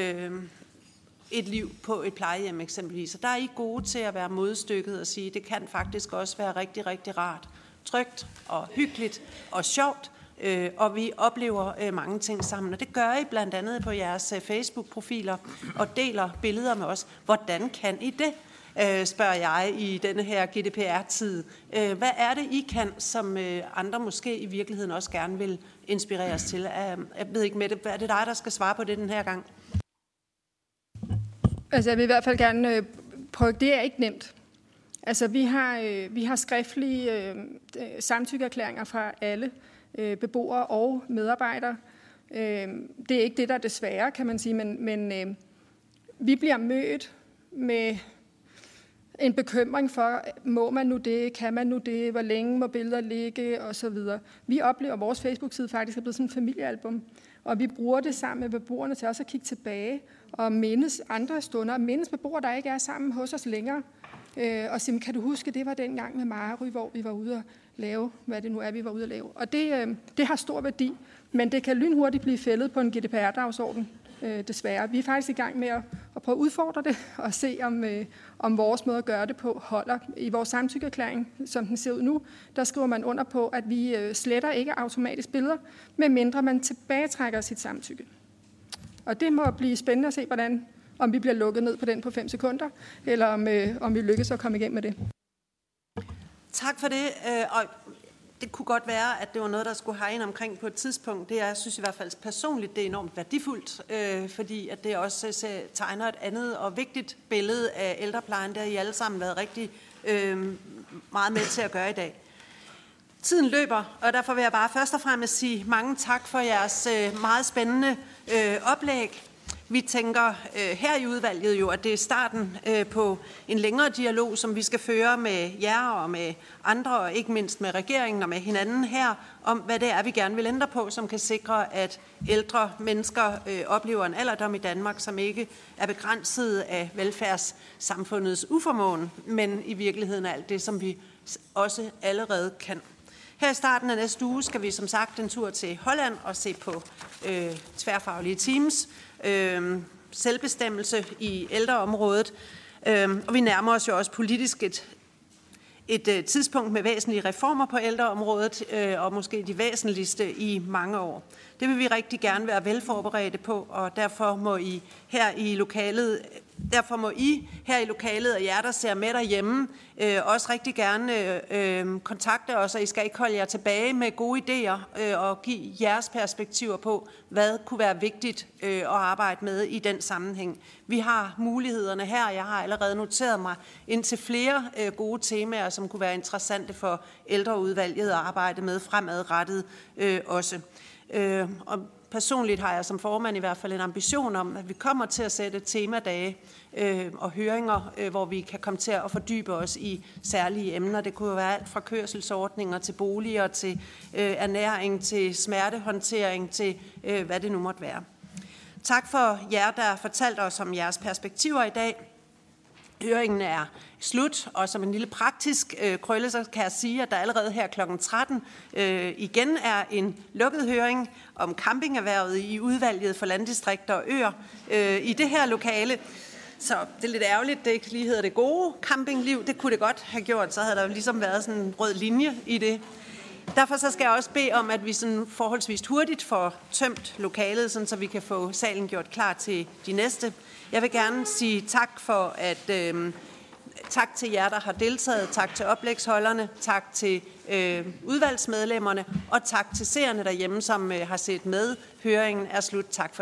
et liv på et plejehjem eksempelvis. Og der er I gode til at være modstykket og sige, at det kan faktisk også være rigtig, rigtig rart, trygt og hyggeligt og sjovt, og vi oplever mange ting sammen. Og det gør I blandt andet på jeres Facebook-profiler og deler billeder med os. Hvordan kan I det, spørger jeg i denne her GDPR-tid. Hvad er det, I kan, som andre måske i virkeligheden også gerne vil inspireres til? Jeg ved ikke, Mette, er det dig, der skal svare på det den her gang? Altså, jeg vil i hvert fald gerne prøve. Det er ikke nemt. Altså, vi har skriftlige samtykkeerklæringer fra alle beboere og medarbejdere. Det er ikke det, der er det svære, kan man sige, men vi bliver mødt med en bekymring for, må man nu det, kan man nu det, hvor længe må billeder ligge, osv. Vi oplever, at vores Facebook-side faktisk er blevet sådan en familiealbum, og vi bruger det sammen med beboerne til også at kigge tilbage og mindes andre stunder, og mindes beboere, der ikke er sammen hos os længere, og sige, kan du huske, det var dengang med Mary, hvor vi var ude at lave, hvad det nu er, vi var ude at lave. Og det har stor værdi, men det kan lynhurtigt blive fældet på en GDPR-dagsorden, desværre. Vi er faktisk i gang med at prøve at udfordre det, og se, om vores måde at gøre det på holder. I vores samtykkeerklæring, som den ser ud nu, der skriver man under på, at vi sletter ikke automatisk billeder, medmindre man tilbagetrækker sit samtykke. Og det må blive spændende at se, om vi bliver lukket ned på den på 5 sekunder, eller om vi lykkes at komme igennem med det. Tak for det, og det kunne godt være, at det var noget, der skulle have en omkring på et tidspunkt. Jeg synes i hvert fald personligt, det er enormt værdifuldt, fordi at det også tegner et andet og vigtigt billede af ældreplejen. Det har I alle sammen været rigtig meget med til at gøre i dag. Tiden løber, og derfor vil jeg bare først og fremmest sige mange tak for jeres meget spændende oplæg. Vi tænker her i udvalget jo, at det er starten på en længere dialog, som vi skal føre med jer og med andre, og ikke mindst med regeringen og med hinanden her, om hvad det er, vi gerne vil ændre på, som kan sikre, at ældre mennesker oplever en alderdom i Danmark, som ikke er begrænset af velfærdssamfundets uformåen, men i virkeligheden er alt det, som vi også allerede kan. Her i starten af næste uge skal vi som sagt en tur til Holland og se på tværfaglige teams, selvbestemmelse i ældreområdet, og vi nærmer os jo også politisk et tidspunkt med væsentlige reformer på ældreområdet, og måske de væsentligste i mange år. Det vil vi rigtig gerne være velforberedte på, og derfor må I her i lokalet og jer, der ser med derhjemme, også rigtig gerne kontakte os, og I skal ikke holde jer tilbage med gode idéer og give jeres perspektiver på, hvad kunne være vigtigt at arbejde med i den sammenhæng. Vi har mulighederne her. Jeg har allerede noteret mig ind til flere gode temaer, som kunne være interessante for ældreudvalget at arbejde med fremadrettet også. Og personligt har jeg som formand i hvert fald en ambition om, at vi kommer til at sætte temadage og høringer, hvor vi kan komme til at fordybe os i særlige emner. Det kunne jo være alt fra kørselsordninger til boliger, til ernæring, til smertehåndtering, til hvad det nu måtte være. Tak for jer, der fortalte os om jeres perspektiver i dag. Høringen er slut, og som en lille praktisk krølle, så kan jeg sige, at der allerede her kl. 13 igen er en lukket høring om campingerhvervet i udvalget for landdistrikter og øer i det her lokale. Så det er lidt ærgerligt, det ikke lige hedder det gode campingliv. Det kunne det godt have gjort, så havde der jo ligesom været sådan en rød linje i det. Derfor så skal jeg også bede om, at vi sådan forholdsvis hurtigt får tømt lokalet, sådan så vi kan få salen gjort klar til de næste. Jeg vil gerne sige tak for tak til jer, der har deltaget, tak til oplægsholderne, tak til udvalgsmedlemmerne, og tak til seerne derhjemme, som har set med. Høringen er slut. Tak for